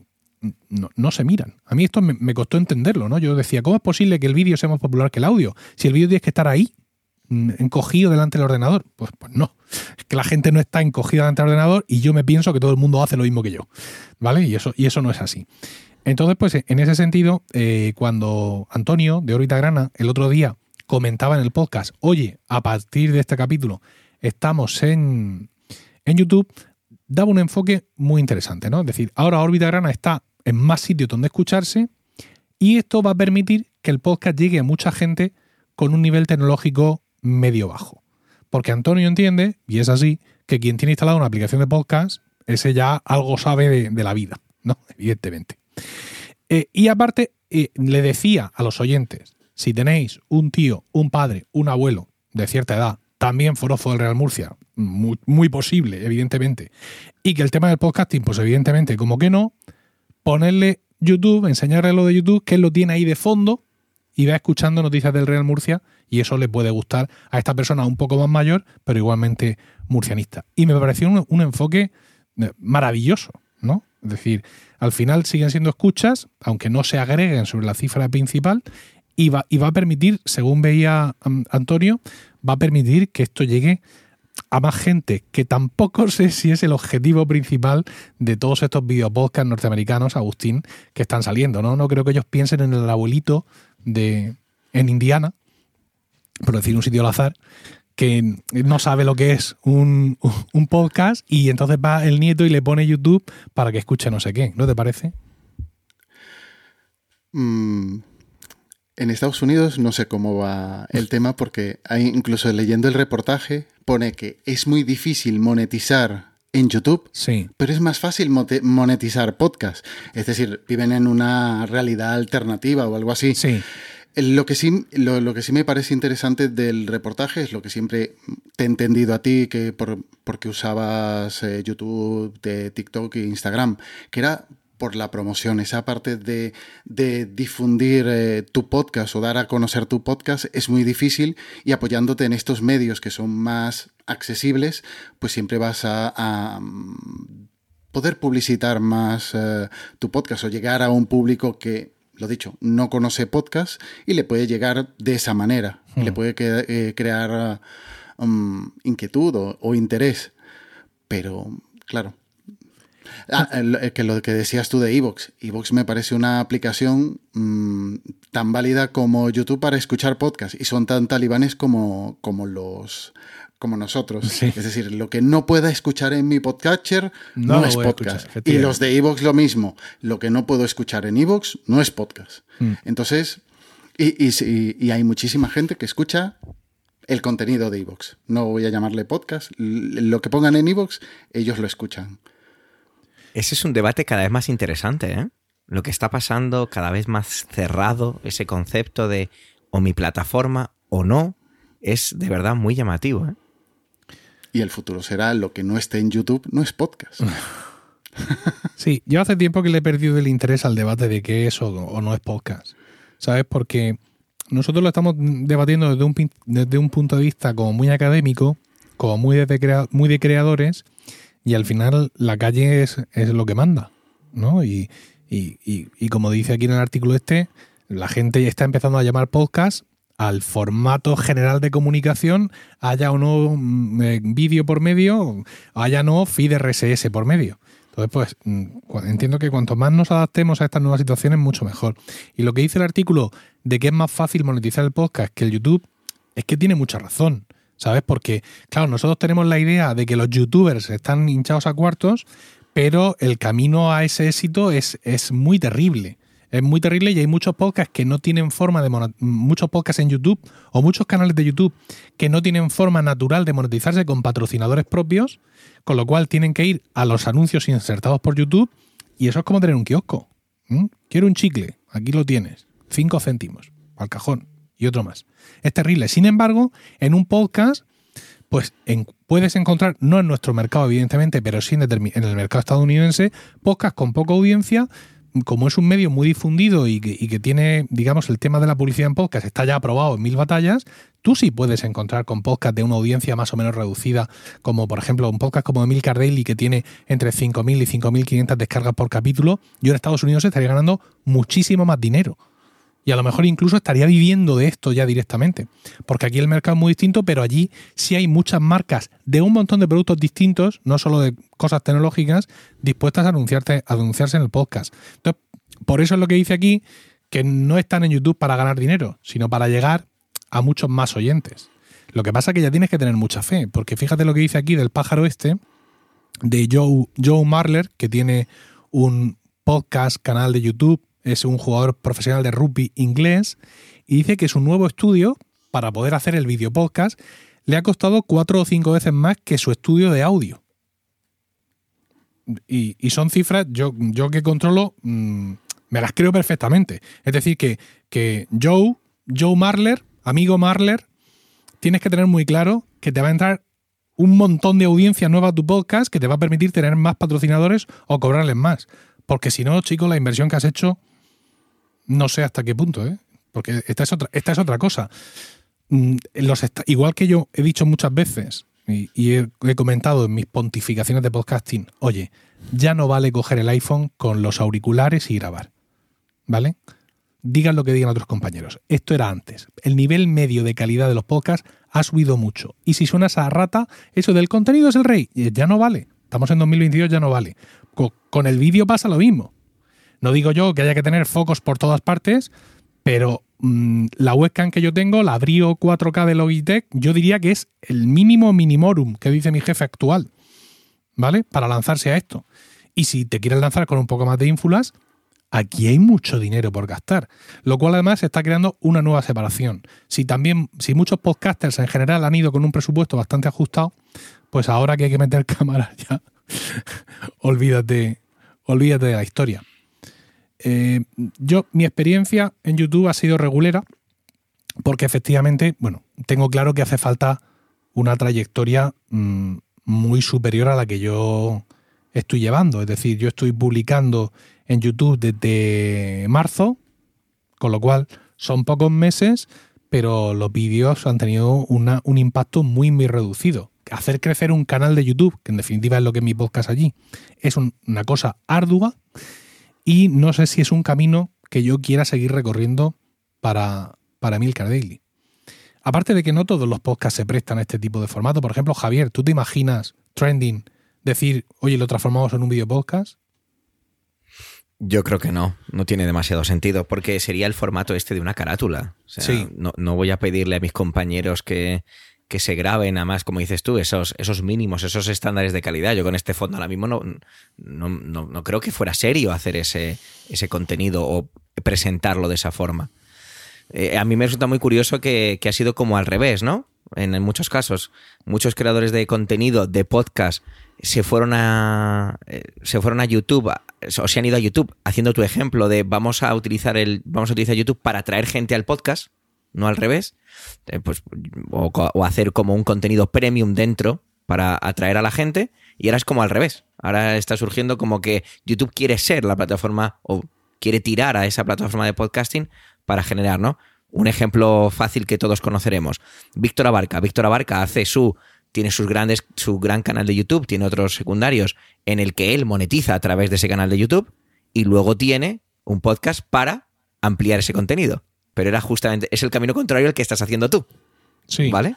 no se miran. A mí esto me costó entenderlo, ¿no? Yo decía, ¿cómo es posible que el vídeo sea más popular que el audio? Si el vídeo tienes que estar ahí, encogido delante del ordenador. Pues no, es que la gente no está encogida delante del ordenador y yo me pienso que todo el mundo hace lo mismo que yo, ¿vale? Y eso no es así. Entonces, pues en ese sentido, cuando Antonio de Órbita Grana el otro día comentaba en el podcast, oye, a partir de este capítulo estamos en YouTube, daba un enfoque muy interesante, ¿no? Es decir, ahora Órbita Grana está en más sitios donde escucharse y esto va a permitir que el podcast llegue a mucha gente con un nivel tecnológico medio bajo. Porque Antonio entiende, y es así, que quien tiene instalada una aplicación de podcast, ese ya algo sabe de la vida, ¿no? Evidentemente. Y aparte, le decía a los oyentes, si tenéis un tío, un padre, un abuelo de cierta edad, también forofo del Real Murcia, muy posible, evidentemente, y que el tema del podcasting, pues evidentemente, como que no, ponerle YouTube, enseñarle lo de YouTube, que él lo tiene ahí de fondo y va escuchando noticias del Real Murcia, y eso le puede gustar a esta persona un poco más mayor, pero igualmente murcianista. Y me pareció un enfoque maravilloso, ¿no? Es decir, al final siguen siendo escuchas, aunque no se agreguen sobre la cifra principal, y va a permitir, según veía Antonio, va a permitir que esto llegue a más gente, que tampoco sé si es el objetivo principal de todos estos videopodcasts norteamericanos, Agustín, que están saliendo, ¿no? No creo que ellos piensen en el abuelito en Indiana, por decir un sitio al azar, que no sabe lo que es un podcast, y entonces va el nieto y le pone YouTube para que escuche no sé qué. ¿No te parece? En Estados Unidos no sé cómo va el tema, porque hay, incluso leyendo el reportaje, pone que es muy difícil monetizar en YouTube, sí, pero es más fácil monetizar podcast. Es decir, viven en una realidad alternativa o algo así. Sí. Lo que sí me parece interesante del reportaje es lo que siempre te he entendido a ti, que porque usabas YouTube, de TikTok e Instagram, que era por la promoción. Esa parte de difundir tu podcast o dar a conocer tu podcast es muy difícil, y apoyándote en estos medios que son más accesibles, pues siempre vas a poder publicitar más tu podcast, o llegar a un público que, lo dicho, no conoce podcast, y le puede llegar de esa manera. Le puede crear inquietud o interés. Pero, claro. Que lo que decías tú de iVoox. iVoox me parece una aplicación tan válida como YouTube para escuchar podcast, y son tan talibanes como nosotros. Sí. Es decir, lo que no pueda escuchar en mi podcatcher no es podcast. Y los de iVoox lo mismo. Lo que no puedo escuchar en iVoox no es podcast. Entonces, y hay muchísima gente que escucha el contenido de iVoox. No voy a llamarle podcast. Lo que pongan en iVoox, ellos lo escuchan. Ese es un debate cada vez más interesante, ¿eh? Lo que está pasando, cada vez más cerrado, ese concepto de o mi plataforma o no, es de verdad muy llamativo, ¿eh? Y el futuro será lo que no esté en YouTube, no es podcast. Sí, yo hace tiempo que le he perdido el interés al debate de qué es o no es podcast. ¿Sabes? Porque nosotros lo estamos debatiendo desde un punto de vista como muy académico, como muy de creadores, y al final la calle es lo que manda, ¿no? Y como dice aquí en el artículo la gente ya está empezando a llamar podcast al formato general de comunicación, haya o no vídeo por medio, haya no feed RSS por medio. Entonces, pues entiendo que cuanto más nos adaptemos a estas nuevas situaciones, mucho mejor. Y lo que dice el artículo de que es más fácil monetizar el podcast que el YouTube, es que tiene mucha razón, ¿sabes? Porque, claro, nosotros tenemos la idea de que los youtubers están hinchados a cuartos, pero el camino a ese éxito es muy terrible. Es muy terrible, y hay muchos podcasts que no tienen forma muchos podcasts en YouTube o muchos canales de YouTube que no tienen forma natural de monetizarse con patrocinadores propios, con lo cual tienen que ir a los anuncios insertados por YouTube, y eso es como tener un kiosco. Quiero un chicle, aquí lo tienes, 5 céntimos, al cajón, y otro más. Es terrible. Sin embargo, en un podcast, pues puedes encontrar, no en nuestro mercado evidentemente, pero sí en el mercado estadounidense, podcasts con poca audiencia. Como es un medio muy difundido y que tiene, digamos, el tema de la publicidad en podcast está ya aprobado en 1000 batallas, tú sí puedes encontrar con podcast de una audiencia más o menos reducida, como por ejemplo un podcast como Emilcar Daily, que tiene entre 5.000 y 5.500 descargas por capítulo. Yo en Estados Unidos estaría ganando muchísimo más dinero. Y a lo mejor incluso estaría viviendo de esto ya directamente. Porque aquí el mercado es muy distinto, pero allí sí hay muchas marcas de un montón de productos distintos, no solo de cosas tecnológicas, dispuestas a anunciarse en el podcast. Entonces, por eso es lo que dice aquí, que no están en YouTube para ganar dinero, sino para llegar a muchos más oyentes. Lo que pasa es que ya tienes que tener mucha fe, porque fíjate lo que dice aquí del pájaro de Joe Marler, que tiene un podcast, canal de YouTube, es un jugador profesional de rugby inglés, y dice que su nuevo estudio para poder hacer el video podcast le ha costado 4 o 5 veces más que su estudio de audio. Y son cifras, yo que controlo, me las creo perfectamente. Es decir, que Joe Marler, amigo Marler, tienes que tener muy claro que te va a entrar un montón de audiencia nueva a tu podcast que te va a permitir tener más patrocinadores o cobrarles más. Porque si no, chicos, la inversión que has hecho, no sé hasta qué punto, ¿eh? Porque esta es otra cosa. Igual que yo he dicho muchas veces y he comentado en mis pontificaciones de podcasting, oye, ya no vale coger el iPhone con los auriculares y grabar, ¿vale? Digan lo que digan otros compañeros. Esto era antes. El nivel medio de calidad de los podcasts ha subido mucho. Y si suena esa rata, eso del contenido es el rey, ya no vale. Estamos en 2022, ya no vale. Con el vídeo pasa lo mismo. No digo yo que haya que tener focos por todas partes, pero la webcam que yo tengo, la Brio 4K de Logitech, yo diría que es el mínimo minimorum que dice mi jefe actual, ¿vale? Para lanzarse a esto. Y si te quieres lanzar con un poco más de ínfulas, aquí hay mucho dinero por gastar, lo cual además está creando una nueva separación. Si muchos podcasters en general han ido con un presupuesto bastante ajustado, pues ahora que hay que meter cámaras ya, olvídate de la historia. Mi experiencia en YouTube ha sido regulera porque efectivamente, bueno, tengo claro que hace falta una trayectoria muy superior a la que yo estoy llevando. Es decir, yo estoy publicando en YouTube desde marzo, con lo cual son pocos meses, pero los vídeos han tenido un impacto muy, muy reducido. Hacer crecer un canal de YouTube, que en definitiva es lo que es mi podcast allí, es una cosa ardua y no sé si es un camino que yo quiera seguir recorriendo para Emilcar Daily. Aparte de que no todos los podcasts se prestan a este tipo de formato. Por ejemplo, Javier, ¿tú te imaginas Trending decir, oye, lo transformamos en un video podcast? Yo creo que no tiene demasiado sentido, porque sería el formato este de una carátula. O sea, sí. No voy a pedirle a mis compañeros que se graben, además, como dices tú, esos mínimos, esos estándares de calidad. Yo con este fondo ahora mismo no creo que fuera serio hacer ese contenido o presentarlo de esa forma. A mí me resulta muy curioso que ha sido como al revés, ¿no? En muchos casos, muchos creadores de contenido, de podcast, se fueron a YouTube, o se han ido a YouTube, haciendo tu ejemplo de vamos a utilizar YouTube para atraer gente al podcast, no al revés, o hacer como un contenido premium dentro para atraer a la gente, y ahora es como al revés. Ahora está surgiendo como que YouTube quiere ser la plataforma o quiere tirar a esa plataforma de podcasting para generar, ¿no? Un ejemplo fácil que todos conoceremos. Víctor Abarca tiene su gran canal de YouTube, tiene otros secundarios en el que él monetiza a través de ese canal de YouTube y luego tiene un podcast para ampliar ese contenido. Pero es el camino contrario al que estás haciendo tú. Sí. ¿Vale?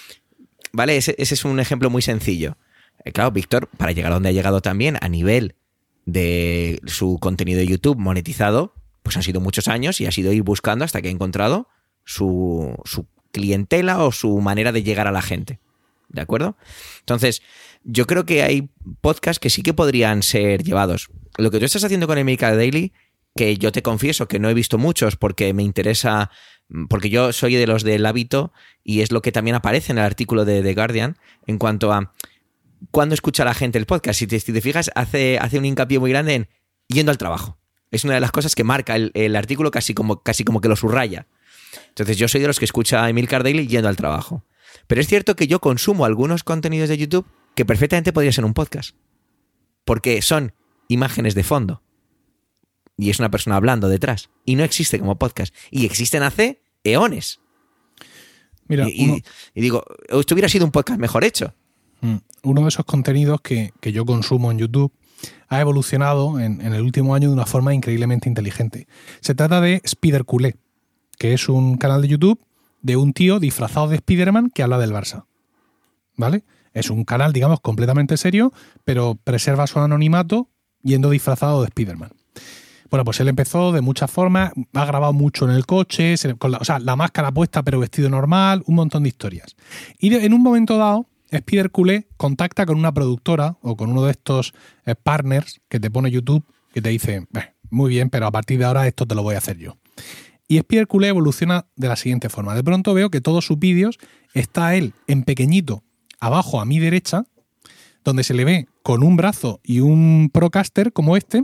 Ese es un ejemplo muy sencillo. Claro, Víctor, para llegar a donde ha llegado también a nivel de su contenido de YouTube monetizado, pues han sido muchos años y ha sido ir buscando hasta que ha encontrado su clientela o su manera de llegar a la gente. ¿De acuerdo? Entonces, yo creo que hay podcasts que sí que podrían ser llevados. Lo que tú estás haciendo con Emilcar Daily, que yo te confieso que no he visto muchos porque me interesa, porque yo soy de los del hábito y es lo que también aparece en el artículo de The Guardian en cuanto a cuándo escucha la gente el podcast. Si te fijas, hace un hincapié muy grande en yendo al trabajo. Es una de las cosas que marca el artículo casi como que lo subraya. Entonces yo soy de los que escucha a Emilcar Daily yendo al trabajo. Pero es cierto que yo consumo algunos contenidos de YouTube que perfectamente podría ser un podcast. Porque son imágenes de fondo. Y es una persona hablando detrás. Y no existe como podcast. Y existen hace eones. Mira, y digo, esto hubiera sido un podcast mejor hecho. Uno de esos contenidos que yo consumo en YouTube ha evolucionado en el último año de una forma increíblemente inteligente. Se trata de Spiderculé, que es un canal de YouTube de un tío disfrazado de Spiderman que habla del Barça. ¿Vale? Es un canal, digamos, completamente serio, pero preserva su anonimato yendo disfrazado de Spiderman. Bueno, pues él empezó de muchas formas, ha grabado mucho en el coche, con la máscara puesta pero vestido normal, un montón de historias. Y en un momento dado, Spiderculé contacta con una productora o con uno de estos partners que te pone YouTube que te dice, muy bien, pero a partir de ahora esto te lo voy a hacer yo. Y Spider Culé evoluciona de la siguiente forma. De pronto veo que todos sus vídeos está él en pequeñito, abajo a mi derecha, donde se le ve con un brazo y un Procaster como este,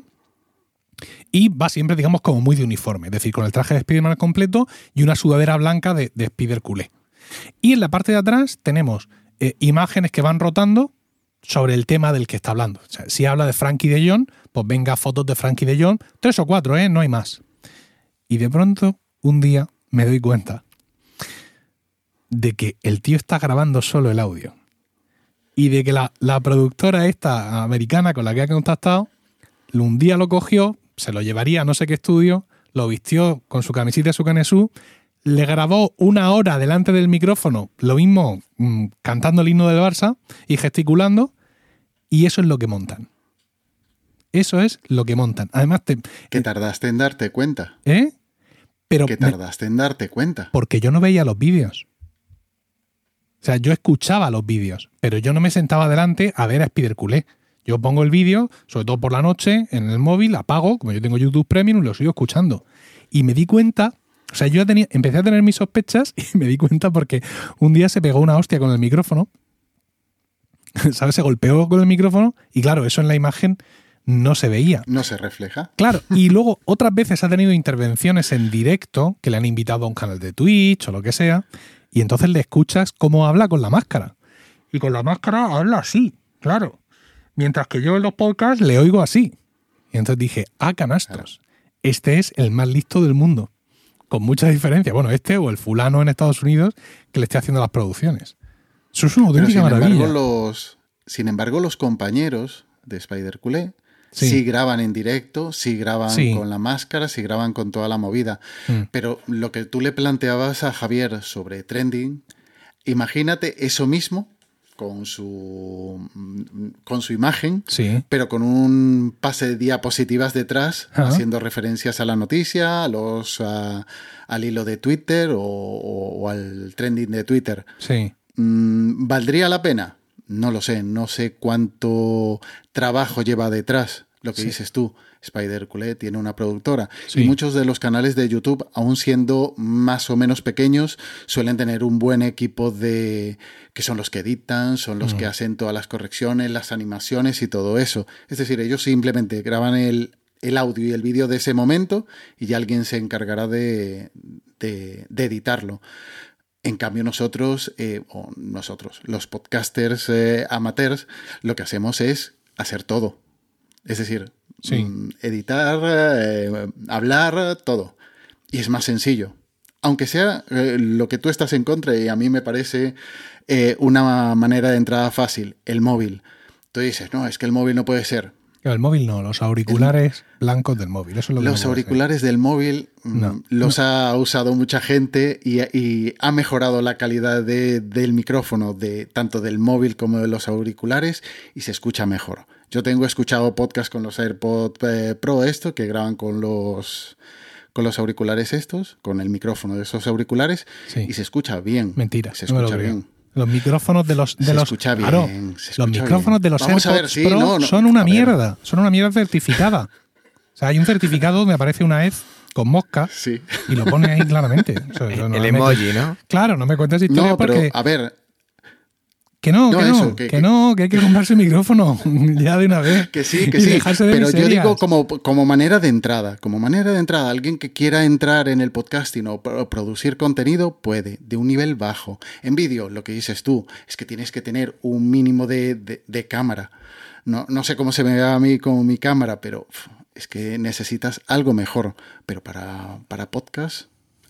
y va siempre, digamos, como muy de uniforme, es decir, con el traje de Spider-Man completo y una sudadera blanca de Spider Culé. Y en la parte de atrás tenemos imágenes que van rotando sobre el tema del que está hablando. O sea, si habla de Frankie de Jong, pues venga fotos de Frankie de Jong, 3 o 4, no hay más. Y de pronto, un día, me doy cuenta de que el tío está grabando solo el audio. Y de que la productora esta americana con la que ha contactado, un día lo cogió, se lo llevaría a no sé qué estudio, lo vistió con su camiseta y su canesú, le grabó 1 hora delante del micrófono, lo mismo cantando el himno del Barça y gesticulando, y eso es lo que montan. Eso es lo que montan. Además, que tardaste en darte cuenta. Pero que tardaste en darte cuenta. Porque yo no veía los vídeos. O sea, yo escuchaba los vídeos, pero yo no me sentaba delante a ver a Spider Culé. Yo pongo el vídeo, sobre todo por la noche, en el móvil, apago, como yo tengo YouTube Premium, lo sigo escuchando. Y me di cuenta, o sea, yo empecé a tener mis sospechas y me di cuenta porque un día se pegó una hostia con el micrófono, ¿sabes? Se golpeó con el micrófono y claro, eso en la imagen no se veía. No se refleja. Claro, y luego otras veces ha tenido intervenciones en directo que le han invitado a un canal de Twitch o lo que sea, y entonces le escuchas cómo habla con la máscara. Y con la máscara habla así, claro. Mientras que yo en los podcasts le oigo así. Y entonces dije, canastos, este es el más listo del mundo. Con mucha diferencia. Bueno, este o el fulano en Estados Unidos que le esté haciendo las producciones. Eso es una auténtica maravilla. Sin embargo, los compañeros de Spider Culé sí graban en directo, sí graban con la máscara, sí graban con toda la movida. Pero lo que tú le planteabas a Javier sobre trending, imagínate eso mismo con su imagen, pero con un pase de diapositivas detrás, haciendo referencias a la noticia, al hilo de Twitter o al trending de Twitter. ¿Valdría la pena? No lo sé, no sé cuánto trabajo lleva detrás. Lo que dices tú, Spider Culé tiene una productora. Y muchos de los canales de YouTube, aun siendo más o menos pequeños, suelen tener un buen equipo que son los que editan, son los que hacen todas las correcciones, las animaciones y todo eso. Es decir, ellos simplemente graban el audio y el vídeo de ese momento y ya alguien se encargará de editarlo. En cambio nosotros, los podcasters amateurs, lo que hacemos es hacer todo. Es decir, editar, hablar, todo. Y es más sencillo. Aunque sea lo que tú estás en contra, y a mí me parece una manera de entrada fácil, el móvil. Tú dices, no, es que el móvil no puede ser. El móvil no, los auriculares blancos del móvil. Eso es lo que los auriculares del móvil ha usado mucha gente y ha mejorado la calidad del micrófono, tanto del móvil como de los auriculares, y se escucha mejor. Yo tengo escuchado podcast con los AirPods Pro que graban con los auriculares con el micrófono de esos auriculares, y se escucha bien. Mentira. Se escucha bien. Los micrófonos de los escucha bien, claro, los micrófonos de los AirPods Pro son una mierda. Son una mierda certificada. O sea, hay un certificado donde aparece una hez con mosca y lo pone ahí claramente. O sea, el emoji, ¿no? Claro, no me cuentes historias porque... a ver... Que hay que comprarse el micrófono ya de una vez. Que sí. Pero yo digo como manera de entrada. Como manera de entrada, alguien que quiera entrar en el podcasting o producir contenido puede, de un nivel bajo. En vídeo, lo que dices tú, es que tienes que tener un mínimo de cámara. No sé cómo se me ve a mí con mi cámara, pero es que necesitas algo mejor. Pero para podcast...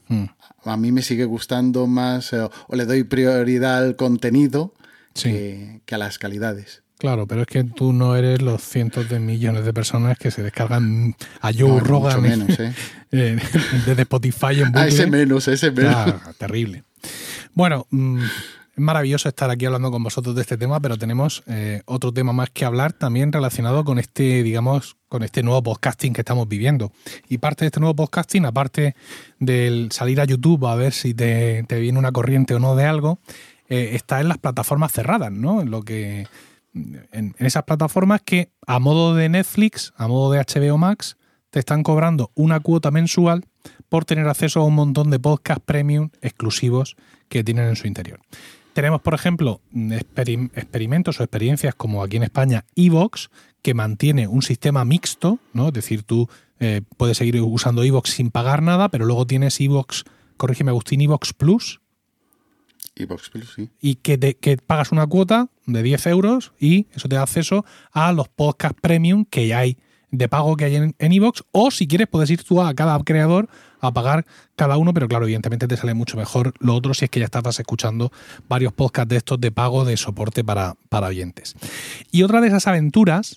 A mí me sigue gustando más o le doy prioridad al contenido que a las calidades. Claro, pero es que tú no eres los cientos de millones de personas que se descargan a Joe Rogan mucho menos, desde Spotify en bucle. Ese menos. Claro, terrible. Bueno, es maravilloso estar aquí hablando con vosotros de este tema, pero tenemos otro tema más que hablar también relacionado con con este nuevo podcasting que estamos viviendo. Y parte de este nuevo podcasting, aparte del salir a YouTube a ver si te viene una corriente o no de algo, está en las plataformas cerradas, ¿no? En esas plataformas que, a modo de Netflix, a modo de HBO Max, te están cobrando una cuota mensual por tener acceso a un montón de podcasts premium exclusivos que tienen en su interior. Tenemos, por ejemplo, experimentos o experiencias como aquí en España iVoox, que mantiene un sistema mixto, ¿no? Es decir, tú puedes seguir usando iVoox sin pagar nada, pero luego tienes iVoox, corrígeme Agustín, iVoox Plus. iVoox Plus, sí. Y que pagas una cuota de 10 euros y eso te da acceso a los podcasts premium que hay de pago que hay en iVoox, o si quieres puedes ir tú a cada creador a pagar cada uno, pero claro, evidentemente te sale mucho mejor lo otro si es que ya estabas escuchando varios podcasts de estos de pago de soporte para oyentes. Y otra de esas aventuras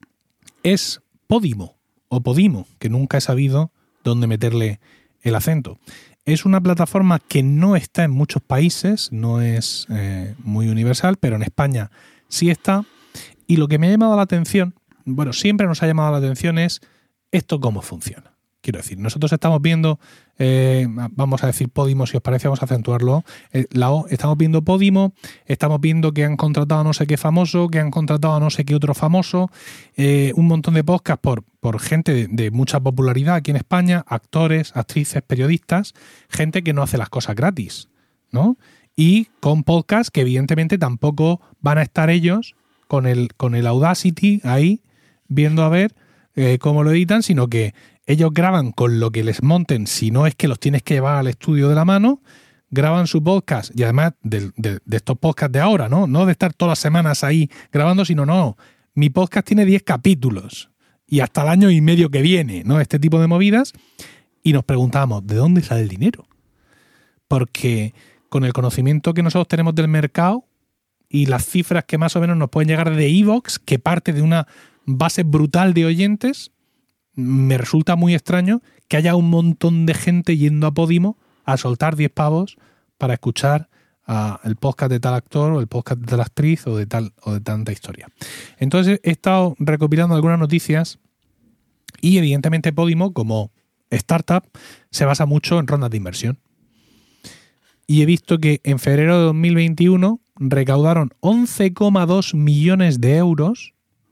es Podimo, o Podimo, que nunca he sabido dónde meterle el acento. Es una plataforma que no está en muchos países, no es muy universal, pero en España sí está. Y lo que me ha llamado la atención, bueno, siempre nos ha llamado la atención es esto cómo funciona. Quiero decir, nosotros estamos viendo, vamos a decir Podimo, si os parece, vamos a acentuarlo, estamos viendo Podimo, estamos viendo que han contratado a no sé qué famoso, que han contratado a no sé qué otro famoso, un montón de podcasts por gente de mucha popularidad aquí en España, actores, actrices, periodistas, gente que no hace las cosas gratis, ¿no? Y con podcasts que evidentemente tampoco van a estar ellos con el Audacity ahí, viendo a ver cómo lo editan, sino que ellos graban con lo que les monten, si no es que los tienes que llevar al estudio de la mano, graban su podcast, y además de estos podcasts de ahora, ¿no? No de estar todas las semanas ahí grabando, sino no, mi podcast tiene 10 capítulos y hasta el año y medio que viene, ¿no? Este tipo de movidas, y nos preguntamos, ¿de dónde sale el dinero? Porque con el conocimiento que nosotros tenemos del mercado y las cifras que más o menos nos pueden llegar de iVoox, que parte de una base brutal de oyentes, me resulta muy extraño que haya un montón de gente yendo a Podimo a soltar 10 pavos para escuchar el podcast de tal actor o el podcast de tal actriz o de tanta historia. Entonces he estado recopilando algunas noticias y evidentemente Podimo, como startup, se basa mucho en rondas de inversión. Y he visto que en febrero de 2021 recaudaron 11,2 millones de euros,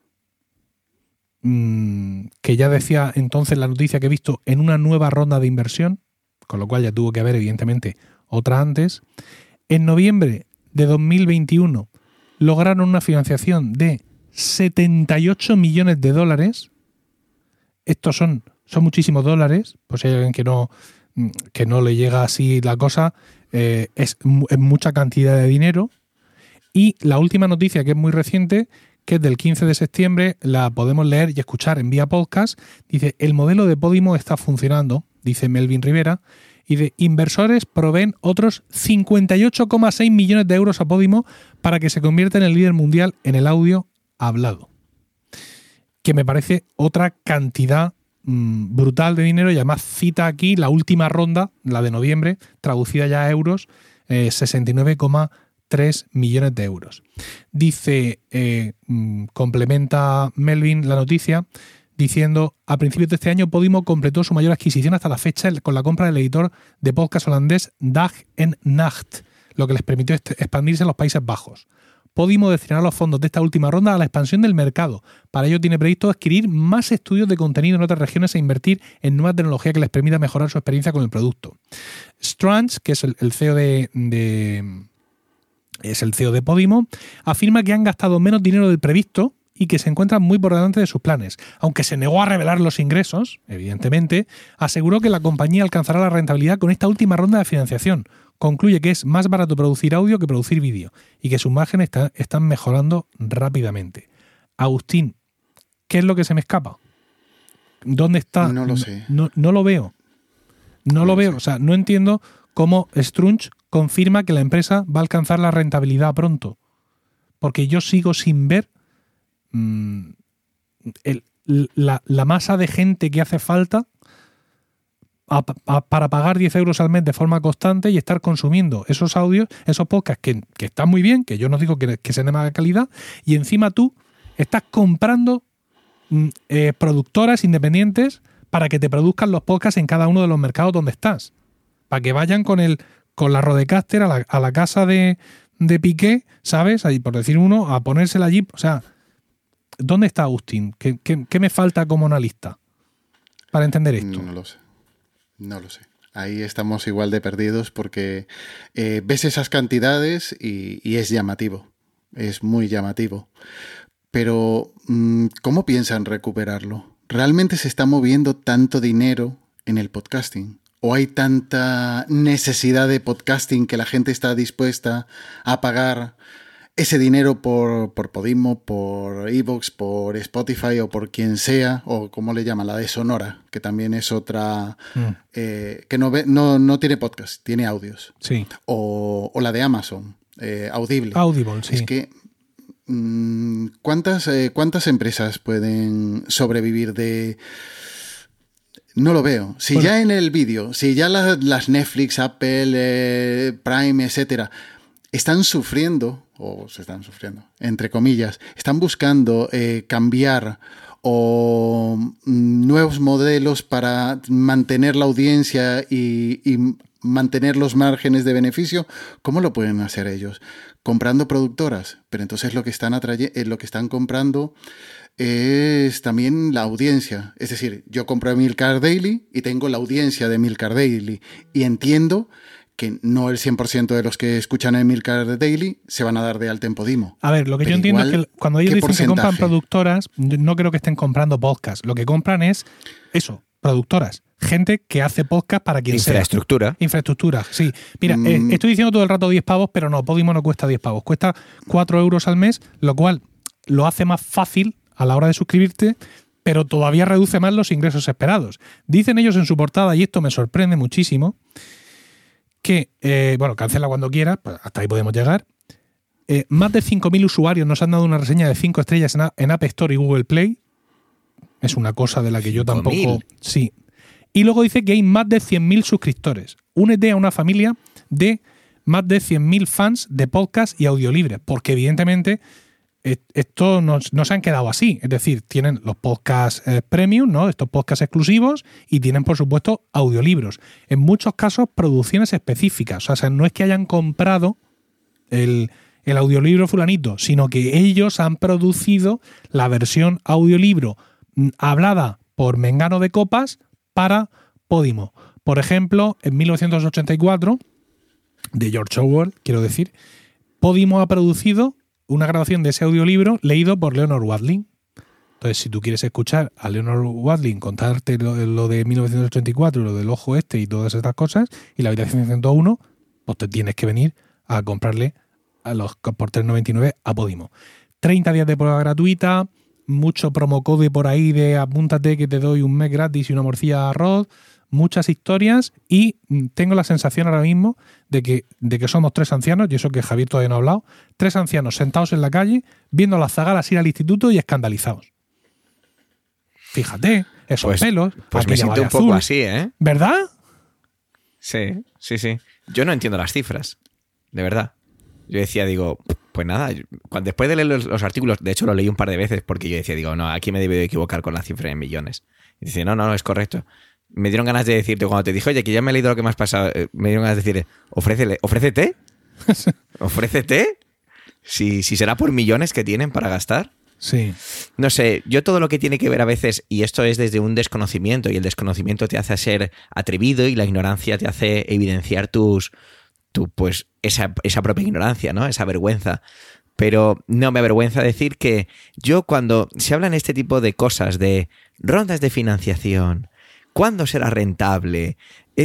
que ya decía entonces la noticia que he visto, en una nueva ronda de inversión, con lo cual ya tuvo que haber evidentemente otra antes. En noviembre de 2021 lograron una financiación de 78 millones de dólares. Estos son muchísimos dólares, pues si hay alguien que no le llega así la cosa, es mucha cantidad de dinero. Y la última noticia, que es muy reciente, que es del 15 de septiembre, la podemos leer y escuchar en Vía Podcast. Dice, el modelo de Podimo está funcionando, dice Melvin Rivera, y de inversores proveen otros 58,6 millones de euros a Podimo para que se convierta en el líder mundial en el audio hablado. Que me parece otra cantidad brutal de dinero, y además cita aquí la última ronda, la de noviembre, traducida ya a euros, 69,3 millones de euros. Dice, complementa Melvin la noticia diciendo, a principios de este año Podimo completó su mayor adquisición hasta la fecha con la compra del editor de podcast holandés Dag en Nacht, lo que les permitió expandirse en los Países Bajos. Podimo destinará los fondos de esta última ronda a la expansión del mercado. Para ello tiene previsto adquirir más estudios de contenido en otras regiones e invertir en nueva tecnología que les permita mejorar su experiencia con el producto. Strange, que es el CEO es el CEO de Podimo, afirma que han gastado menos dinero del previsto y que se encuentran muy por delante de sus planes. Aunque se negó a revelar los ingresos, evidentemente, aseguró que la compañía alcanzará la rentabilidad con esta última ronda de financiación. Concluye que es más barato producir audio que producir vídeo y que sus márgenes están mejorando rápidamente. Agustín, ¿qué es lo que se me escapa? ¿Dónde está? No lo sé. No lo veo. No lo veo. O sea, no entiendo cómo Strunch confirma que la empresa va a alcanzar la rentabilidad pronto. Porque yo sigo sin ver la masa de gente que hace falta para pagar 10 euros al mes de forma constante y estar consumiendo esos audios, esos podcasts que están muy bien, que yo no digo que sean de mala calidad, y encima tú estás comprando productoras independientes para que te produzcan los podcasts en cada uno de los mercados donde estás, para que vayan con la Rodecaster a la casa de Piqué, ¿sabes? Ahí, por decir uno, a ponérsela allí. O sea, ¿dónde está Agustín? ¿Qué me falta como analista? para entender esto? No lo sé. Ahí estamos igual de perdidos porque ves esas cantidades y es llamativo. Es muy llamativo. Pero, ¿cómo piensan recuperarlo? ¿Realmente se está moviendo tanto dinero en el podcasting? ¿O hay tanta necesidad de podcasting que la gente está dispuesta a pagar ese dinero por Podimo, por iVoox, por Spotify o por quien sea? O como le llaman, la de Sonora, que también es otra que no tiene podcast, tiene audios. Sí. O la de Amazon, Audible. Audible, sí. Es que ¿cuántas empresas pueden sobrevivir de...? No lo veo. Si ya en el vídeo, si ya las Netflix, Apple, Prime, etcétera, están sufriendo, o se están sufriendo, entre comillas, están buscando cambiar o nuevos modelos para mantener la audiencia y mantener los márgenes de beneficio, ¿cómo lo pueden hacer ellos? Comprando productoras, pero entonces lo que están comprando es también la audiencia. Es decir, yo compro Emilcar Daily y tengo la audiencia de Emilcar Daily y entiendo que no el 100% de los que escuchan Emilcar Daily se van a dar de alta en Podimo. A ver, lo que yo entiendo es que cuando ellos dicen que compran productoras, no creo que estén comprando podcast. Lo que compran es eso, productoras. Gente que hace podcast para quien sea. Infraestructura, sí. Mira, estoy diciendo todo el rato 10 pavos, pero no, Podimo no cuesta 10 pavos. Cuesta 4 euros al mes, lo cual lo hace más fácil a la hora de suscribirte, pero todavía reduce más los ingresos esperados. Dicen ellos en su portada, y esto me sorprende muchísimo, que, cancela cuando quiera, pues hasta ahí podemos llegar. Más de 5.000 usuarios nos han dado una reseña de 5 estrellas en App Store y Google Play. Es una cosa de la que yo tampoco... Sí. Y luego dice que hay más de 100.000 suscriptores. Únete a una familia de más de 100.000 fans de podcast y audiolibres, porque evidentemente esto no se han quedado así. Es decir, tienen los podcasts premium, ¿no? Estos podcasts exclusivos, y tienen, por supuesto, audiolibros. En muchos casos, producciones específicas. O sea, no es que hayan comprado el audiolibro fulanito, sino que ellos han producido la versión audiolibro hablada por Mengano de Copas para Podimo. Por ejemplo, en 1984, de George Orwell, quiero decir, Podimo ha producido una grabación de ese audiolibro leído por Leonard Watling. Entonces, si tú quieres escuchar a Leonard Watling contarte lo de 1984, lo del ojo este y todas estas cosas, y la habitación 101, pues te tienes que venir a comprarle por 3,99 a Podimo. 30 días de prueba gratuita, mucho promocode por ahí de apúntate que te doy un mes gratis y una morcilla de arroz, muchas historias, y tengo la sensación ahora mismo de que somos 3 ancianos, y eso que Javier todavía no ha hablado, 3 ancianos sentados en la calle viendo a las zagalas ir al instituto y escandalizados. Fíjate, esos pelos. Pues me siento un poco así, ¿eh? ¿Verdad? Sí. Yo no entiendo las cifras, de verdad. Yo decía, pues nada, después de leer los artículos, de hecho lo leí un par de veces porque yo decía, no, aquí me he debido equivocar con la cifra en millones. Y dice, no, es correcto. Me dieron ganas de decirte, cuando te dije, oye, que ya me he leído lo que me has pasado, me dieron ganas de decir, ofrécete. Ofrécete. Si será por millones que tienen para gastar. Sí. No sé, yo todo lo que tiene que ver a veces, y esto es desde un desconocimiento, y el desconocimiento te hace ser atrevido y la ignorancia te hace evidenciar pues esa propia ignorancia, ¿no? Esa vergüenza. Pero no me avergüenza decir que yo, cuando se hablan este tipo de cosas, de rondas de financiación, ¿cuándo será rentable?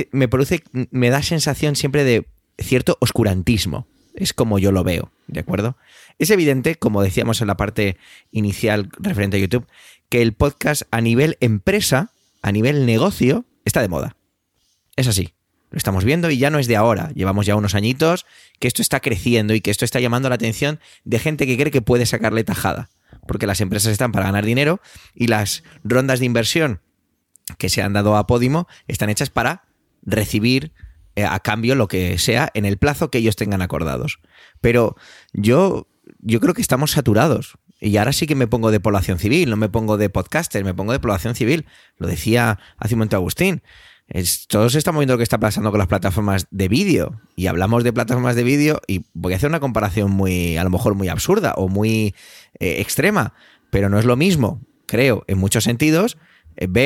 Me da sensación siempre de cierto oscurantismo. Es como yo lo veo, ¿de acuerdo? Es evidente, como decíamos en la parte inicial referente a YouTube, que el podcast a nivel empresa, a nivel negocio, está de moda. Es así. Lo estamos viendo y ya no es de ahora. Llevamos ya unos añitos que esto está creciendo y que esto está llamando la atención de gente que cree que puede sacarle tajada. Porque las empresas están para ganar dinero y las rondas de inversión que se han dado a Podimo están hechas para recibir a cambio lo que sea en el plazo que ellos tengan acordados. Pero yo creo que estamos saturados. Y ahora sí que me pongo de población civil, no me pongo de podcaster, me pongo de población civil. Lo decía hace un momento Agustín. Todos estamos viendo lo que está pasando con las plataformas de vídeo, y hablamos de plataformas de vídeo y voy a hacer una comparación a lo mejor muy absurda o muy extrema, pero no es lo mismo, creo, en muchos sentidos, ver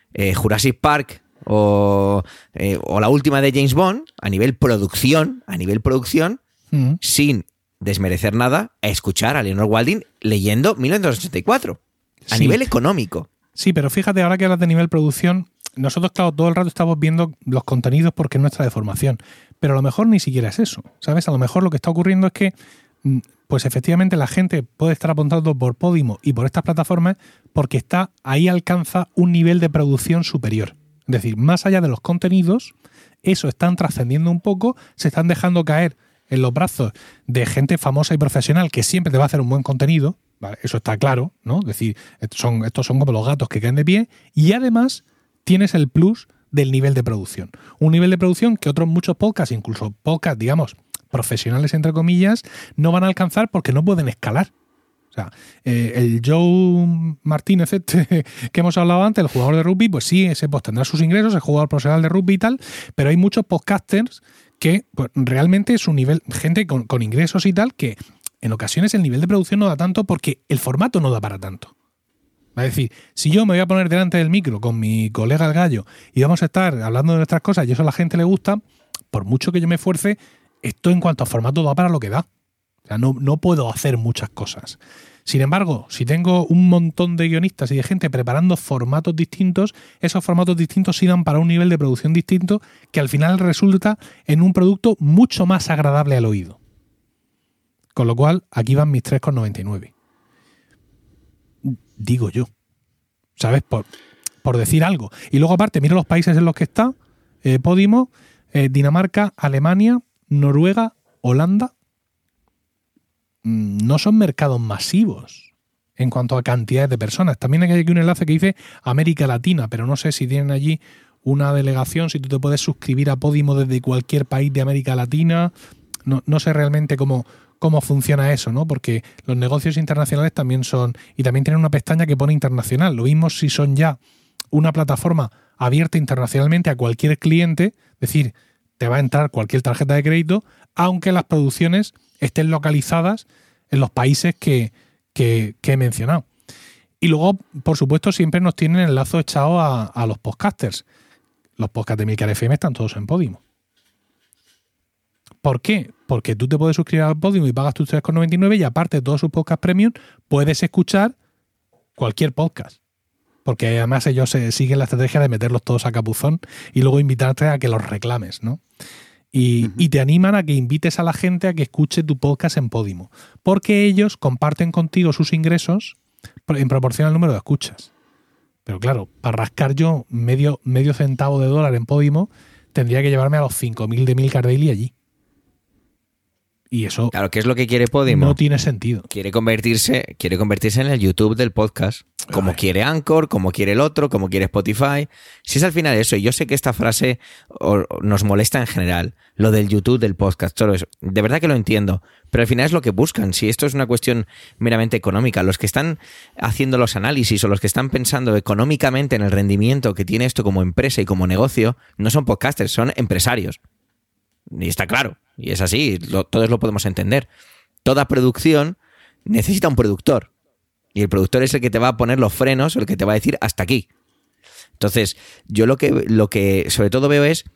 Jurassic Park o la última de James Bond, a nivel producción, sin desmerecer nada, a escuchar a Leonard Walding leyendo 1984, a nivel económico. Sí, pero fíjate, ahora que hablas de nivel producción, nosotros, claro, todo el rato estamos viendo los contenidos porque es nuestra deformación, pero a lo mejor ni siquiera es eso, ¿sabes? A lo mejor lo que está ocurriendo es que, pues efectivamente la gente puede estar apuntando por Podimo y por estas plataformas porque ahí alcanza un nivel de producción superior. Es decir, más allá de los contenidos, eso están trascendiendo un poco, se están dejando caer en los brazos de gente famosa y profesional que siempre te va a hacer un buen contenido, ¿vale? Eso está claro, ¿no? Es decir, estos son como los gatos que caen de pie, y además tienes el plus del nivel de producción. Un nivel de producción que otros muchos podcasts, incluso podcasts, digamos, profesionales entre comillas, no van a alcanzar porque no pueden escalar. O sea, el Joe Martínez que hemos hablado antes, el jugador de rugby, pues sí, ese pues tendrá sus ingresos, es jugador profesional de rugby y tal, pero hay muchos podcasters que pues, realmente su nivel, gente con ingresos y tal, que en ocasiones el nivel de producción no da tanto porque el formato no da para tanto. Es decir, si yo me voy a poner delante del micro con mi colega el gallo y vamos a estar hablando de nuestras cosas y eso a la gente le gusta, por mucho que yo me esfuerce, esto en cuanto a formato da para lo que da. O sea, no puedo hacer muchas cosas. Sin embargo, si tengo un montón de guionistas y de gente preparando formatos distintos, esos formatos distintos sí dan para un nivel de producción distinto que al final resulta en un producto mucho más agradable al oído. Con lo cual, aquí van mis 3,99. Digo yo. ¿Sabes? Por decir algo. Y luego aparte, miro los países en los que está Podimo, Dinamarca, Alemania, Noruega, Holanda. No son mercados masivos en cuanto a cantidades de personas. También hay aquí un enlace que dice América Latina, pero no sé si tienen allí una delegación, si tú te puedes suscribir a Podimo desde cualquier país de América Latina. No sé realmente cómo funciona eso, ¿no? Porque los negocios internacionales también son, y también tienen una pestaña que pone internacional. Lo mismo si son ya una plataforma abierta internacionalmente a cualquier cliente, es decir, te va a entrar cualquier tarjeta de crédito, aunque las producciones estén localizadas en los países que he mencionado. Y luego, por supuesto, siempre nos tienen el lazo echado a los podcasters. Los podcasts de Milcar FM están todos en Podimo. ¿Por qué? Porque tú te puedes suscribir al Podimo y pagas tus 3,99 y aparte de todos sus podcasts premium, puedes escuchar cualquier podcast. Porque además ellos siguen la estrategia de meterlos todos a capuzón y luego invitarte a que los reclames, ¿no? Y te animan a que invites a la gente a que escuche tu podcast en Podimo. Porque ellos comparten contigo sus ingresos en proporción al número de escuchas. Pero claro, para rascar yo medio centavo de dólar en Podimo, tendría que llevarme a los 5.000 de Milcar Daily allí. Y eso, claro, ¿qué es lo que quiere Podimo? No tiene sentido. Quiere convertirse en el YouTube del podcast. Como quiere Anchor, como quiere el otro, como quiere Spotify. Si es al final eso, y yo sé que esta frase nos molesta en general, lo del YouTube del podcast, todo eso, de verdad que lo entiendo, pero al final es lo que buscan. Si esto es una cuestión meramente económica, los que están haciendo los análisis o los que están pensando económicamente en el rendimiento que tiene esto como empresa y como negocio, no son podcasters, son empresarios. Y está claro, y es así, todos lo podemos entender. Toda producción necesita un productor. Y el productor es el que te va a poner los frenos, el que te va a decir hasta aquí. Entonces, yo lo que sobre todo veo es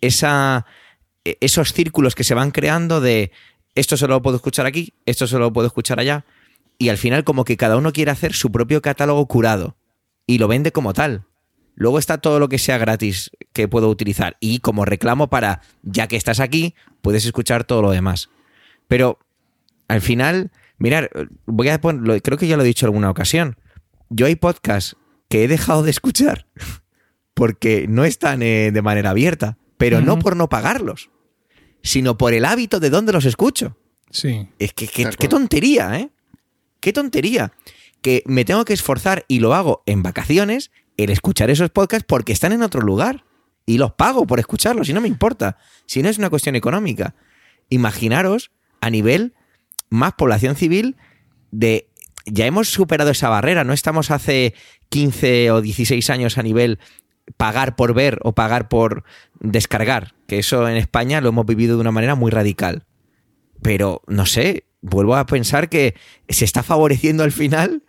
esos círculos que se van creando de esto solo lo puedo escuchar aquí, esto solo lo puedo escuchar allá, y al final como que cada uno quiere hacer su propio catálogo curado y lo vende como tal. Luego está todo lo que sea gratis que puedo utilizar y como reclamo para, ya que estás aquí, puedes escuchar todo lo demás. Pero al final, mirad, creo que ya lo he dicho en alguna ocasión, yo hay podcasts que he dejado de escuchar porque no están de manera abierta, pero no por no pagarlos, sino por el hábito de dónde los escucho. Sí. Es que qué tontería, ¿eh? Qué tontería. Que me tengo que esforzar y lo hago en vacaciones, el escuchar esos podcasts porque están en otro lugar y los pago por escucharlos y no me importa, si no es una cuestión económica. Imaginaros a nivel más población civil de ya hemos superado esa barrera, no estamos hace 15 o 16 años a nivel pagar por ver o pagar por descargar, que eso en España lo hemos vivido de una manera muy radical. Pero no sé, vuelvo a pensar que se está favoreciendo al final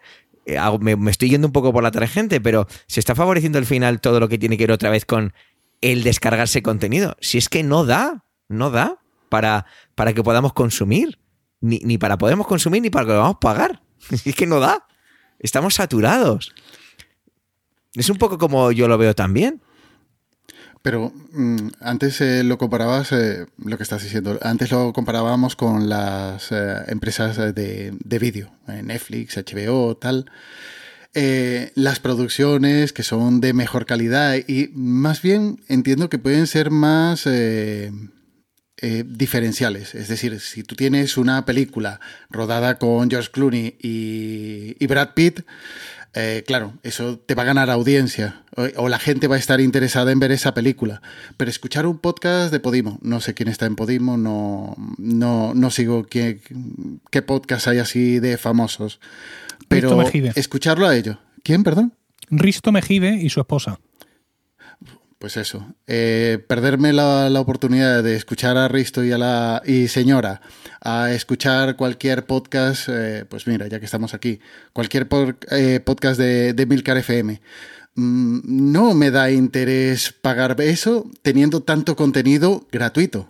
me estoy yendo un poco por la tangente, pero se está favoreciendo al final todo lo que tiene que ver otra vez con el descargarse contenido. Si es que no da para que podamos consumir. Ni para podemos consumir ni para que lo vamos a pagar. Es que no da. Estamos saturados. Es un poco como yo lo veo también. Pero antes lo comparabas, lo que estás diciendo, antes lo comparábamos con las empresas de vídeo, Netflix, HBO, tal. Las producciones que son de mejor calidad y más bien entiendo que pueden ser más diferenciales. Es decir, si tú tienes una película rodada con George Clooney y Brad Pitt, claro, eso te va a ganar audiencia o la gente va a estar interesada en ver esa película. Pero escuchar un podcast de Podimo, no sé quién está en Podimo, no sigo qué podcast hay así de famosos. Pero escucharlo a ellos. ¿Quién, perdón? Risto Mejide y su esposa. Pues eso, perderme la oportunidad de escuchar a Risto y señora, a escuchar cualquier podcast, pues mira, ya que estamos aquí, cualquier podcast de Milcar FM, no me da interés pagar eso teniendo tanto contenido gratuito.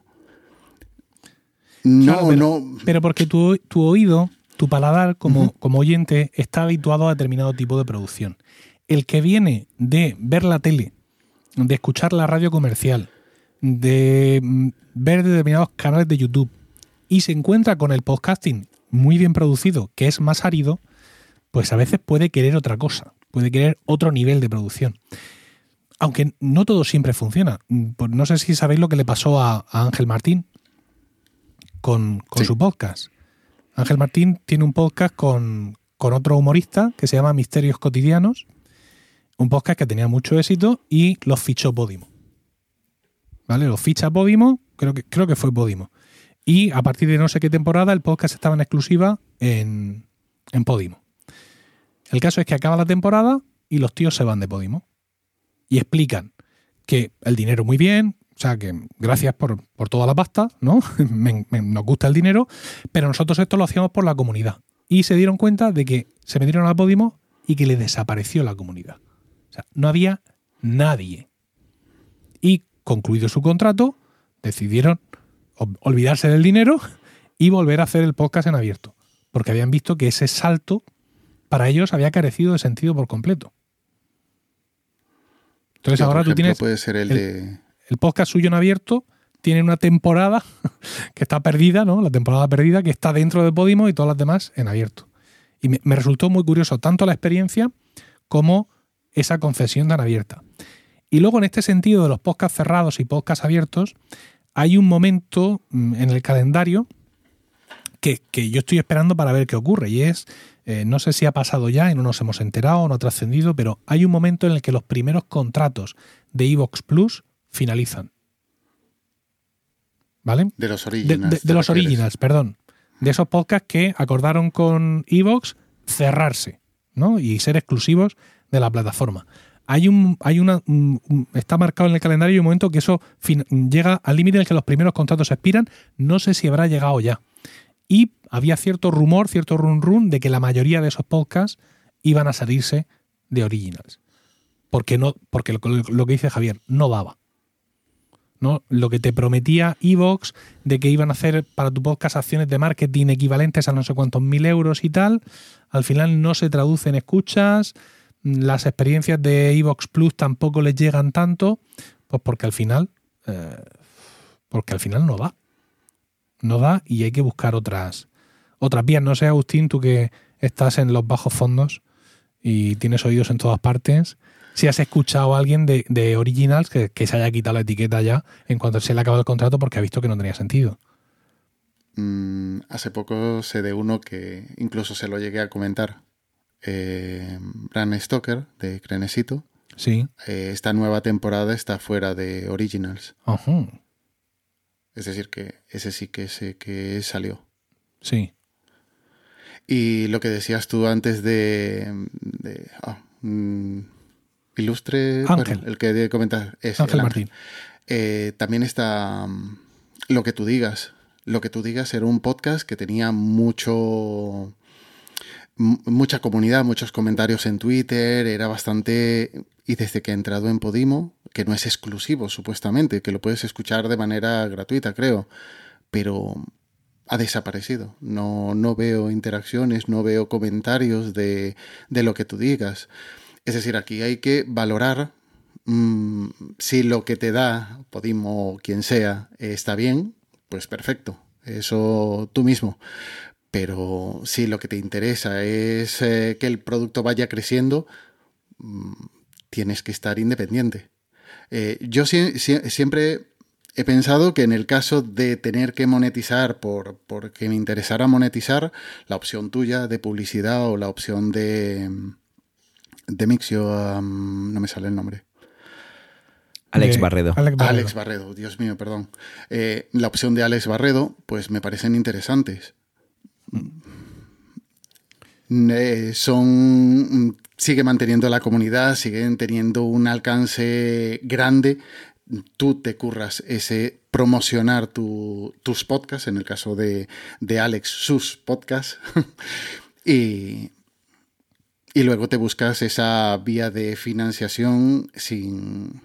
Pero porque tu oído, tu paladar como oyente está habituado a determinado tipo de producción. El que viene de ver la tele, de escuchar la radio comercial, de ver determinados canales de YouTube y se encuentra con el podcasting muy bien producido, que es más árido, pues a veces puede querer otra cosa, puede querer otro nivel de producción. Aunque no todo siempre funciona. Pues no sé si sabéis lo que le pasó a Ángel Martín con su podcast. Ángel Martín tiene un podcast con otro humorista que se llama Misterios Cotidianos, un podcast que tenía mucho éxito y los fichó Podimo. ¿Vale? Los ficha Podimo, creo que fue Podimo. Y a partir de no sé qué temporada el podcast estaba en exclusiva en Podimo. El caso es que acaba la temporada y los tíos se van de Podimo. Y explican que el dinero muy bien, o sea, que gracias por toda la pasta, ¿no? Nos gusta el dinero, pero nosotros esto lo hacíamos por la comunidad. Y se dieron cuenta de que se metieron a Podimo y que les desapareció la comunidad. O sea, no había nadie. Y concluido su contrato, decidieron olvidarse del dinero y volver a hacer el podcast en abierto. Porque habían visto que ese salto para ellos había carecido de sentido por completo. Entonces ahora tú tienes puede ser el podcast suyo en abierto, tiene una temporada que está perdida, ¿no? La temporada perdida que está dentro de Podimo y todas las demás en abierto. Y me resultó muy curioso tanto la experiencia como esa concesión tan abierta. Y luego en este sentido de los podcasts cerrados y podcasts abiertos, hay un momento en el calendario que yo estoy esperando para ver qué ocurre y es, no sé si ha pasado ya y no nos hemos enterado, no ha trascendido, pero hay un momento en el que los primeros contratos de iVoox Plus finalizan. ¿Vale? De los originals. De los originals, perdón. De esos podcasts que acordaron con iVoox cerrarse, ¿no? Y ser exclusivos de la plataforma. Está marcado en el calendario un momento que eso llega al límite en el que los primeros contratos expiran. No sé si habrá llegado ya. Y había cierto rumor, cierto run de que la mayoría de esos podcasts iban a salirse de originals. Porque lo que dice Javier, no daba. ¿No? Lo que te prometía iVoox de que iban a hacer para tu podcast acciones de marketing equivalentes a no sé cuántos 1.000 euros y tal, al final no se traduce en escuchas, las experiencias de iVoox Plus tampoco les llegan tanto, pues porque al final no da. No da y hay que buscar otras vías. No sé, Agustín, tú que estás en los bajos fondos y tienes oídos en todas partes, si has escuchado a alguien de Originals que se haya quitado la etiqueta ya en cuanto se le ha acabado el contrato porque ha visto que no tenía sentido. Hace poco sé de uno que incluso se lo llegué a comentar. Bram Stoker, de Crenecito. Sí. Esta nueva temporada está fuera de Originals. Uh-huh. Es decir, que ese sí que sé que salió. Sí. Y lo que decías tú antes Ilustre, Ángel. Bueno, el que comentas es Ángel Martín. También está Lo que tú digas. Lo que tú digas era un podcast que tenía mucho mucha comunidad, muchos comentarios en Twitter, era bastante... Y desde que he entrado en Podimo, que no es exclusivo supuestamente, que lo puedes escuchar de manera gratuita, creo, pero ha desaparecido. No veo interacciones, no veo comentarios de lo que tú digas. Es decir, aquí hay que valorar si lo que te da Podimo o quien sea está bien, pues perfecto, eso tú mismo. Pero si lo que te interesa es que el producto vaya creciendo, tienes que estar independiente. Yo siempre he pensado que en el caso de tener que monetizar porque me interesara monetizar, la opción tuya de publicidad o la opción de Mixio, no me sale el nombre. Alex Barredo. Alex Barredo, Dios mío, perdón. La opción de Alex Barredo, pues me parecen interesantes. Sigue manteniendo la comunidad, siguen teniendo un alcance grande. Tú te curras ese promocionar tus podcasts, en el caso de Alex, sus podcasts, y luego te buscas esa vía de financiación sin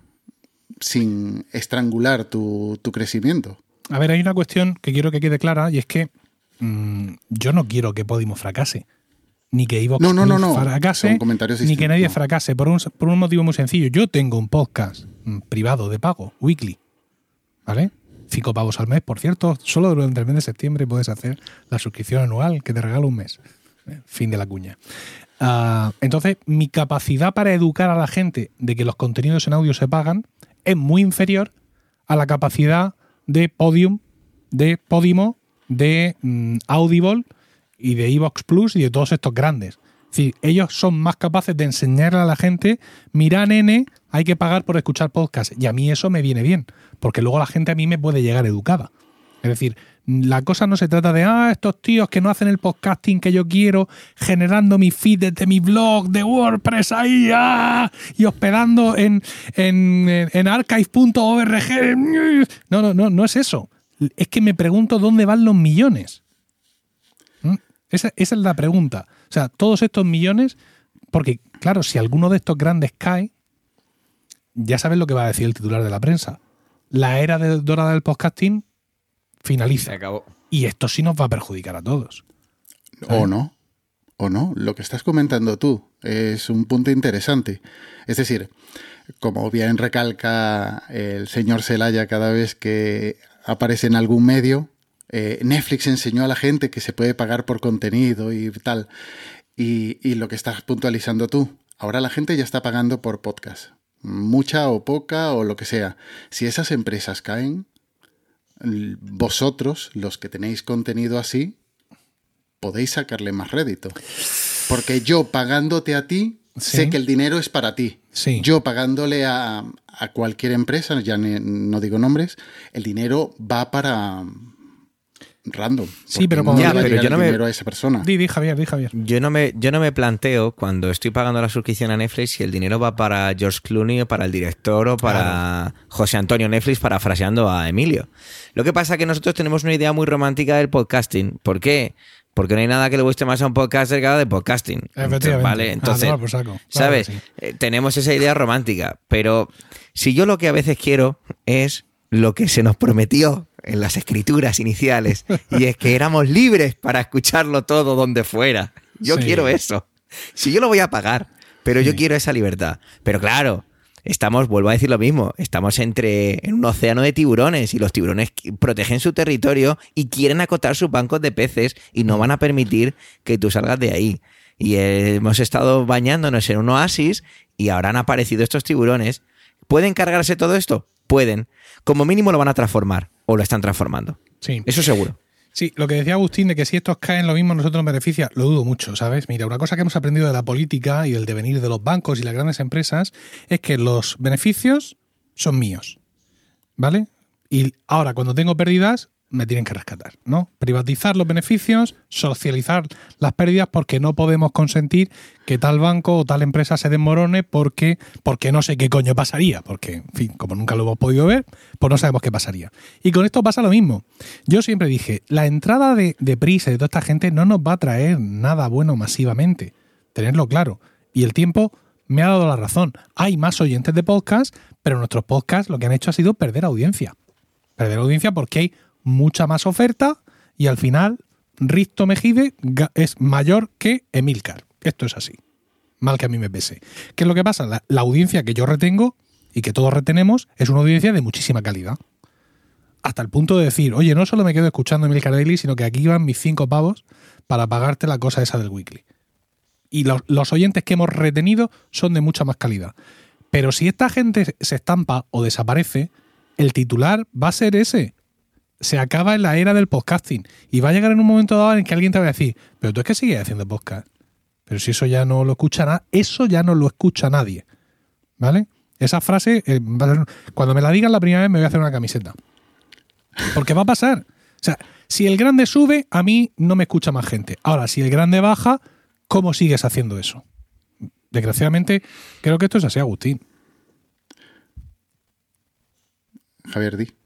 estrangular tu crecimiento. A ver, hay una cuestión que quiero que quede clara, y es que yo no quiero que Podimo fracase. Ni que iVoox fracase, ni que nadie fracase, por un motivo muy sencillo. Yo tengo un podcast privado de pago, weekly, ¿vale? 5 pavos al mes, por cierto. Solo durante el mes de septiembre puedes hacer la suscripción anual que te regalo un mes. Fin de la cuña. Entonces, mi capacidad para educar a la gente de que los contenidos en audio se pagan es muy inferior a la capacidad de Podimo, de Audible y de iVoox Plus y de todos estos grandes. Es decir, ellos son más capaces de enseñarle a la gente, mira, nene, hay que pagar por escuchar podcast. Y a mí eso me viene bien, porque luego la gente a mí me puede llegar educada. Es decir, la cosa no se trata de estos tíos que no hacen el podcasting que yo quiero, generando mi feed desde mi blog de WordPress ahí, y hospedando en archive.org. No es eso. Es que me pregunto dónde van los millones. Esa es la pregunta. O sea, todos estos millones, porque claro, si alguno de estos grandes cae, ya sabes lo que va a decir el titular de la prensa. La era dorada del podcasting finaliza. Se acabó. Y esto sí nos va a perjudicar a todos. O no. Lo que estás comentando tú es un punto interesante. Es decir, como bien recalca el señor Celaya cada vez que aparece en algún medio, Netflix enseñó a la gente que se puede pagar por contenido y tal. Y lo que estás puntualizando tú, ahora la gente ya está pagando por podcast. Mucha o poca o lo que sea. Si esas empresas caen, vosotros, los que tenéis contenido así, podéis sacarle más rédito. Porque yo pagándote a ti, sé que el dinero es para ti. Sí. Yo pagándole a cualquier empresa, ya no digo nombres, el dinero va para random. Sí, pero no yo no me dinero a esa persona. Di Javier. Yo no me planteo cuando estoy pagando la suscripción a Netflix si el dinero va para George Clooney o para el director o para José Antonio Netflix parafraseando a Emilio. Lo que pasa es que nosotros tenemos una idea muy romántica del podcasting. ¿Por qué? Porque no hay nada que le guste más a un podcaster que hablar de podcasting. Efectivamente. ¿Vale? Entonces, por saco. ¿sabes? Claro que sí. Tenemos esa idea romántica. Pero si yo lo que a veces quiero es lo que se nos prometió en las escrituras iniciales, y es que éramos libres para escucharlo todo donde fuera. Yo quiero eso. Si yo lo voy a pagar, pero yo quiero esa libertad. Pero claro, vuelvo a decir lo mismo, estamos en un océano de tiburones y los tiburones protegen su territorio y quieren acotar sus bancos de peces y no van a permitir que tú salgas de ahí. Y hemos estado bañándonos en un oasis y ahora han aparecido estos tiburones. ¿Pueden cargarse todo esto? Pueden. Como mínimo lo van a transformar o lo están transformando. Sí. Eso seguro. Sí, lo que decía Agustín de que si estos caen lo mismo a nosotros nos beneficia, lo dudo mucho, ¿sabes? Mira, una cosa que hemos aprendido de la política y del devenir de los bancos y las grandes empresas es que los beneficios son míos, ¿vale? Y ahora, cuando tengo pérdidas, me tienen que rescatar, ¿no? Privatizar los beneficios, socializar las pérdidas, porque no podemos consentir que tal banco o tal empresa se desmorone porque no sé qué coño pasaría, porque, en fin, como nunca lo hemos podido ver, pues no sabemos qué pasaría. Y con esto pasa lo mismo. Yo siempre dije, la entrada de Prisa y de toda esta gente no nos va a traer nada bueno masivamente, tenerlo claro. Y el tiempo me ha dado la razón. Hay más oyentes de podcast, pero nuestros podcasts lo que han hecho ha sido perder audiencia. Perder audiencia porque hay mucha más oferta y al final Risto Mejide es mayor que Emilcar. Esto es así. Mal que a mí me pese. ¿Qué es lo que pasa? La audiencia que yo retengo y que todos retenemos es una audiencia de muchísima calidad. Hasta el punto de decir, oye, no solo me quedo escuchando Emilcar Daily, sino que aquí van mis 5 pavos para pagarte la cosa esa del weekly. Y los oyentes que hemos retenido son de mucha más calidad. Pero si esta gente se estampa o desaparece, el titular va a ser ese. Se acaba en la era del podcasting. Y va a llegar en un momento dado en que alguien te va a decir, pero tú es que sigues haciendo podcast. Pero si eso ya no lo escucha nadie, eso ya no lo escucha nadie. ¿Vale? Esa frase, cuando me la digan la primera vez me voy a hacer una camiseta. Porque va a pasar. O sea, si el grande sube, a mí no me escucha más gente. Ahora, si el grande baja, ¿cómo sigues haciendo eso? Desgraciadamente, creo que esto es así, Agustín. Javier, di.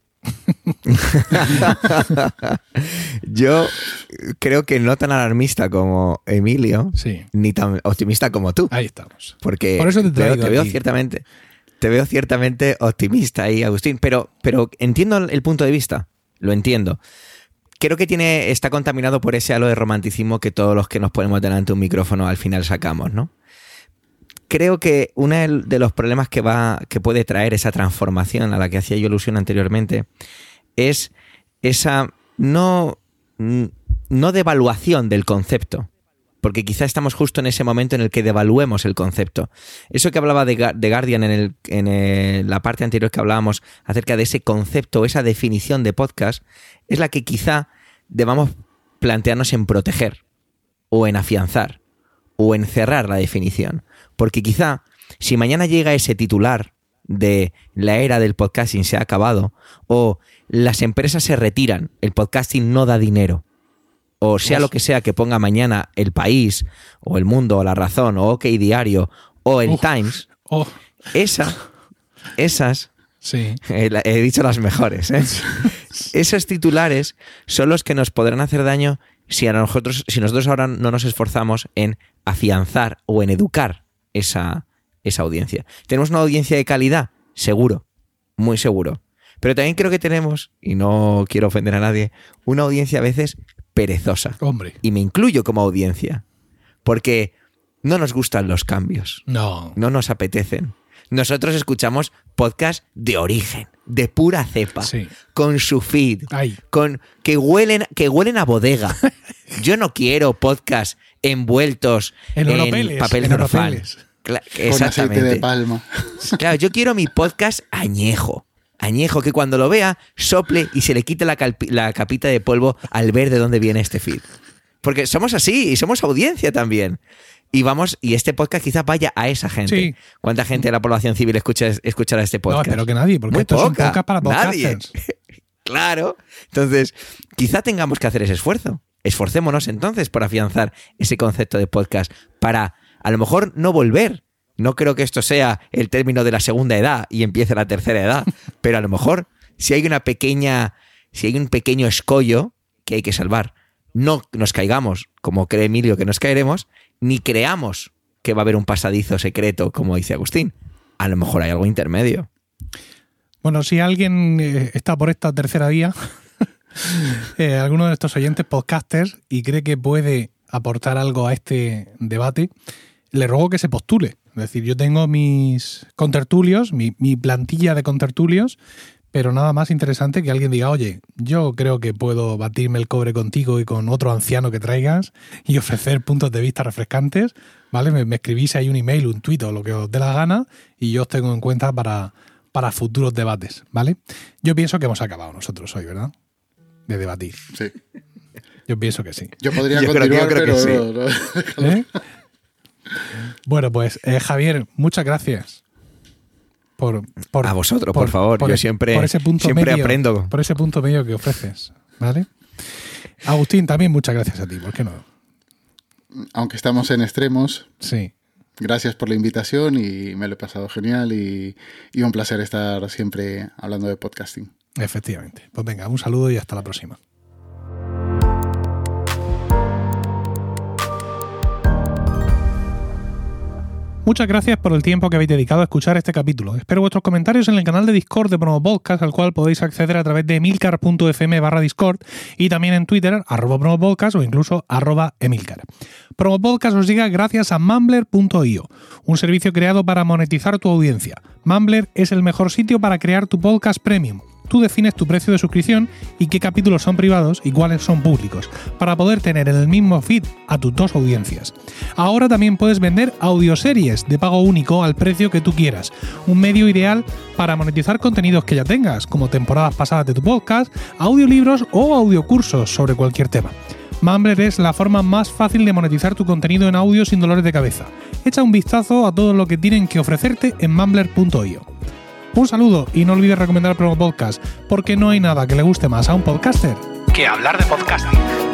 Yo creo que no tan alarmista como Emilio, sí, ni tan optimista como tú. Ahí estamos. Porque por eso te veo ciertamente optimista ahí, Agustín, pero entiendo el punto de vista, lo entiendo. Creo que está contaminado por ese halo de romanticismo que todos los que nos ponemos delante de un micrófono al final sacamos, ¿no? Creo que uno de los problemas que puede traer esa transformación a la que hacía yo alusión anteriormente es esa no devaluación del concepto, porque quizá estamos justo en ese momento en el que devaluemos el concepto. Eso que hablaba de Guardian en la parte anterior que hablábamos acerca de ese concepto, esa definición de podcast, es la que quizá debamos plantearnos en proteger o en afianzar o en cerrar la definición. Porque quizá, si mañana llega ese titular de la era del podcasting se ha acabado, o las empresas se retiran, el podcasting no da dinero, o sea lo que sea que ponga mañana El País, o El Mundo, o La Razón, o OK Diario, o el Times, esas, sí. He dicho las mejores, ¿eh? Esos titulares son los que nos podrán hacer daño si nosotros ahora no nos esforzamos en afianzar o en educar esa audiencia. ¿Tenemos una audiencia de calidad? Seguro, muy seguro. Pero también creo que tenemos, y no quiero ofender a nadie, una audiencia a veces perezosa. Hombre. Y me incluyo como audiencia. Porque no nos gustan los cambios. No nos apetecen. Nosotros escuchamos podcasts de origen, de pura cepa, sí, con su feed, que huelen a bodega. Yo no quiero podcasts envueltos en papel celofán. Con aceite de palma. Claro, yo quiero mi podcast añejo, que cuando lo vea sople y se le quite la capita de polvo al ver de dónde viene este feed. Porque somos así y somos audiencia también. Y este podcast quizás vaya a esa gente. Sí. ¿Cuánta gente de la población civil escuchará este podcast? No, espero que nadie, porque muy esto poca, es un podcast para podcasters. Claro. Entonces, quizá tengamos que hacer ese esfuerzo. Esforcémonos entonces por afianzar ese concepto de podcast para, a lo mejor, no volver. No creo que esto sea el término de la segunda edad y empiece la tercera edad, pero a lo mejor si hay un pequeño escollo que hay que salvar, no nos caigamos, como cree Emilio que nos caeremos, ni creamos que va a haber un pasadizo secreto, como dice Agustín. A lo mejor hay algo intermedio. Bueno, si alguien está por esta tercera vía, alguno de estos oyentes podcasters, y cree que puede aportar algo a este debate, le ruego que se postule. Es decir, yo tengo mis contertulios, mi plantilla de contertulios, pero nada más interesante que alguien diga, oye, yo creo que puedo batirme el cobre contigo y con otro anciano que traigas y ofrecer puntos de vista refrescantes, ¿vale? Me escribís ahí un email, un tuit o lo que os dé la gana y yo os tengo en cuenta para futuros debates, ¿vale? Yo pienso que hemos acabado nosotros hoy, ¿verdad? De debatir. Sí. Yo pienso que sí. Yo podría continuar, creo pero... que sí. ¿Eh? Bueno, pues Javier, muchas gracias. A vosotros, por favor. Yo siempre por ese punto siempre medio, aprendo. Por ese punto medio que ofreces. ¿Vale? Agustín, también muchas gracias a ti, ¿por qué no? Aunque estamos en extremos, sí. Gracias por la invitación y me lo he pasado genial y un placer estar siempre hablando de podcasting. Efectivamente. Pues venga, un saludo y hasta la próxima. Muchas gracias por el tiempo que habéis dedicado a escuchar este capítulo. Espero vuestros comentarios en el canal de Discord de Promo Podcast, al cual podéis acceder a través de emilcar.fm/Discord y también en Twitter, @promopodcast o incluso @emilcar. Promo Podcast os llega gracias a Mumbler.io, un servicio creado para monetizar tu audiencia. Mumbler es el mejor sitio para crear tu podcast premium. Tú defines tu precio de suscripción y qué capítulos son privados y cuáles son públicos, para poder tener en el mismo feed a tus dos audiencias. Ahora también puedes vender audioseries de pago único al precio que tú quieras, un medio ideal para monetizar contenidos que ya tengas, como temporadas pasadas de tu podcast, audiolibros o audiocursos sobre cualquier tema. Mumbler es la forma más fácil de monetizar tu contenido en audio sin dolores de cabeza. Echa un vistazo a todo lo que tienen que ofrecerte en Mumbler.io. Un saludo y no olvides recomendar Promo Podcast, porque no hay nada que le guste más a un podcaster que hablar de podcasting.